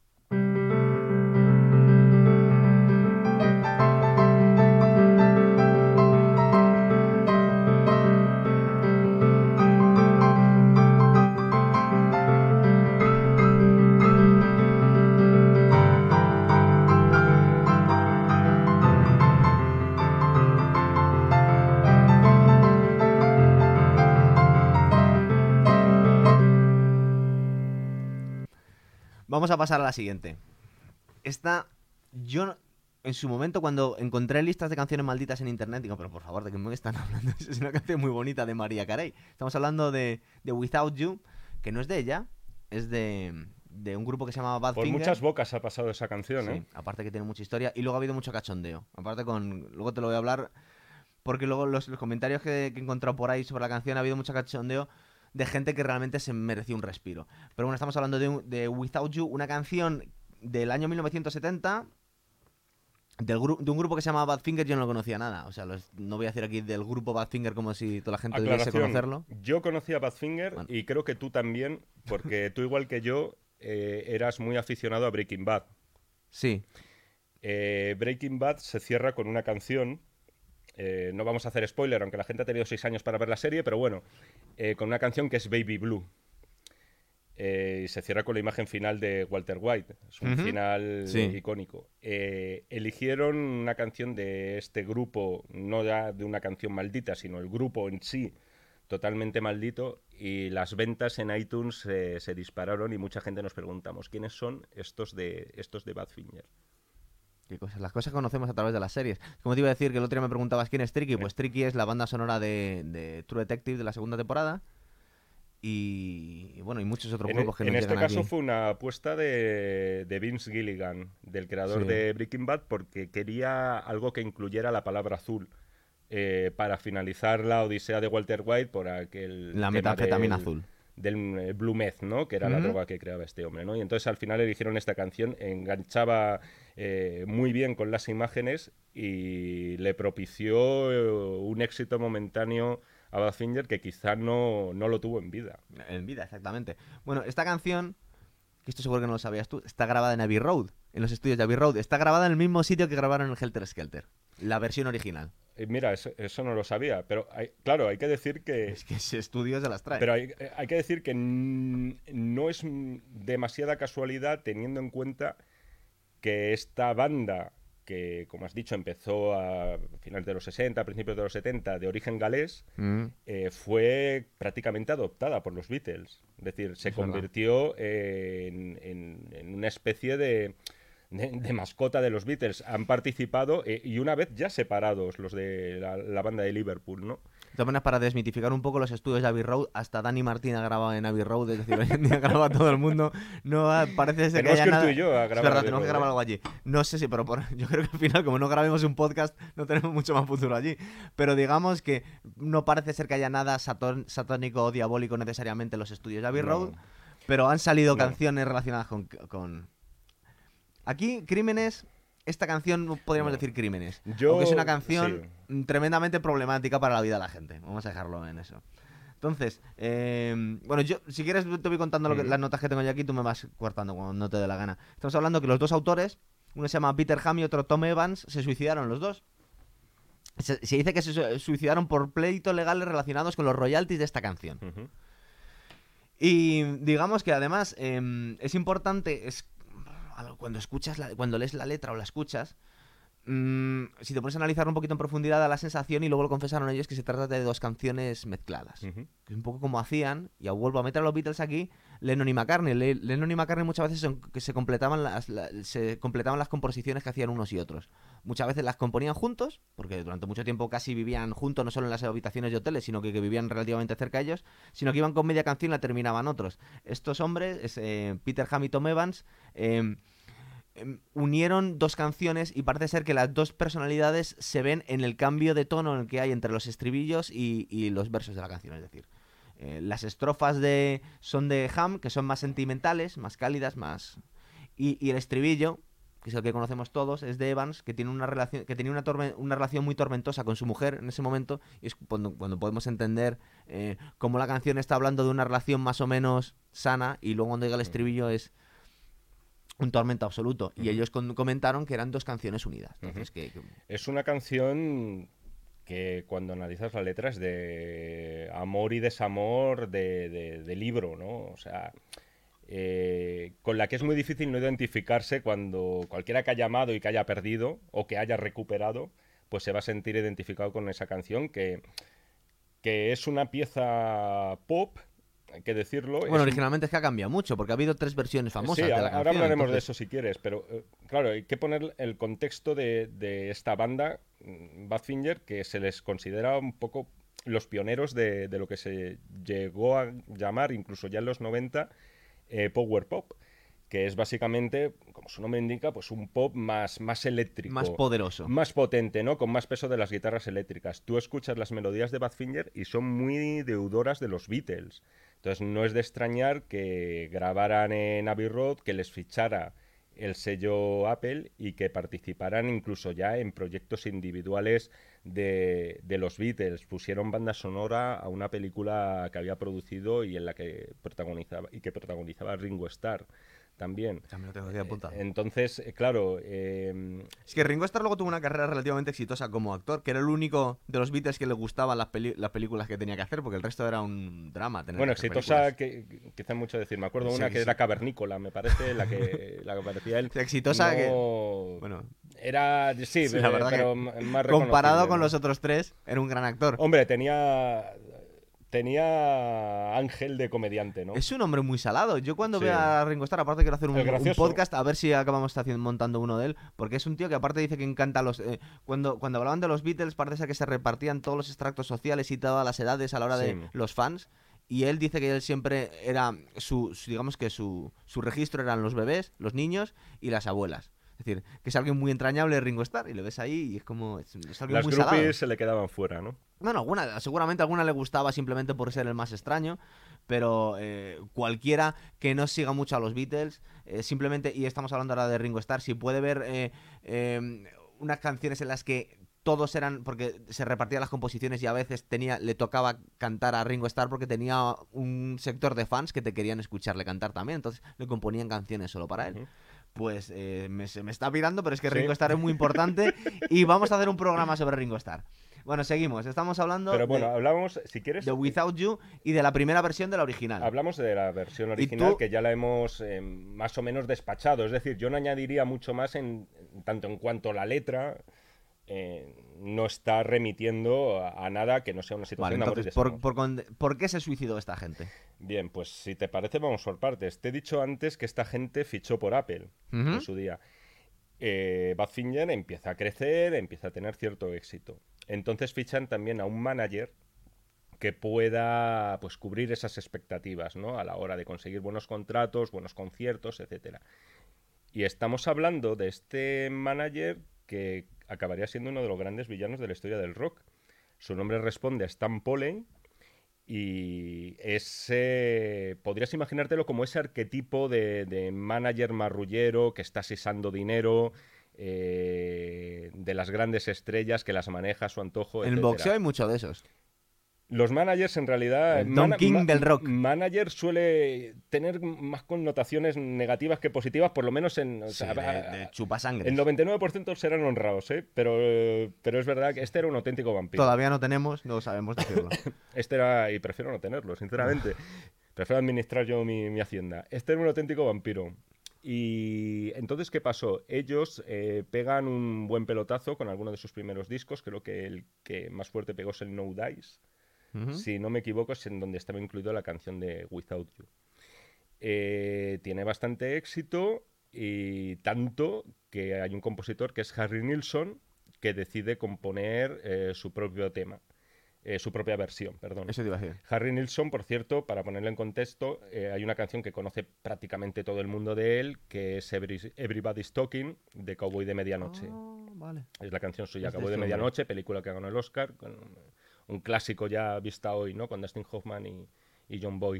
Vamos a pasar a la siguiente. Esta, yo en su momento cuando encontré listas de canciones malditas en internet, digo, pero por favor, ¿de qué me están hablando? Es una canción muy bonita de Mariah Carey. Estamos hablando de, de Without You, que no es de ella, es de, de un grupo que se llama Badfinger. Por muchas bocas ha pasado esa canción, sí, ¿eh? Aparte que tiene mucha historia y luego ha habido mucho cachondeo. Aparte con, luego te lo voy a hablar, porque luego los, los comentarios que, que he encontrado por ahí sobre la canción ha habido mucho cachondeo de gente que realmente se mereció un respiro. Pero bueno, estamos hablando de, de Without You, una canción del año mil novecientos setenta del gru- de un grupo que se llama Badfinger. Yo no lo conocía nada. O sea, los, no voy a decir aquí del grupo Badfinger como si toda la gente debiese conocerlo. Yo conocía Badfinger bueno. y creo que tú también, porque tú igual que yo eh, eras muy aficionado a Breaking Bad. Sí. Eh, Breaking Bad se cierra con una canción. Eh, no vamos a hacer spoiler, aunque la gente ha tenido seis años para ver la serie, pero bueno, eh, con una canción que es Baby Blue. Eh, y se cierra con la imagen final de Walter White. Es un uh-huh. final sí. icónico. Eh, eligieron una canción de este grupo, no ya de una canción maldita, sino el grupo en sí, totalmente maldito, y las ventas en iTunes eh, se dispararon y mucha gente nos preguntamos, ¿quiénes son estos de, estos de Badfinger? Qué cosas, las cosas que conocemos a través de las series. Como te iba a decir que el otro día me preguntabas quién es Tricky, pues Tricky es la banda sonora de, de True Detective de la segunda temporada y, y bueno, y muchos otros en grupos que en nos este llegan caso aquí. Fue una apuesta de, de Vince Gilligan, del creador sí. de Breaking Bad, porque quería algo que incluyera la palabra azul eh, para finalizar la odisea de Walter White por aquel la metanfetamina del, azul del eh, Blue Meth, ¿no? Que era uh-huh. la droga que creaba este hombre, ¿no? Y entonces al final eligieron esta canción, enganchaba eh, muy bien con las imágenes y le propició eh, un éxito momentáneo a Badfinger que quizá no, no lo tuvo en vida. En vida, exactamente. Bueno, esta canción, que esto seguro que no lo sabías tú, está grabada en Abbey Road, en los estudios de Abbey Road. Está grabada en el mismo sitio que grabaron en Helter Skelter, la versión original. Mira, eso, eso no lo sabía, pero hay, claro, hay que decir que... Es que ese estudio se las trae. Pero hay, hay que decir que n- no es demasiada casualidad teniendo en cuenta que esta banda, que como has dicho empezó a finales de los sesenta, a principios de los setenta, de origen galés, mm. eh, fue prácticamente adoptada por los Beatles. Es decir, se es convirtió en, en, en una especie de... De, de mascota de los Beatles. Han participado eh, y una vez ya separados los de la, la banda de Liverpool, ¿no? De todas maneras, para desmitificar un poco los estudios de Abbey Road, hasta Dani Martín ha grabado en Abbey Road, es decir, hoy en día graba todo el mundo. No ha- parece ser que Tenemos haya que ir nada... tú y yo a Es grabar verdad, Abbey tenemos que Road, grabar ¿eh? algo allí. No sé si, pero por- yo creo que al final, como no grabemos un podcast, no tenemos mucho más futuro allí. Pero digamos que no parece ser que haya nada satón- satánico o diabólico necesariamente en los estudios de Abbey No. Road, pero han salido No. canciones relacionadas con... con... Aquí, crímenes... Esta canción podríamos No. decir crímenes. Yo- Aunque es una canción sí. mm, tremendamente problemática para la vida de la gente. Vamos a dejarlo en eso. Entonces, eh, bueno, yo, si quieres, te voy contando lo que, Mm. las notas que tengo yo aquí, tú me vas cortando cuando no te dé la gana. Estamos hablando que los dos autores, uno se llama Peter Ham y otro Tom Evans, se suicidaron los dos. Se, se dice que se su- suicidaron por pleitos legales relacionados con los royalties de esta canción. Ujú. Y digamos que además eh, es importante, es cuando escuchas la- cuando lees la letra o la escuchas, mm, si te pones a analizar un poquito en profundidad, da la sensación, y luego lo confesaron ellos, que se trata de dos canciones mezcladas. Ujú. Que es un poco como hacían, y vuelvo a meter a los Beatles aquí, Lennon y McCartney. Le- Lennon y McCartney muchas veces son- que se completaban las, la- se completaban las composiciones que hacían unos y otros. Muchas veces las componían juntos, porque durante mucho tiempo casi vivían juntos, no solo en las habitaciones de hoteles, sino que, que vivían relativamente cerca de ellos, sino que iban con media canción y la terminaban otros. Estos hombres, es, eh, Peter Ham y Tom Evans, eh, em, unieron dos canciones, y parece ser que las dos personalidades se ven en el cambio de tono en el que hay entre los estribillos y, y los versos de la canción. Es decir, eh, las estrofas de son de Ham, que son más sentimentales, más cálidas, más... Y, y el estribillo, que es el que conocemos todos, es de Evans, que tiene una relación, que tenía una, torme- una relación muy tormentosa con su mujer en ese momento, y es cuando, cuando podemos entender eh, cómo la canción está hablando de una relación más o menos sana, y luego cuando llega el estribillo es un tormento absoluto. Y Ujú. ellos con- comentaron que eran dos canciones unidas. Entonces, Ujú. que, que- Es una canción que cuando analizas la letra es de amor y desamor de, de- de libro, ¿no? O sea, eh, con la que es muy difícil no identificarse cuando cualquiera que haya amado y que haya perdido o que haya recuperado, pues se va a sentir identificado con esa canción que, que es una pieza pop, hay que decirlo. Bueno, es un- originalmente es que ha cambiado mucho, porque ha habido tres versiones famosas Sí, de la ahora, canción. ahora hablaremos de entonces- eso si quieres, pero eh, claro, hay que poner el contexto de, de esta banda, mm, Badfinger, que se les considera un poco los pioneros de, de lo que se llegó a llamar, incluso ya en los noventa, eh, Power Pop, que es básicamente, como su nombre indica, pues un pop más, más eléctrico. Más poderoso. Más potente, ¿no? Con más peso de las guitarras eléctricas. Tú escuchas las melodías de Badfinger y son muy deudoras de los Beatles. Entonces no es de extrañar que grabaran en Abbey Road, que les fichara el sello Apple y que participaran incluso ya en proyectos individuales de, de los Beatles. Pusieron banda sonora a una película que había producido y en la que protagonizaba y que protagonizaba Ringo Starr también. También lo tengo aquí apuntado. Entonces, eh, claro, eh, Es que Ringo Starr luego tuvo una carrera relativamente exitosa como actor, que era el único de los Beatles que le gustaban las, peli- las películas que tenía que hacer, porque el resto era un drama. Tener bueno, que hacer exitosa, películas. que, quizá mucho decir. Me acuerdo Sí, una que sí. era cavernícola, me parece, la que, la que aparecía él. Sí, exitosa que- No- Bueno, Era, sí, Sí, la eh, verdad pero que m- más comparado reconocible, con ¿no? los otros tres, era un gran actor. Hombre, tenía tenía ángel de comediante, ¿no? Es un hombre muy salado. Yo cuando Sí. veo a Ringo Starr, aparte quiero hacer un, El un gracioso. podcast a ver si acabamos haciendo, montando uno de él, porque es un tío que aparte dice que encanta los... eh, cuando, cuando hablaban de los Beatles parece ser que se repartían todos los extractos sociales y todas las edades a la hora de Sí. los fans. Y él dice que él siempre era, su, su- digamos que su, su registro eran los bebés, los niños y las abuelas. Es decir, que es alguien muy entrañable Ringo Starr, y lo ves ahí y es como... Es, es alguien Las muy salado. groupies se le quedaban fuera, ¿no? Bueno, alguna, seguramente alguna le gustaba simplemente por ser el más extraño, pero eh, cualquiera que no siga mucho a los Beatles, eh, simplemente, y estamos hablando ahora de Ringo Starr, si puede ver eh, eh, unas canciones en las que todos eran, porque se repartían las composiciones y a veces tenía, le tocaba cantar a Ringo Starr porque tenía un sector de fans que te querían escucharle cantar también, entonces le componían canciones solo para él. Ujú. Pues eh, me, se me está pirando, pero es que Sí. Ringo Starr es muy importante y vamos a hacer un programa sobre Ringo Starr. Bueno, seguimos. Estamos hablando Pero bueno, de, hablábamos, si quieres, de Without You y de la primera versión de la original. hablamos de la versión ¿Y original tú? que ya la hemos eh, más o menos despachado. Es decir, yo no añadiría mucho más en tanto en cuanto la letra eh, no está remitiendo a, a nada que no sea una Vale, situación de amor y entonces, ¿por, desamor. por, con- ¿por qué se suicidó esta gente? Bien, pues si te parece, vamos por partes. Te he dicho antes que esta gente fichó por Apple Ujú. en su día. Eh, Badfinger empieza a crecer, empieza a tener cierto éxito. Entonces fichan también a un manager que pueda pues cubrir esas expectativas, ¿no? A la hora de conseguir buenos contratos, buenos conciertos, etcétera. Y estamos hablando de este manager que acabaría siendo uno de los grandes villanos de la historia del rock. Su nombre responde a Stan Polley y ese, podrías imaginártelo como ese arquetipo de, de manager marrullero que está sisando dinero, eh, de las grandes estrellas que las maneja a su antojo, En etcétera. boxeo hay mucho de esos. Los managers, en realidad... El Don King del rock. Manager suele tener más connotaciones negativas que positivas, por lo menos en... O Sí, sea, de, de chupasangres. el noventa y nueve por ciento serán honrados, ¿eh? Pero, pero es verdad que este era un auténtico vampiro. Todavía no tenemos, no sabemos decirlo. Este era... Y prefiero no tenerlo, sinceramente. Prefiero administrar yo mi, mi hacienda. Este era un auténtico vampiro. Y entonces, ¿qué pasó? Ellos eh, pegan un buen pelotazo con alguno de sus primeros discos. Creo que el que más fuerte pegó es el No Dice. Uh-huh. Si no me equivoco, es en donde estaba incluido la canción de Without You. Eh, tiene bastante éxito y tanto que hay un compositor que es Harry Nilsson que decide componer eh, su propio tema, eh, su propia versión, perdón. Eso te iba a decir. Harry Nilsson, por cierto, para ponerlo en contexto, eh, hay una canción que conoce prácticamente todo el mundo de él, que es Every, Everybody's Talking, de Cowboy de Medianoche. Oh, vale. Es la canción suya, Es Cowboy de de ese Medianoche, película que ganó el Oscar, con un clásico ya vista hoy, ¿no? Con Dustin Hoffman y, y John Boyd.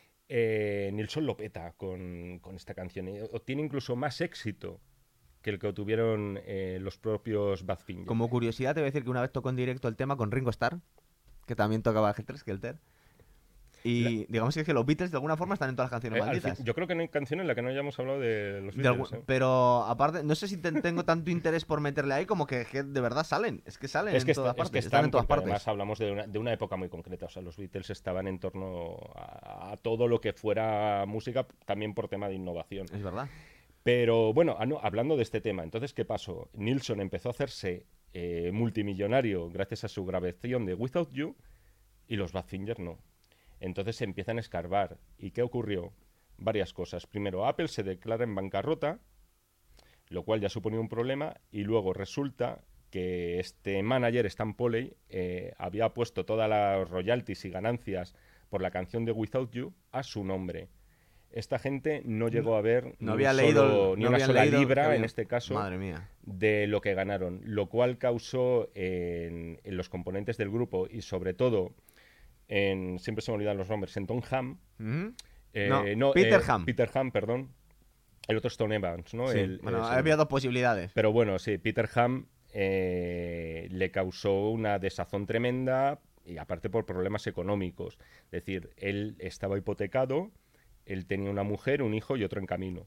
Eh, Nilsson lo peta con, con esta canción. Y obtiene incluso más éxito que el que obtuvieron eh, los propios Badfinger. Como curiosidad, te voy a decir que una vez tocó en directo el tema con Ringo Starr, que también tocaba Helter Skelter. Y la... digamos que, es que los Beatles de alguna forma están en todas las canciones eh, malditas. Fin, yo creo que no hay canción en la que no hayamos hablado de los Beatles. De algún... ¿eh? Pero aparte, no sé si te, tengo tanto interés por meterle ahí como que, que de verdad salen. Es que salen es que en todas está, partes. Es que están, están en todas partes. Además hablamos de una, de una época muy concreta. O sea, los Beatles estaban en torno a, a todo lo que fuera música, también por tema de innovación. Es verdad. Pero bueno, ah, no, hablando de este tema, entonces, ¿qué pasó? Nilsson empezó a hacerse eh, multimillonario gracias a su grabación de Without You y los Badfinger no. Entonces se empiezan a escarbar. ¿Y qué ocurrió? Varias cosas. Primero, Apple se declara en bancarrota, lo cual ya suponía un problema, y luego resulta que este manager, Stan Polley, eh, había puesto todas las royalties y ganancias por la canción de Without You a su nombre. Esta gente no llegó a ver no ni, había solo, leído, ni no una había sola leído libra, había... en este caso, madre mía, de lo que ganaron, lo cual causó en, en los componentes del grupo y sobre todo, en, siempre se me olvidan los nombres, en Tom Ham, ¿Mm? eh, no, no, Peter eh, Ham. Peter Ham, perdón, el otro es Tom Evans, ¿no? Sí. El, bueno, es había el... dos posibilidades. Pero bueno, sí, Peter Ham eh, le causó una desazón tremenda y aparte por problemas económicos. Es decir, él estaba hipotecado, él tenía una mujer, un hijo y otro en camino.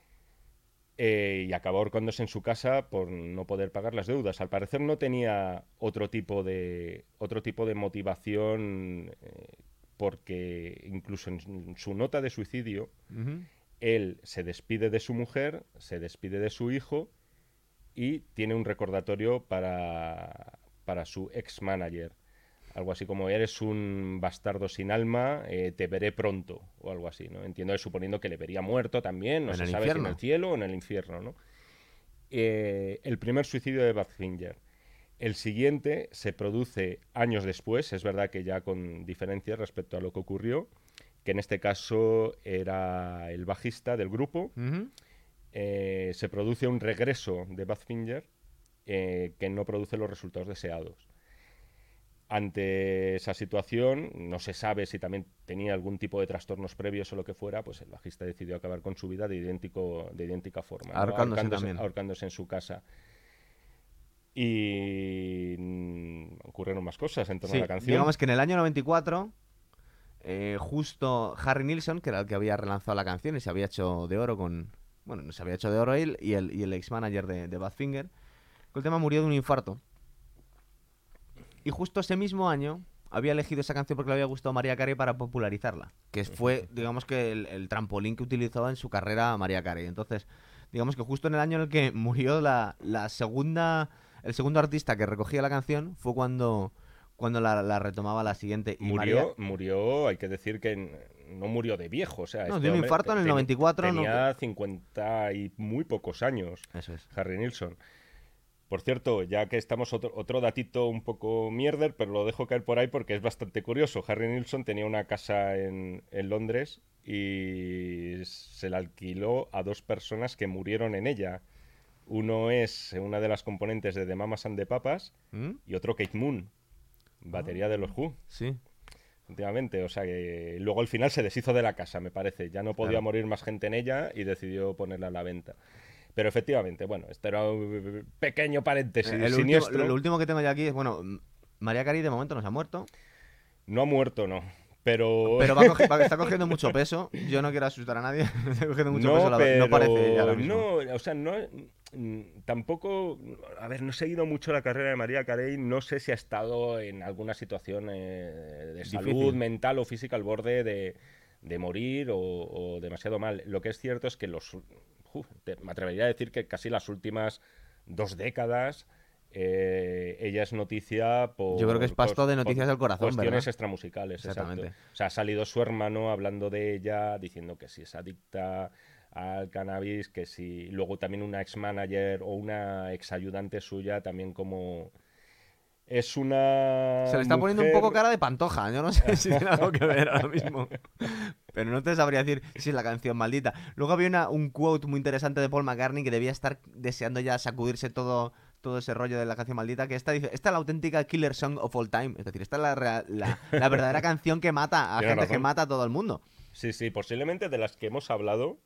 Eh, y acabó ahorcándose en su casa por no poder pagar las deudas. Al parecer no tenía otro tipo de, otro tipo de motivación, eh, porque incluso en su nota de suicidio, uh-huh. él se despide de su mujer, se despide de su hijo y tiene un recordatorio para, para su ex-manager. Algo así como, eres un bastardo sin alma, eh, te veré pronto, o algo así, ¿no? Entiendo, suponiendo que le vería muerto también, no se sabe si en el cielo o en el infierno, ¿no? Eh, el primer suicidio de Badfinger. El siguiente se produce años después, es verdad que ya con diferencias respecto a lo que ocurrió, que en este caso era el bajista del grupo. Uh-huh. eh, se produce un regreso de Badfinger eh, que no produce los resultados deseados. Ante esa situación, no se sabe si también tenía algún tipo de trastornos previos o lo que fuera, pues el bajista decidió acabar con su vida de, idéntico, de idéntica forma, ¿no? ahorcándose, ahorcándose, ahorcándose en su casa. Y mmm, ocurrieron más cosas en torno sí, a la canción. Digamos que en el año noventa y cuatro, eh, justo Harry Nilsson, que era el que había relanzado la canción y se había hecho de oro con... Bueno, no se había hecho de oro él y el, y el ex-manager de, de Badfinger, el tema murió de un infarto. Y justo ese mismo año había elegido esa canción porque le había gustado a Mariah Carey para popularizarla. Que fue, digamos que, el, el trampolín que utilizó en su carrera Mariah Carey. Entonces, digamos que justo en el año en el que murió la, la segunda... El segundo artista que recogía la canción fue cuando, cuando la, la retomaba la siguiente. Y murió, María... murió, hay que decir que no murió de viejo. O sea, no, este dio un infarto en el noventa y cuatro. Tenía no... cincuenta y muy pocos años. Eso es. Harry Nilsson. Por cierto, ya que estamos, otro, otro datito un poco mierder, pero lo dejo caer por ahí porque es bastante curioso. Harry Nilsson tenía una casa en, en Londres y se la alquiló a dos personas que murieron en ella. Uno es una de las componentes de The Mamas and the Papas ¿Mm? y otro Kate Moon, batería Ah, de los Who. sí. Efectivamente, o sea que luego al final se deshizo de la casa, me parece. Ya no podía Claro. morir más gente en ella y decidió ponerla a la venta. Pero efectivamente, bueno, esto era un pequeño paréntesis El último, siniestro. lo último que tengo yo aquí es, bueno, María Carey de momento no se ha muerto, No ha muerto, no. Pero, pero va a coger- va- está cogiendo mucho peso. Yo no quiero asustar a nadie. Está cogiendo mucho no, peso. la verdad. pero No parece ella ahora mismo. no, o sea, no, mm, tampoco, a ver, no he seguido mucho la carrera de María Carey, no sé si ha estado en alguna situación eh, de salud Difícil. mental o física al borde de, de morir o, o demasiado mal. Lo que es cierto es que los, uf, te- me atrevería a decir que casi las últimas dos décadas eh, ella es noticia por Yo creo que es pasto cos- de noticias por del corazón, cuestiones ¿verdad? extramusicales, exacto. Exactamente. O sea, ha salido su hermano hablando de ella, diciendo que si es adicta al cannabis, que si luego también una ex manager o una ex ayudante suya también como es una Se le está poniendo un mujer. poco cara de Pantoja. Yo no sé si tiene algo que ver ahora mismo. Pero no te sabría decir si es la canción maldita. Luego había una- un quote muy interesante de Paul McCartney que debía estar deseando ya sacudirse todo, todo ese rollo de la canción maldita. Que esta dice: esta es la auténtica killer song of all time. Es decir, esta es la, rea- la, la verdadera canción que mata a Tiene gente que razón. mata a todo el mundo. Sí, sí, posiblemente de las que hemos hablado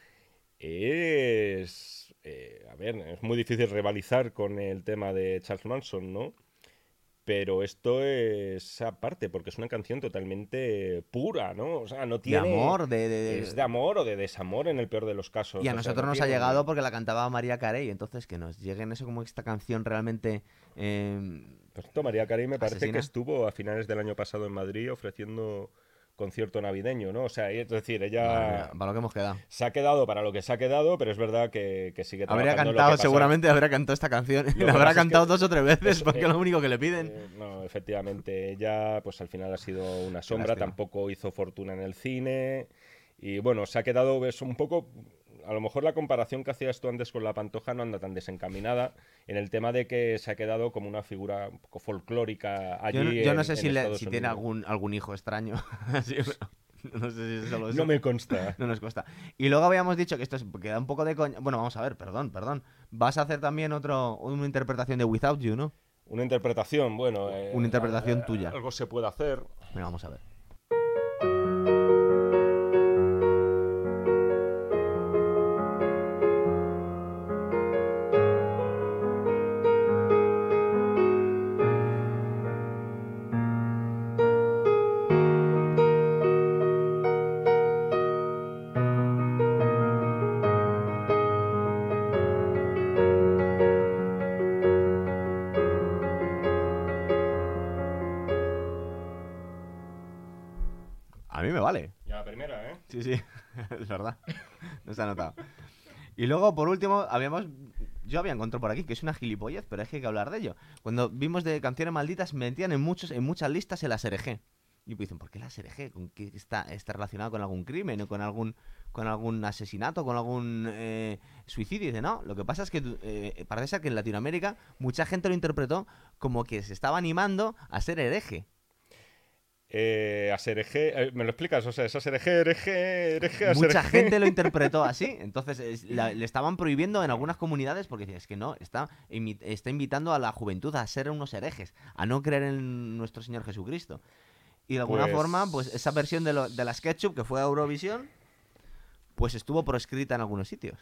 es... eh, a ver, es muy difícil rivalizar con el tema de Charles Manson, ¿no? Pero esto es aparte, porque es una canción totalmente pura, ¿no? O sea, no De tiene... amor, de, de- Es de amor o de desamor en el peor de los casos. Y a o sea, nosotros no nos ha tiene- llegado porque la cantaba María Carey. Entonces, que nos llegue en eso como esta canción realmente. eh, Por cierto, María Carey me parece asesina. que estuvo a finales del año pasado en Madrid ofreciendo concierto navideño, ¿no? O sea, es decir, Madre mía, ella para lo que hemos quedado. se ha quedado para lo que se ha quedado, pero es verdad que, que sigue Habría trabajando. Lo que cantado, pasa- seguramente habría cantado esta canción. Y Lo la que habrá pasa es cantado que dos o tres veces es- porque eh, es lo único que le piden. Eh, no, efectivamente, ella pues al final ha sido una sombra, lástima. tampoco hizo fortuna en el cine y bueno, se ha quedado es un poco, a lo mejor la comparación que hacías tú antes con la Pantoja no anda tan desencaminada en el tema de que se ha quedado como una figura un poco folclórica allí Yo no, yo no en- sé en si, le- Estados si tiene Unidos. algún, algún hijo extraño. Así, pero no sé si es solo eso. No me consta. No nos cuesta. Y luego habíamos dicho que esto es, queda un poco de coña. Bueno, vamos a ver, perdón, perdón. Vas a hacer también otro, una interpretación de Without You, ¿no? Una interpretación, bueno, eh, Una interpretación eh, tuya. algo se puede hacer. Venga, vamos a ver. A mí me vale. Ya la primera, ¿eh? Sí, sí, es verdad. No se ha notado. Y luego, por último, habíamos. Yo había encontrado por aquí que es una gilipollez, pero es que hay que hablar de ello. Cuando vimos de canciones malditas, metían en muchos, en muchas listas el Aserejé. Y pues dicen, ¿por qué el Aserejé? ¿Con qué está, está relacionado con algún crimen o con algún, con algún asesinato, con algún eh, suicidio? Y dice, no, lo que pasa es que eh, parece ser que en Latinoamérica mucha gente lo interpretó como que se estaba animando a ser hereje. Eh, Aserejé, eh, ¿me lo explicas? O sea, es Aserejé, hereje, hereje, Mucha Aserejé. gente lo interpretó así, entonces es- la- le estaban prohibiendo en algunas comunidades porque decían, es que no, está, imi- está invitando a la juventud a ser unos herejes, a no creer en nuestro Señor Jesucristo. Y de alguna Pues- forma, pues esa versión de, lo- de la SketchUp que fue a Eurovisión, pues estuvo proscrita en algunos sitios.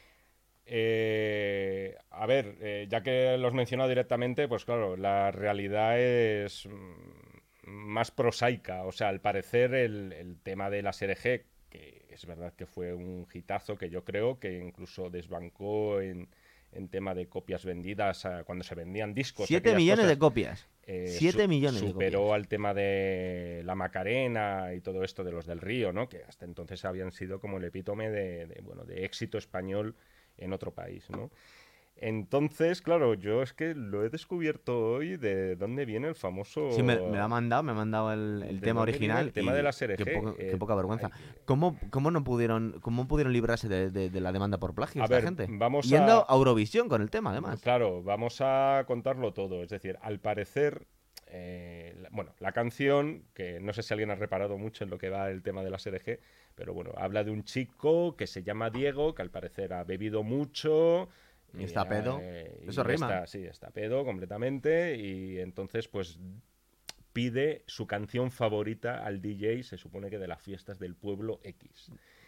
Eh, a ver, eh, ya que los he mencionado directamente, pues claro, la realidad es mm, más prosaica. O sea, al parecer el, el tema de la S R G, que es verdad que fue un hitazo que yo creo que incluso desbancó en, en tema de copias vendidas a- cuando se vendían discos. Siete aquellas millones cosas, de copias. eh, Siete su- millones de superó copias. al tema de la Macarena y todo esto de los del Río, ¿no? Que hasta entonces habían sido como el epítome de, de, bueno, de éxito español en otro país, ¿no? Entonces, claro, yo es que lo he descubierto hoy de dónde viene el famoso... Sí, me, me lo ha mandado, me ha mandado el, el ¿De tema dónde viene original. el tema y de las R G? Qué, poca- Eh, qué poca vergüenza. hay que- ¿Cómo, cómo no pudieron, cómo pudieron librarse de, de- de la demanda por plagio A esta ver, gente? vamos Yendo a- a Eurovisión con el tema, además. Claro, vamos a contarlo todo. Es decir, al parecer, eh, la- bueno, la canción, que no sé si alguien ha reparado mucho en lo que va el tema de las R G, pero bueno, habla de un chico que se llama Diego, que al parecer ha bebido mucho. Y está pedo. eh, y Eso rima. está- sí, está pedo completamente. Y entonces, pues pide su canción favorita al D J, se supone que de las fiestas del pueblo X.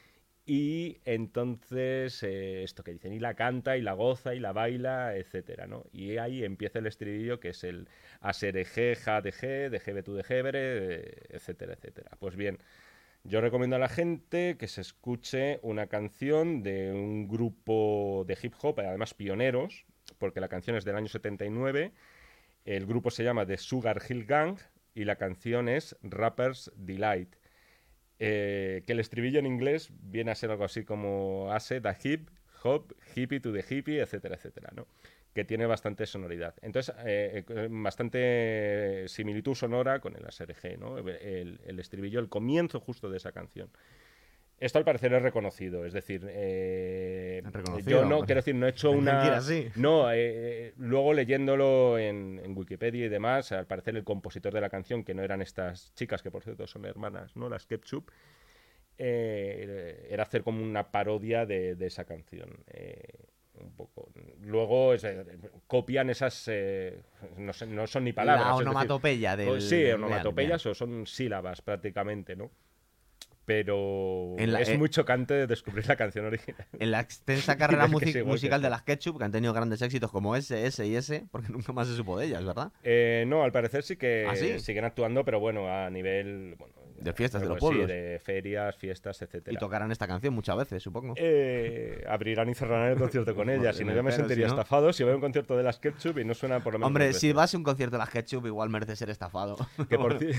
Y entonces, eh, esto que dicen, y la canta, y la goza, y la baila, etcétera, ¿no? Y ahí empieza el estribillo, que es el asereje, ja de ge, de gebe tu de gebre, eh, etcétera, etcétera. Pues bien, yo recomiendo a la gente que se escuche una canción de un grupo de hip hop, además pioneros, porque la canción es del año setenta y nueve, el grupo se llama The Sugar Hill Gang, y la canción es Rapper's Delight. Eh, que el estribillo en inglés viene a ser algo así como Ase, da hip, hop, hippie to the hippie, etcétera, etcétera, ¿no? Que tiene bastante sonoridad. Entonces, eh, eh, bastante similitud sonora con el A S R G, ¿no? El, el estribillo, el comienzo justo de esa canción. Esto al parecer es reconocido, es decir, eh, Reconocido, yo no, pues. quiero decir, no he hecho Mentira, una... sí. No, eh, luego leyéndolo en, en Wikipedia y demás, al parecer el compositor de la canción, que no eran estas chicas, que por cierto son hermanas, ¿no? Las Ketchup, eh, era hacer como una parodia de, de esa canción. Eh, un poco. Luego es, eh, copian esas... eh, no, sé, no son ni palabras. La es decir, onomatopeya del... pues sí, bien, onomatopeyas bien. o son sílabas prácticamente, ¿no? Pero En la- es eh, muy chocante descubrir la canción original. En la extensa carrera Que es music- igual que musical de esto. las Ketchup, que han tenido grandes éxitos como ese, ese y ese, porque nunca más se supo de ellas, ¿verdad? Eh, no, al parecer sí que ¿Ah, sí? siguen actuando, pero bueno, a nivel... Bueno, De fiestas de algo los así, pueblos. de ferias, fiestas, etcétera. Y tocarán esta canción muchas veces, supongo. Eh, abrirán y cerrarán el concierto con ella. Si no, ya me Pero sentiría si no- estafado si voy a un concierto de las Ketchup y no suena por lo menos. Hombre, dos si veces. vas a un concierto de las Ketchup, igual merece ser estafado. Que por, ci-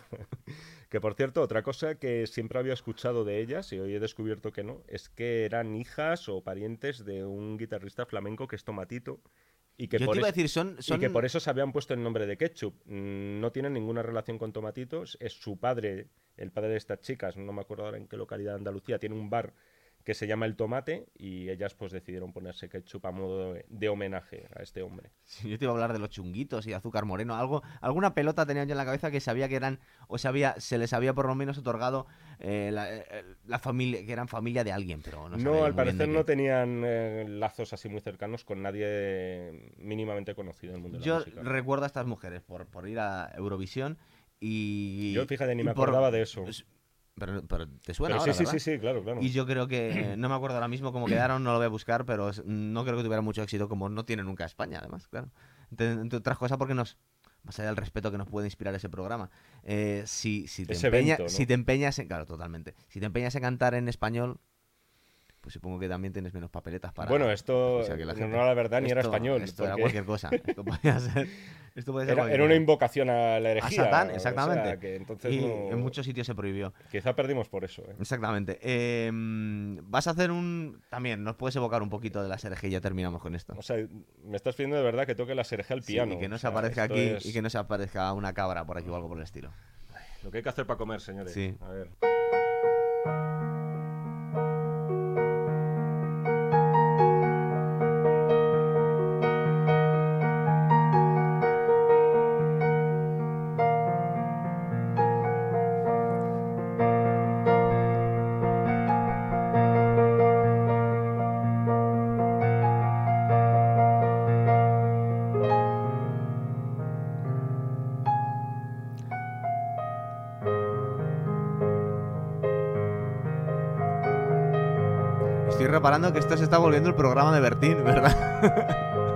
que por cierto, otra cosa que siempre había escuchado de ellas, y hoy he descubierto que no, es que eran hijas o parientes de un guitarrista flamenco que es Tomatito. Y que, Yo por te iba a es- decir, son... son... y que por eso se habían puesto el nombre de Ketchup. Mm, No tienen ninguna relación con Tomatitos. Es su padre, el padre de estas chicas, no me acuerdo ahora en qué localidad de Andalucía, tiene un bar que se llama El Tomate y ellas pues decidieron ponerse Ketchup a modo de, de homenaje a este hombre. Sí, yo te iba a hablar de los chunguitos y azúcar moreno. Algo, alguna pelota tenía yo en la cabeza que sabía que eran, o sabía, se les había por lo menos otorgado eh, la, eh, la familia, que eran familia de alguien, pero no No, sabía yo al muy bien parecer de no qué. tenían eh, lazos así muy cercanos con nadie mínimamente conocido en el mundo de la Yo música. recuerdo a estas mujeres por, por ir a Eurovisión y... Yo, fíjate, ni y me por- acordaba de eso. Pero, pero te suena Pero ahora, sí, sí, ¿verdad? sí, sí, claro, claro. Y yo creo que, no me acuerdo ahora mismo cómo quedaron, no lo voy a buscar, pero es- no creo que tuviera mucho éxito como no tiene nunca España, además, claro. Entre, entre otras cosas porque nos, más allá del respeto que nos puede inspirar ese programa, eh, si, si, te Ese empeña- evento, ¿no? si te empeñas en, claro, totalmente, si te empeñas en cantar en español, pues supongo que también tienes menos papeletas para... Bueno, esto, o sea, que la no, gente- la verdad, ni era esto- español. Esto era porque cualquier cosa, esto podía ser... Esto podía ser era, cualquier era una cosa. invocación a la A herejía. Satán, o sea, exactamente. que entonces y no- en muchos sitios se prohibió. Quizá perdimos por eso. ¿eh? Exactamente. Eh, vas a hacer un... También, nos puedes evocar un poquito de la S R G y ya terminamos con esto. O sea, me estás pidiendo de verdad que toque la herejía al Sí, piano. y que no O se sea, aparezca esto aquí es y que no se aparezca una cabra por aquí o algo por el estilo. Lo que hay que hacer para comer, señores. Sí. A ver. Estoy reparando que esto se está volviendo el programa de Bertín, ¿verdad?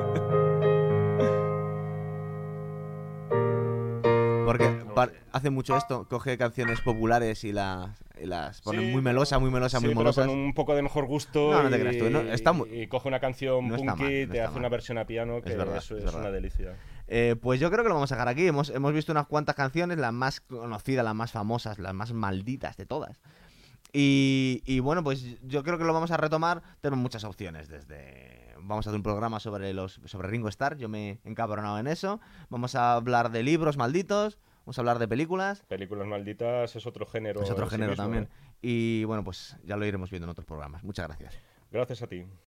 Porque pa- hace mucho esto, coge canciones populares y las, y las pone Sí, muy melosa, muy melosa, sí, muy pero melosas. con un poco de mejor gusto. No, no te y, creas tú, no, está muy- y coge una canción no está punky mal, y no te está hace mal. una versión a piano que Es verdad, eso es es, verdad. una delicia. Eh, pues yo creo que lo vamos a dejar aquí. Hemos, hemos visto unas cuantas canciones, las más conocidas, las más famosas, las más malditas de todas. Y, y bueno, pues yo creo que lo vamos a retomar. Tenemos muchas opciones. Desde vamos a hacer un programa sobre los sobre Ringo Starr. Yo me he encabronado en eso. Vamos a hablar de libros malditos. Vamos a hablar de películas. Películas malditas es otro género. Es otro en sí género mismo, también. ¿eh? Y bueno, pues ya lo iremos viendo en otros programas. Muchas gracias. Gracias a ti.